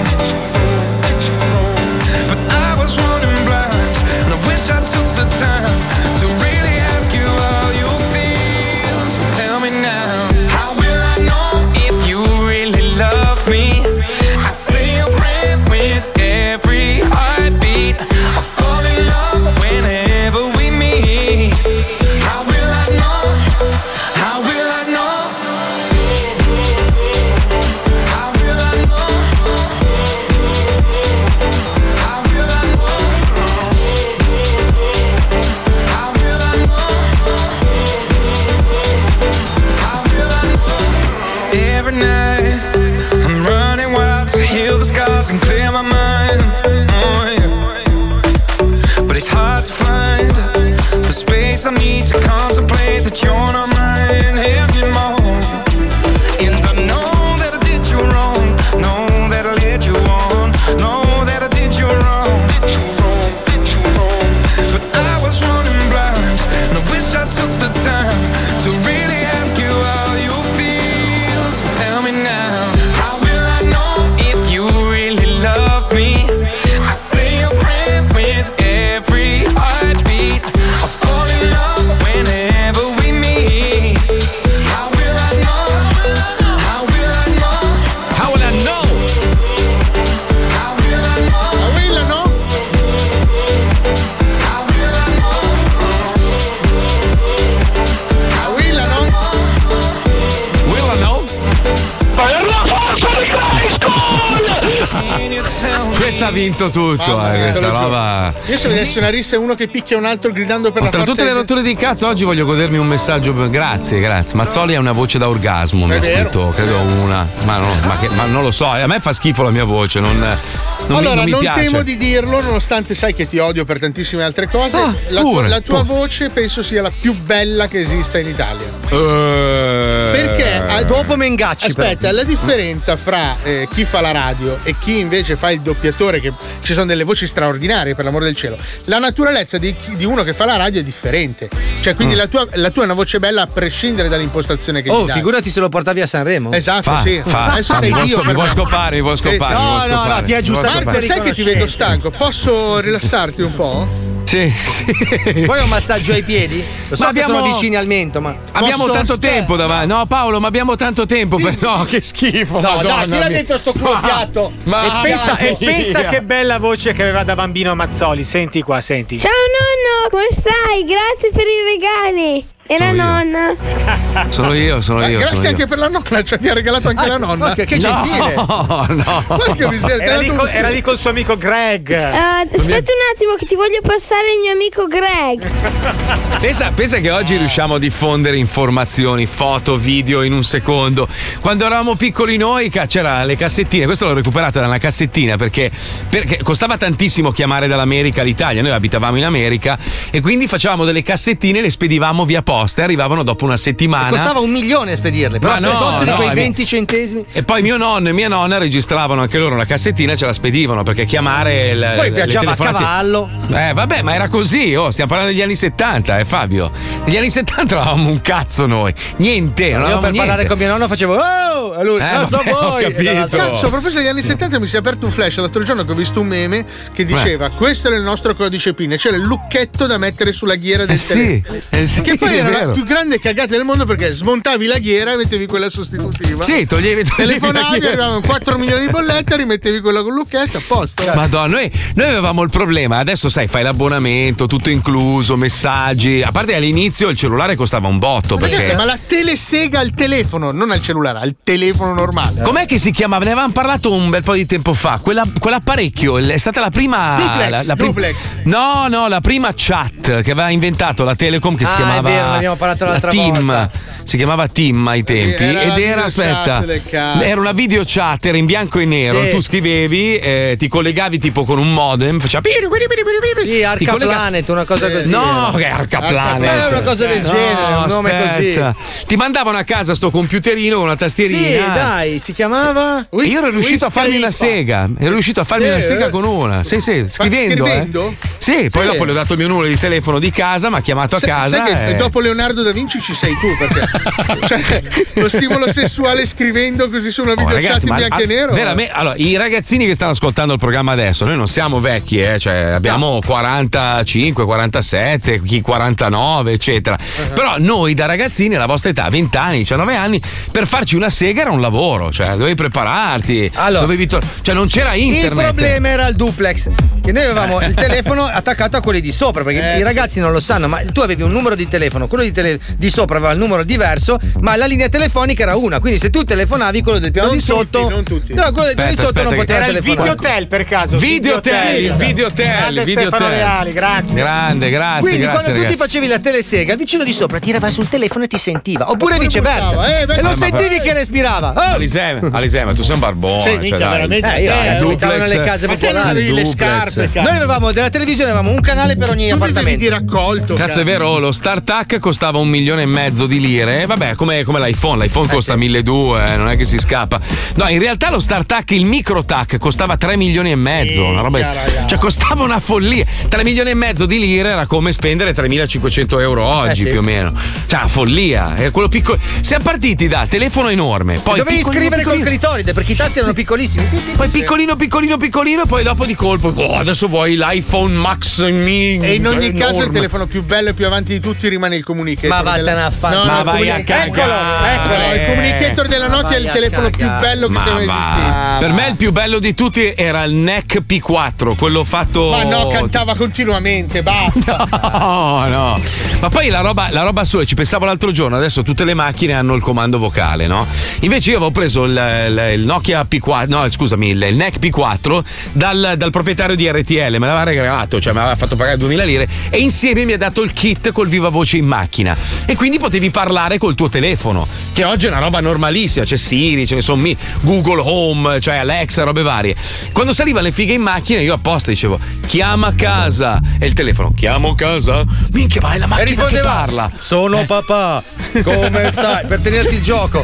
But I was running blind, and I wish I took the time to really ask you how you feel. So tell me now, how will I know if you really love me? I say a prayer with every heartbeat. I fall in love whenever we meet. How will I know? How will I know? How will I know? How will I know? How will I know? How will I know? Every night I'm running wild to heal the scars and clear my mind. Oh, yeah. But it's hard to find the space I need to contemplate that you're not mine anymore. And I know that I did you wrong, know that I led you on, know that I did you wrong. But I was running blind, and I wish I took the time to really ask you how you feel. So tell me now, how will I know if you really love me? I say a prayer with every heartbeat. I fall in love whenever we meet. How will I know? How will I know? How will I know? How will I know? How will I know? How will I know? How will I know? Will I know? Per la forza di Grayskull! Questa ha vinto tutto, Mamma eh, mia, questa te lo giuro. roba. Io se vedessi una rissa e uno che picchia un altro gridando per la Tra forza tutte le di- rotture di cazzo, oggi voglio godermi un messaggio. Grazie, grazie. Mazzoli ha una voce da orgasmo, mi È ha vero. scritto, credo una. Ma, no, ma, che- ma non lo so, eh, a me fa schifo la mia voce, non, Non allora, mi, non, non mi piace. temo di dirlo, nonostante sai che ti odio per tantissime altre cose. Ah, la, pure, tua, la tua pure. voce penso sia la più bella che esista in Italia. Eh, Perché a- dopo me ingacci. Aspetta, la differenza fra eh, chi fa la radio e chi invece fa il doppiatore, che ci sono delle voci straordinarie, per l'amor del cielo. La naturalezza di, chi- di uno che fa la radio è differente. Cioè, quindi Mm. la, tua, la tua è una voce bella a prescindere dall'impostazione che Oh, gli dai. figurati se lo portavi a Sanremo. Esatto, Fa, sì. fa. Adesso Fa, sei mi vuoi io. scop- mi vuoi scopare, mi vuoi Sì, scopare, sì. mi vuoi No, no, scopare. no, ti è Mi vuoi Marco, scopare. sai che ti vedo stanco. Posso rilassarti un po'? Sì, sì. Poi un massaggio ai piedi? Lo so Ma che abbiamo- sono vicini al mento, ma. Abbiamo Posso- tanto tempo davanti. No, Paolo, ma abbiamo tanto tempo. Per... No, che schifo. No, Madonna dai, tira mia. dentro sto culo Ma- piatto. Ma E pensa, e dai, pensa via. che bella voce che aveva da bambino Mazzoli. Senti qua, senti. Ciao nonno, come stai? Grazie per i regali. E la Sono io. nonna? Sono io, sono Eh, io. grazie sono anche io. per la nonna, cioè ti ha regalato anche la nonna. Che, che No, gentile. no. Porca miseria, te Era l'ha lì, dovuto- col, era lì col suo amico Greg. Eh, aspetta un attimo che ti voglio passare il mio amico Greg. Pensa, pensa che oggi riusciamo a diffondere informazioni, foto, video in un secondo. Quando eravamo piccoli noi ca- c'era le cassettine, questo l'ho recuperata da una cassettina perché, perché costava tantissimo chiamare dall'America all'Italia, noi abitavamo in America e quindi facevamo delle cassettine, le spedivamo via posta e arrivavano dopo una settimana. Costava un milione spedirle, però Ma se no, costa di no, quei è- venti centesimi. E poi mio nonno e mia nonna registravano anche loro una cassettina e ce la spedivano perché chiamare il, Poi le viaggiava a telefonate- cavallo. Eh vabbè, ma era così, oh, stiamo parlando degli anni settanta, eh Fabio. Negli anni settanta non avevamo un cazzo noi. Niente, non Io avevamo per niente. parlare con mio nonno facevo oh! E lui, Eh, cazzo vabbè, ho vuoi? capito. Cazzo, a proposito degli anni settanta mi si è aperto un flash l'altro giorno che ho visto un meme che diceva questo era il nostro codice PIN e c'era il lucchetto da mettere sulla ghiera del Eh sì, telefono. eh sì, che poi è era la vero. più grande cagata del mondo perché smontavi la ghiera e mettevi quella sostitutiva. Sì, toglievi, toglievi la Telefonavi, ghiera. arrivavano quattro milioni di bollette, rimettevi quella con il lucchetto, a posto. Madonna, noi, noi avevamo il problema, adesso sai, fai l'abbonamento, tutto incluso, messaggi. A parte all'inizio il cellulare costava un botto. Ma, Perché... ragazzi, ma la telesega al telefono, non al cellulare, al telefono normale. Com'è che si chiamava? Ne avevamo parlato un bel po' di tempo fa. Quella, quell'apparecchio è stata la prima. Duplex, la, la prim- duplex. No, no, la prima chat che aveva inventato la Telecom che si Ah, è chiamava. vero, ne abbiamo parlato la l'altra Team. volta. Si chiamava Team ai tempi. Era ed la era, video aspetta, chat del cazzo. era una video chat, era in bianco e nero. Sì. Tu scrivevi, eh, ti collegavi tipo con un modem, faceva. piri, piri, piri, piri, piri. Sì, Ti Arca collega- Planet, una cosa così. No, era. che Arca Arca Planet. Planet. È una cosa del No, genere, un nome aspetta. Ti mandavano a casa sto computerino con una tastierina. Sì, dai, si chiamava. E io ero riuscito a farmi una sega. Ero riuscito a farmi Sì, una sega eh. con una. Sì, sì, scrivendo. scrivendo? Eh. Sì, poi Sì. dopo le ho dato il mio numero di telefono di casa, mi ha chiamato a Sai- casa. sai che e- dopo Leonardo da Vinci ci sei tu perché cioè, lo stimolo sessuale scrivendo così su una Oh, video chat ragazzi, in ma bianco e a- nero. veramente, allora, i ragazzini che stanno ascoltando il programma adesso, noi non siamo vecchi, eh, cioè abbiamo quarantacinque, quarantasette, chi quarantanove, eccetera. Uh-huh. Però noi da ragazzini, alla vostra età, venti anni, diciannove anni, per farci una sega era un lavoro, cioè dovevi prepararti, Allora, dovevi to- cioè non c'era internet. Il problema era il duplex. Che noi avevamo il telefono attaccato a quelli di sopra, perché Eh, i sì. ragazzi non lo sanno, ma tu avevi un numero di telefono, quello di, tele- di sopra aveva il numero diverso, ma la linea telefonica era una. Quindi se tu telefonavi, quello del piano Non di tutti, sotto. non tutti. No, quello del piano di Aspetta, sotto non aspetta, poteva Era il telefonare. Videotel per caso. Videotel, il Videotel, Grande il Stefano Videotel. Reali, grazie. Grande, grazie, Quindi grazie, quando tu ragazzi. ti facevi la telesega, il vicino di sopra tirava sul telefono e ti sentiva. Oppure viceversa. bussava, eh, beh, e lo ma- sentivi che respirava. Oh! Alisei, Alisei, ma tu sei un barbone. Sei cioè, minchia, dai. veramente. Eh, io Eh, eh, abitavo duplex. nelle case Ma che non popolari. avevi le Duplex. scarpe, cazzo? Noi avevamo della televisione, avevamo un canale per ogni Tu vivevi appartamento. di raccolto. Cazzo, è vero, lo StarTAC costava un milione e mezzo di lire. Vabbè, come, come l'iPhone, l'iPhone costa milleduecento, eh, non è che si scappa. No, in realtà lo StarTAC, il MicroTAC, costava tre milioni e mezzo. Una roba, ragazzi. cioè, costava una follia. tre milioni e mezzo di lire era come spendere tremilacinquecento euro oggi, Eh sì. più o meno. Cioè, una follia. Era quello piccolo. Siamo partiti da telefono enorme. Poi Dovevi piccolino, scrivere col piccolino. clitoride perché i tasti erano piccolissimi. Poi piccolino, piccolino, piccolino, e poi dopo di colpo. Oh, adesso vuoi l'iPhone Max Mi. E in ogni enorme. caso il telefono più bello e più avanti di tutti rimane il comunicator. Ma vattene della- a fare. No, Ma no, il vai a comuni- cagare. Eccolo, eccolo, il communicator della Ma Nokia è il vai a telefono più cagare. bello che Ma sia mai va. esistito. Per me il più bello di tutti era il N E C P quattro, quello fatto. Ma no, cantava continuamente, basta. No, no. Ma poi la roba, la roba sola, ci pensavo l'altro giorno, adesso tutte le macchine hanno il comando vocale, no? Invece io avevo preso il, il, il Nokia P quattro, no scusami, il, il N E C P quattro dal, dal proprietario di R T L, me l'aveva regalato, cioè mi aveva fatto pagare duemila lire e insieme mi ha dato il kit col viva voce in macchina e quindi potevi parlare col tuo telefono, che oggi è una roba normalissima, c'è Siri, ce ne sono Google Home, cioè Alexa, robe varie. Quando salivano le fighe in macchina io apposta dicevo chiama casa e il telefono chiamo casa, minchia ma è la macchina che parla, sono papà, come stai, per tenerti il gioco.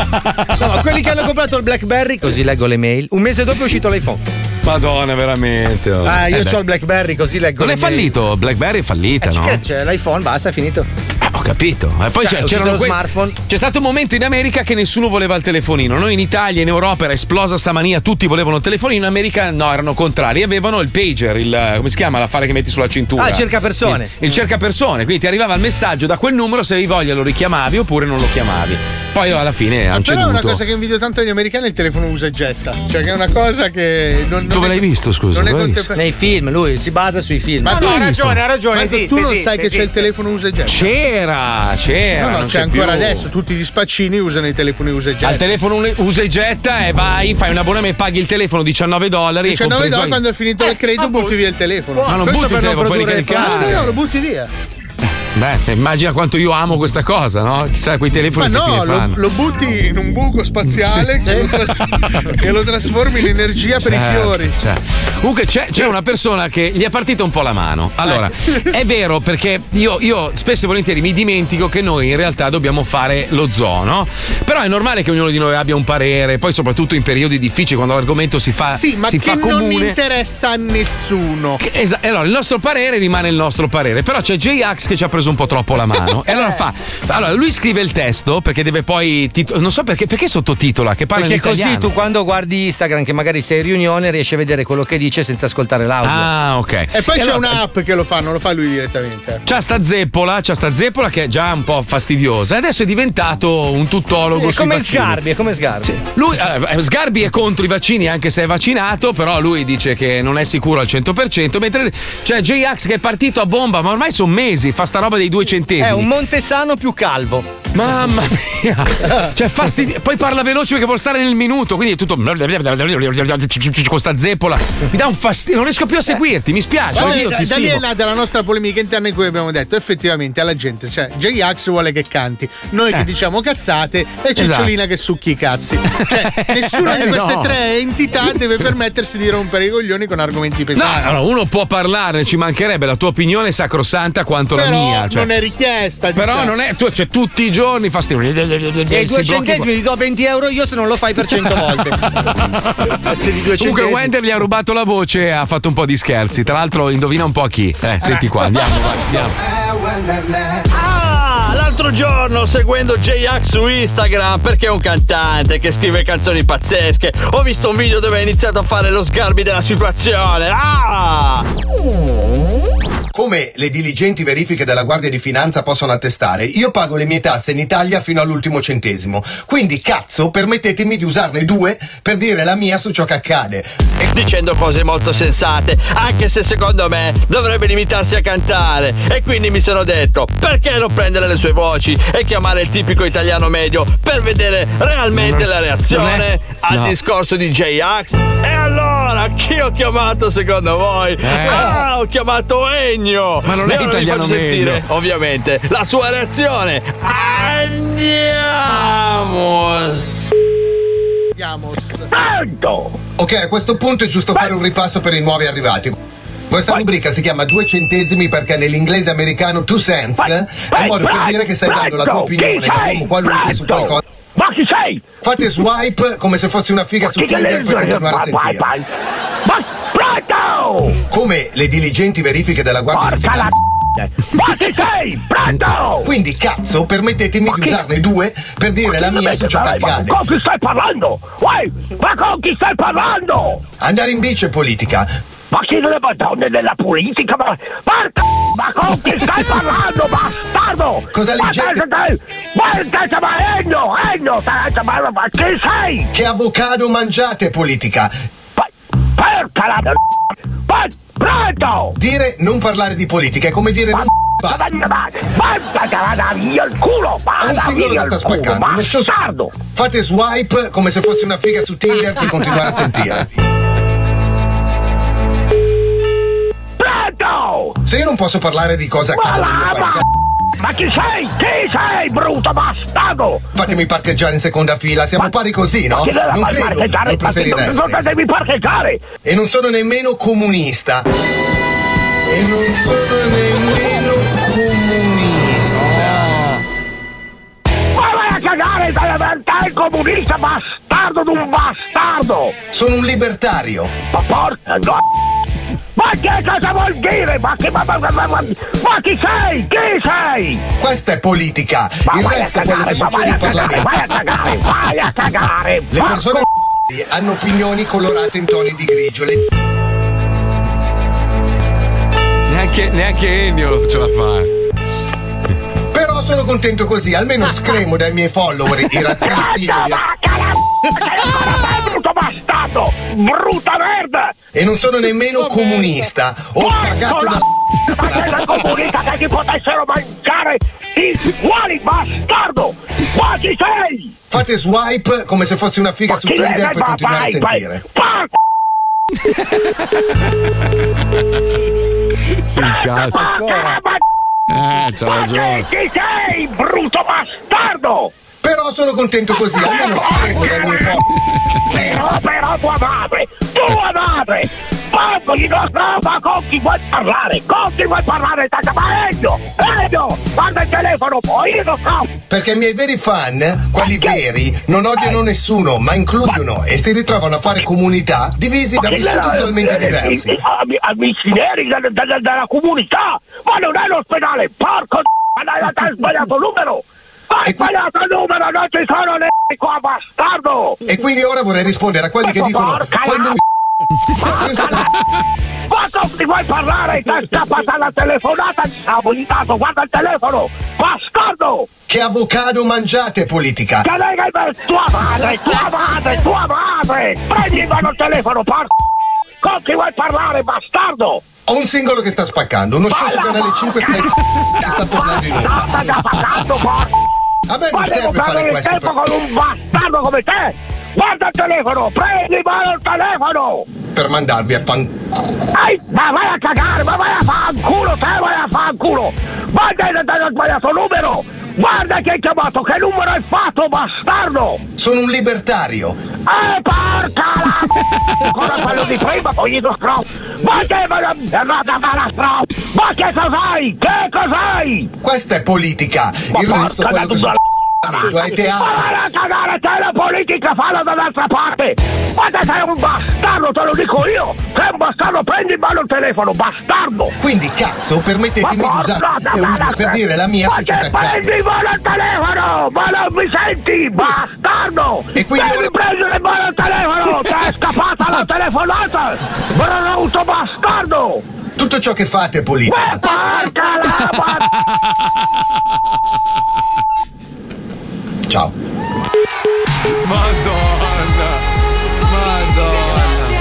No, ma quelli che hanno comprato il BlackBerry, così leggo le mail, un mese dopo è uscito l'iPhone. Madonna, veramente. Oh. Ah, io eh ho il BlackBerry, così leggo. Non è fallito, BlackBerry è fallita, eh, no? C'è, c'è l'iPhone, basta, è finito. Eh, ho capito. E poi cioè, c'è, c'era lo que- smartphone. C'è stato un momento in America che nessuno voleva il telefonino. Noi in Italia, in Europa era esplosa sta mania, tutti volevano il telefonino. In America no, erano contrari. Avevano il pager, il come si chiama l'affare che metti sulla cintura? Ah, il cercapersone. Il, il cercapersone. Quindi ti arrivava il messaggio da quel numero, se avevi voglia lo richiamavi oppure non lo chiamavi. Poi alla fine hanno ceduto. Però è una cosa che invidio tanto agli americani, è il telefono usa e getta. Cioè che è una cosa che non, non Dove è, l'hai visto, scusa? Non è visto? Nei film, lui si basa sui film. Ma no, tu no, hai ha ragione, ha ragione. Ma esiste, tu non esiste, sai che esiste. c'è il telefono usa e getta? C'era, c'era. No, no, non c'è, c'è ancora più. adesso. Tutti gli spaccini usano i telefoni usa e getta. Al telefono usa e getta e vai, fai un abbonamento, paghi il telefono diciannove dollari. diciannove dollari, i... quando è finito il credito butti via il telefono. Ma non Questo butti il per non telefono, puoi produrre ricaricare. No, no, lo butti via. Beh, immagina quanto io amo questa cosa, no? Chissà quei telefoni Ma che no, fine lo, fanno. lo butti in un buco spaziale Sì, che, sì. Lo tras- che lo trasformi in energia per Certo, i fiori. certo. Comunque c'è, c'è una persona che gli è partita un po' la mano. Allora, è vero perché io, io spesso e volentieri mi dimentico che noi in realtà dobbiamo fare lo zoo, no? Però è normale che ognuno di noi abbia un parere, poi soprattutto in periodi difficili quando l'argomento si fa, Sì, ma si che fa non comune. interessa a nessuno. Che- esa- allora, il nostro parere rimane il nostro parere, però c'è J-Ax che ci ha preso un po' troppo la mano. E allora fa. Allora, lui scrive il testo perché deve poi. Tito- non so perché, perché sottotitola, che parla Perché in italiano. così tu quando guardi Instagram, che magari sei in riunione, riesci a vedere quello che dice senza ascoltare l'audio. Ah, ok. E poi E c'è allora- un'app che lo fa, non lo fa lui direttamente. C'ha sta zeppola, c'ha sta zeppola che è già un po' fastidiosa. E adesso è diventato un tuttologo È sui come vaccini. Sgarbi, è come Sgarbi. Sì. Lui, eh, Sgarbi è contro i vaccini anche se è vaccinato, però lui dice che non è sicuro al cento per cento, mentre c'è J-Ax che è partito a bomba, ma ormai sono mesi, fa sta roba dei due centesimi. È un Montesano più calvo. Mamma mia, cioè fastidio. Poi parla veloce perché vuol stare nel minuto, quindi è tutto con sta zeppola. Mi dà un fastidio, non riesco più a seguirti, mi spiace. Vabbè, io ti da lì è stimo. nata la nostra polemica interna in cui abbiamo detto effettivamente alla gente, cioè J-Ax vuole che canti, noi che Eh. diciamo cazzate e Cicciolina Esatto. che succhi i cazzi. Cioè, nessuna di Eh, queste no. tre entità deve permettersi di rompere i coglioni con argomenti No, pesanti. allora uno può parlare, ci mancherebbe, la tua opinione è sacrosanta quanto Però la mia. Cioè. non è richiesta. Però diciamo. non è, tu, cioè, tutti i giorni fa sti. E i due centesimi ti do venti euro io se non lo fai per cento volte. Grazie di due Comunque centesimi. Wender gli ha rubato la voce e ha fatto un po' di scherzi. Tra l'altro indovina un po' chi. Eh, senti qua, andiamo, vai, andiamo. Ah, l'altro giorno seguendo J-Ax su Instagram, perché è un cantante che scrive canzoni pazzesche, ho visto un video dove ha iniziato a fare lo Sgarbi della situazione. Ah! Come le diligenti verifiche della Guardia di Finanza possono attestare, io pago le mie tasse in Italia fino all'ultimo centesimo. Quindi, cazzo, permettetemi di usarne due per dire la mia su ciò che accade. Dicendo cose molto sensate, anche se secondo me dovrebbe limitarsi a cantare. E quindi mi sono detto, perché non prendere le sue voci e chiamare il tipico italiano medio per vedere realmente la reazione al no. discorso di J-Ax? E allora, chi ho chiamato secondo voi? Eh. Ah, ho chiamato Ennio! Ma non E è ora vi italiano faccio sentire, medio. ovviamente, la sua reazione. Andiamo! Andiamos. Ok, a questo punto è giusto fare un ripasso per i nuovi arrivati. Questa rubrica si chiama due centesimi perché nell'inglese americano two cents è un modo per dire che stai dando la tua opinione da uomo qualunque su qualcosa. Ma chi sei? Fate swipe come se fossi una figa su Tinder per continuare a sentire. Ma pronto! Come le diligenti verifiche della Guardia di Finanza. Ma chi sei? Pronto! Quindi cazzo, permettetemi di usarne due per dire la mia su ciò che accade. Ma con chi stai parlando? Uè, ma con chi stai parlando? Andare in bici è politica. Ma chi delle madonne della politica? Ma, porca, ma con chi stai parlando, bastardo? Cosa leggete? Ma guarda, ma Ennio, Ennio, ma, ma chi sei? Che avocado mangiate è politica. Porca la... Ma, pronto! Dire non parlare di politica è come dire non Basta. Basta che vada via il culo! È un singolo che sta spaccando. Uno show. Fate swipe come se fosse una figa su Tinder per continuare a sentire. Pronto! Se io non posso parlare di cose a caso del mio paese. Ma chi sei? Chi sei, brutto bastardo? Fatemi parcheggiare in seconda fila, siamo pari così, no? Ma chi deve Non far credo, parcheggiare? lo preferiresti. Non te devi parcheggiare! E non sono nemmeno comunista. E non sono nemmeno comunista. Ma vai a cagare, sei il comunista bastardo d'un bastardo! Sono un libertario. Ma porca no! Ma che cosa vuol dire? Ma che ma, ma, ma, ma, ma chi sei? Chi sei? Questa è politica. Ma il vai resto a è quello che cagare, succede in Parlamento. Vai a cagare, vai a cagare! Le persone hanno opinioni colorate in toni di grigio. Le... Neanche, neanche Ennio ce la fa. Però sono contento così, almeno scremo dai miei follower i razzisti. Brutto bastardo! Brutta merda! E non sono nemmeno comunista. Ho cagato una ma sei la comunista che ti potessero mangiare i quali bastardo! Ma chi sei? Fate swipe come se fosse una figa ma su Tinder per continuare vai, a sentire. Vai, si incazza ancora. Eh, c'ha ragione. Chi sei, brutto bastardo? Però sono contento così, almeno scrivo dai miei foto. Però, però tua madre, tua madre! Quando gli do roba con chi vuoi parlare? Con chi vuoi parlare? Ma Ennio! Ennio! Guarda il telefono, poi io lo so! Perché i miei veri fan, quelli veri, non odiano nessuno, ma includono e si ritrovano a fare comunità divisi da vissuti totalmente diversi. Amici neri della, della comunità! Ma non è l'ospedale, porco d***o! Hai sbagliato il numero! Hai sbagliato il numero, non ci sono neri qua, bastardo! E quindi ora vorrei rispondere a quelli che dicono... Ma con chi vuoi parlare? Ti è scappata la telefonata, stavo intanto, guarda il telefono! Bastardo! Che avocado mangiate, politica? Che lei è tua madre, tua madre, tua madre! Prendi in mano il telefono, porco! Con chi vuoi parlare, bastardo? Ho un singolo che sta spaccando, uno show su canale cinque che sta tornando in onda. Sta già spaccando, porco! A me non ma serve devo fare il questo. tempo Per... con un bastardo come te! Guarda il telefono, prendi in mano il telefono! Per mandarvi a fan... Ehi, ma vai a cagare, ma vai a fanculo, te vai a fanculo! Guarda che hai sbagliato il numero! Guarda che hai chiamato, che numero hai fatto, bastardo! Sono un libertario! Eh, porca la ancora quello di prima, poi gli do stro! Ma che ma Ma che cos'hai? Che cos'hai? Questa è politica! Ma il resto è quello che succede è teatro! Ma vai a cagare, te la politica, falla dall'altra parte! Ma te sei un bastardo, te lo dico io! Sei un bastardo, prendi in mano il telefono, bastardo! Quindi cazzo, permettetemi di usare per dire la mia ma società. Ma prendi in mano il telefono! Ma non mi senti, bastardo! E quindi devi ora... prendere in mano il telefono! Ti è scappata la telefonata! Brutto bastardo! Tutto ciò che fate è politica. Ma porca la Ciao. Madonna. Madonna.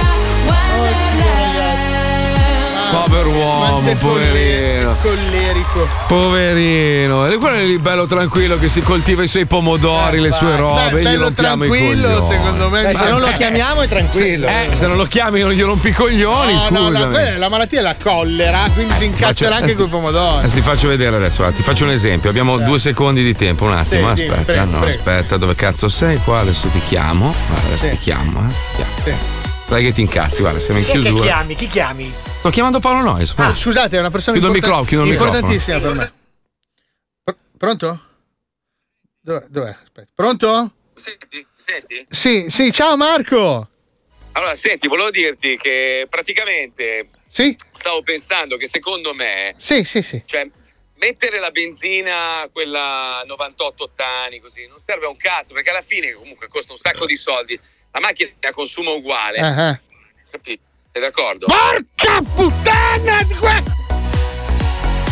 Povero uomo, poverino. Collerico. Poverino. E quello è lì bello tranquillo che si coltiva i suoi pomodori, eh, le sue robe. Beh, gli bello rompiamo tranquillo, i coglioni. secondo me. Beh, se non lo chiamiamo è tranquillo. Sì, eh, se non lo chiami non gli rompi i coglioni, no, scusami. no, no, quella è la malattia è la collera, quindi Eh, si ti incazzerà faccio- anche coi pomodori. Adesso ti faccio vedere adesso, guarda, ti faccio un esempio. Abbiamo Sì. due secondi di tempo, un attimo. Sì, dimmi, aspetta, prego, no, prego. aspetta, dove cazzo sei? Qua adesso ti chiamo. Guarda, adesso Sì. ti chiamo, eh. Chiamo. Sì. Dai che ti incazzi, guarda, siamo in Chi è che chiusura. chiami? Chi chiami? Sto chiamando Paolo Nois. Ah, scusate, è una persona Chiudo il importan- microfono, chiudo il microfono. importantissima per me. Pr- pronto? Dov'è? Dov'è? Aspetta. Pronto? Senti, senti? Sì, sì, ciao Marco. Allora, senti, volevo dirti che praticamente Sì? stavo pensando che secondo me, Sì, sì, sì. cioè, mettere la benzina, quella novantotto ottani, così, non serve a un cazzo, perché alla fine comunque costa un sacco di soldi. La macchina consuma uguale. Ah, ah. Capito? Sei d'accordo? Porca puttana di que-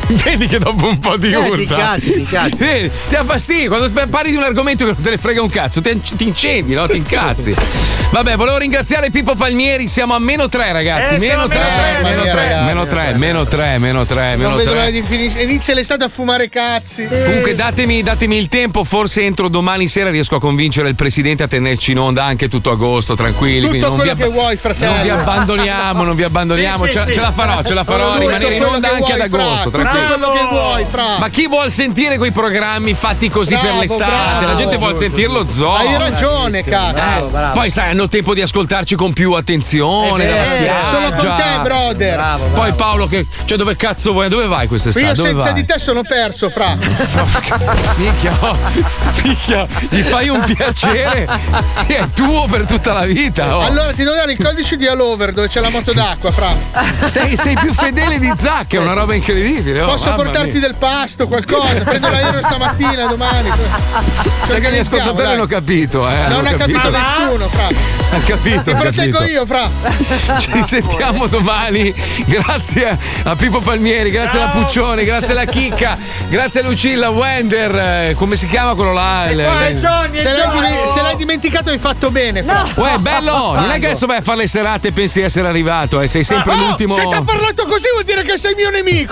Vedi che dopo un po' di Eh, urla. ti incazzi, ti incazzi. Vedi, ti dà fastidio. Quando parli di un argomento che non te ne frega un cazzo, ti, ti incendi, no? Ti incazzi. Vabbè, volevo ringraziare Pippo Palmieri. Siamo a meno tre, ragazzi. Eh, meno, siamo a tre, meno tre, meno tre, ragazzi. meno tre, meno tre, meno tre, meno Non vedo l'ora tre. di finire. Inizia l'estate a fumare cazzi. Comunque datemi, datemi il tempo, forse entro domani sera riesco a convincere il presidente a tenerci in onda anche tutto agosto, tranquilli. quindi Tutto non quello vi che abba- vuoi, fratello. Non vi abbandoniamo, non vi abbandoniamo. Sì, sì, ce, sì. ce la farò, ce la farò a Tutto rimanere in quello onda che anche ad vuoi, agosto, Fra. tranquilli. Tutto quello che vuoi, Fra. Ma chi vuol sentire quei programmi fatti così per Bravo, l'estate? bravo. La gente vuol sentire lo zoo. Hai ragione, cazzo. Eh, Poi sai, hanno tempo di ascoltarci con più attenzione È dalla vero, spiaggia. sono con te, brother. Bravo, bravo. Poi Paolo che cioè dove cazzo vuoi? Dove vai quest'estate? Io Dove senza vai? di te sono perso, Fra. Minchia, oh, minchia, gli fai un piacere che è tuo per tutta la vita. Oh. Allora ti do dare il codice di Allover dove c'è la moto d'acqua, Fra. Sei, sei più fedele di Zac, è una roba incredibile. Oh, Posso mamma portarti mia. del pasto, qualcosa? Prendo l'aereo stamattina, domani. Sai che gli ascoltatori dai. hanno capito, eh. Non hanno ha capito capito. nessuno, Fra. Ha capito. Ti ha proteggo capito. io, Fra. Ci sentiamo domani. Grazie a Pippo Palmieri, grazie alla Puccione, grazie alla Chicca, grazie a Lucilla Wender. eh, Come si chiama quello là? Il- Se, se l'hai, dimen- se l'hai dimenticato hai fatto bene, Fra. Uè, bello! Non è che adesso vai a fare le serate e pensi di essere arrivato, eh, sei sempre Oh, l'ultimo. se ti ha parlato così vuol dire che sei mio nemico.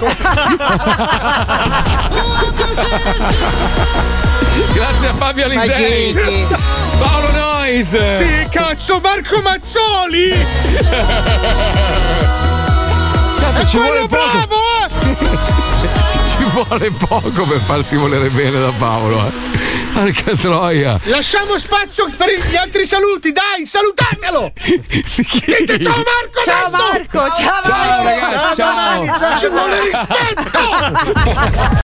Grazie a Fabio Alisei. Paolo Nois. Sì, cazzo, Marco Mazzoli. Cazzo, ci vuole quello poco. bravo, eh. Ci vuole poco per farsi volere bene da Paolo, eh. Porca troia. Lasciamo spazio per gli altri saluti, dai, salutatelo. Dite ciao Marco. Ciao adesso. Marco, ciao Ciao Marco. ragazzi, ciao. Ci vuole rispetto.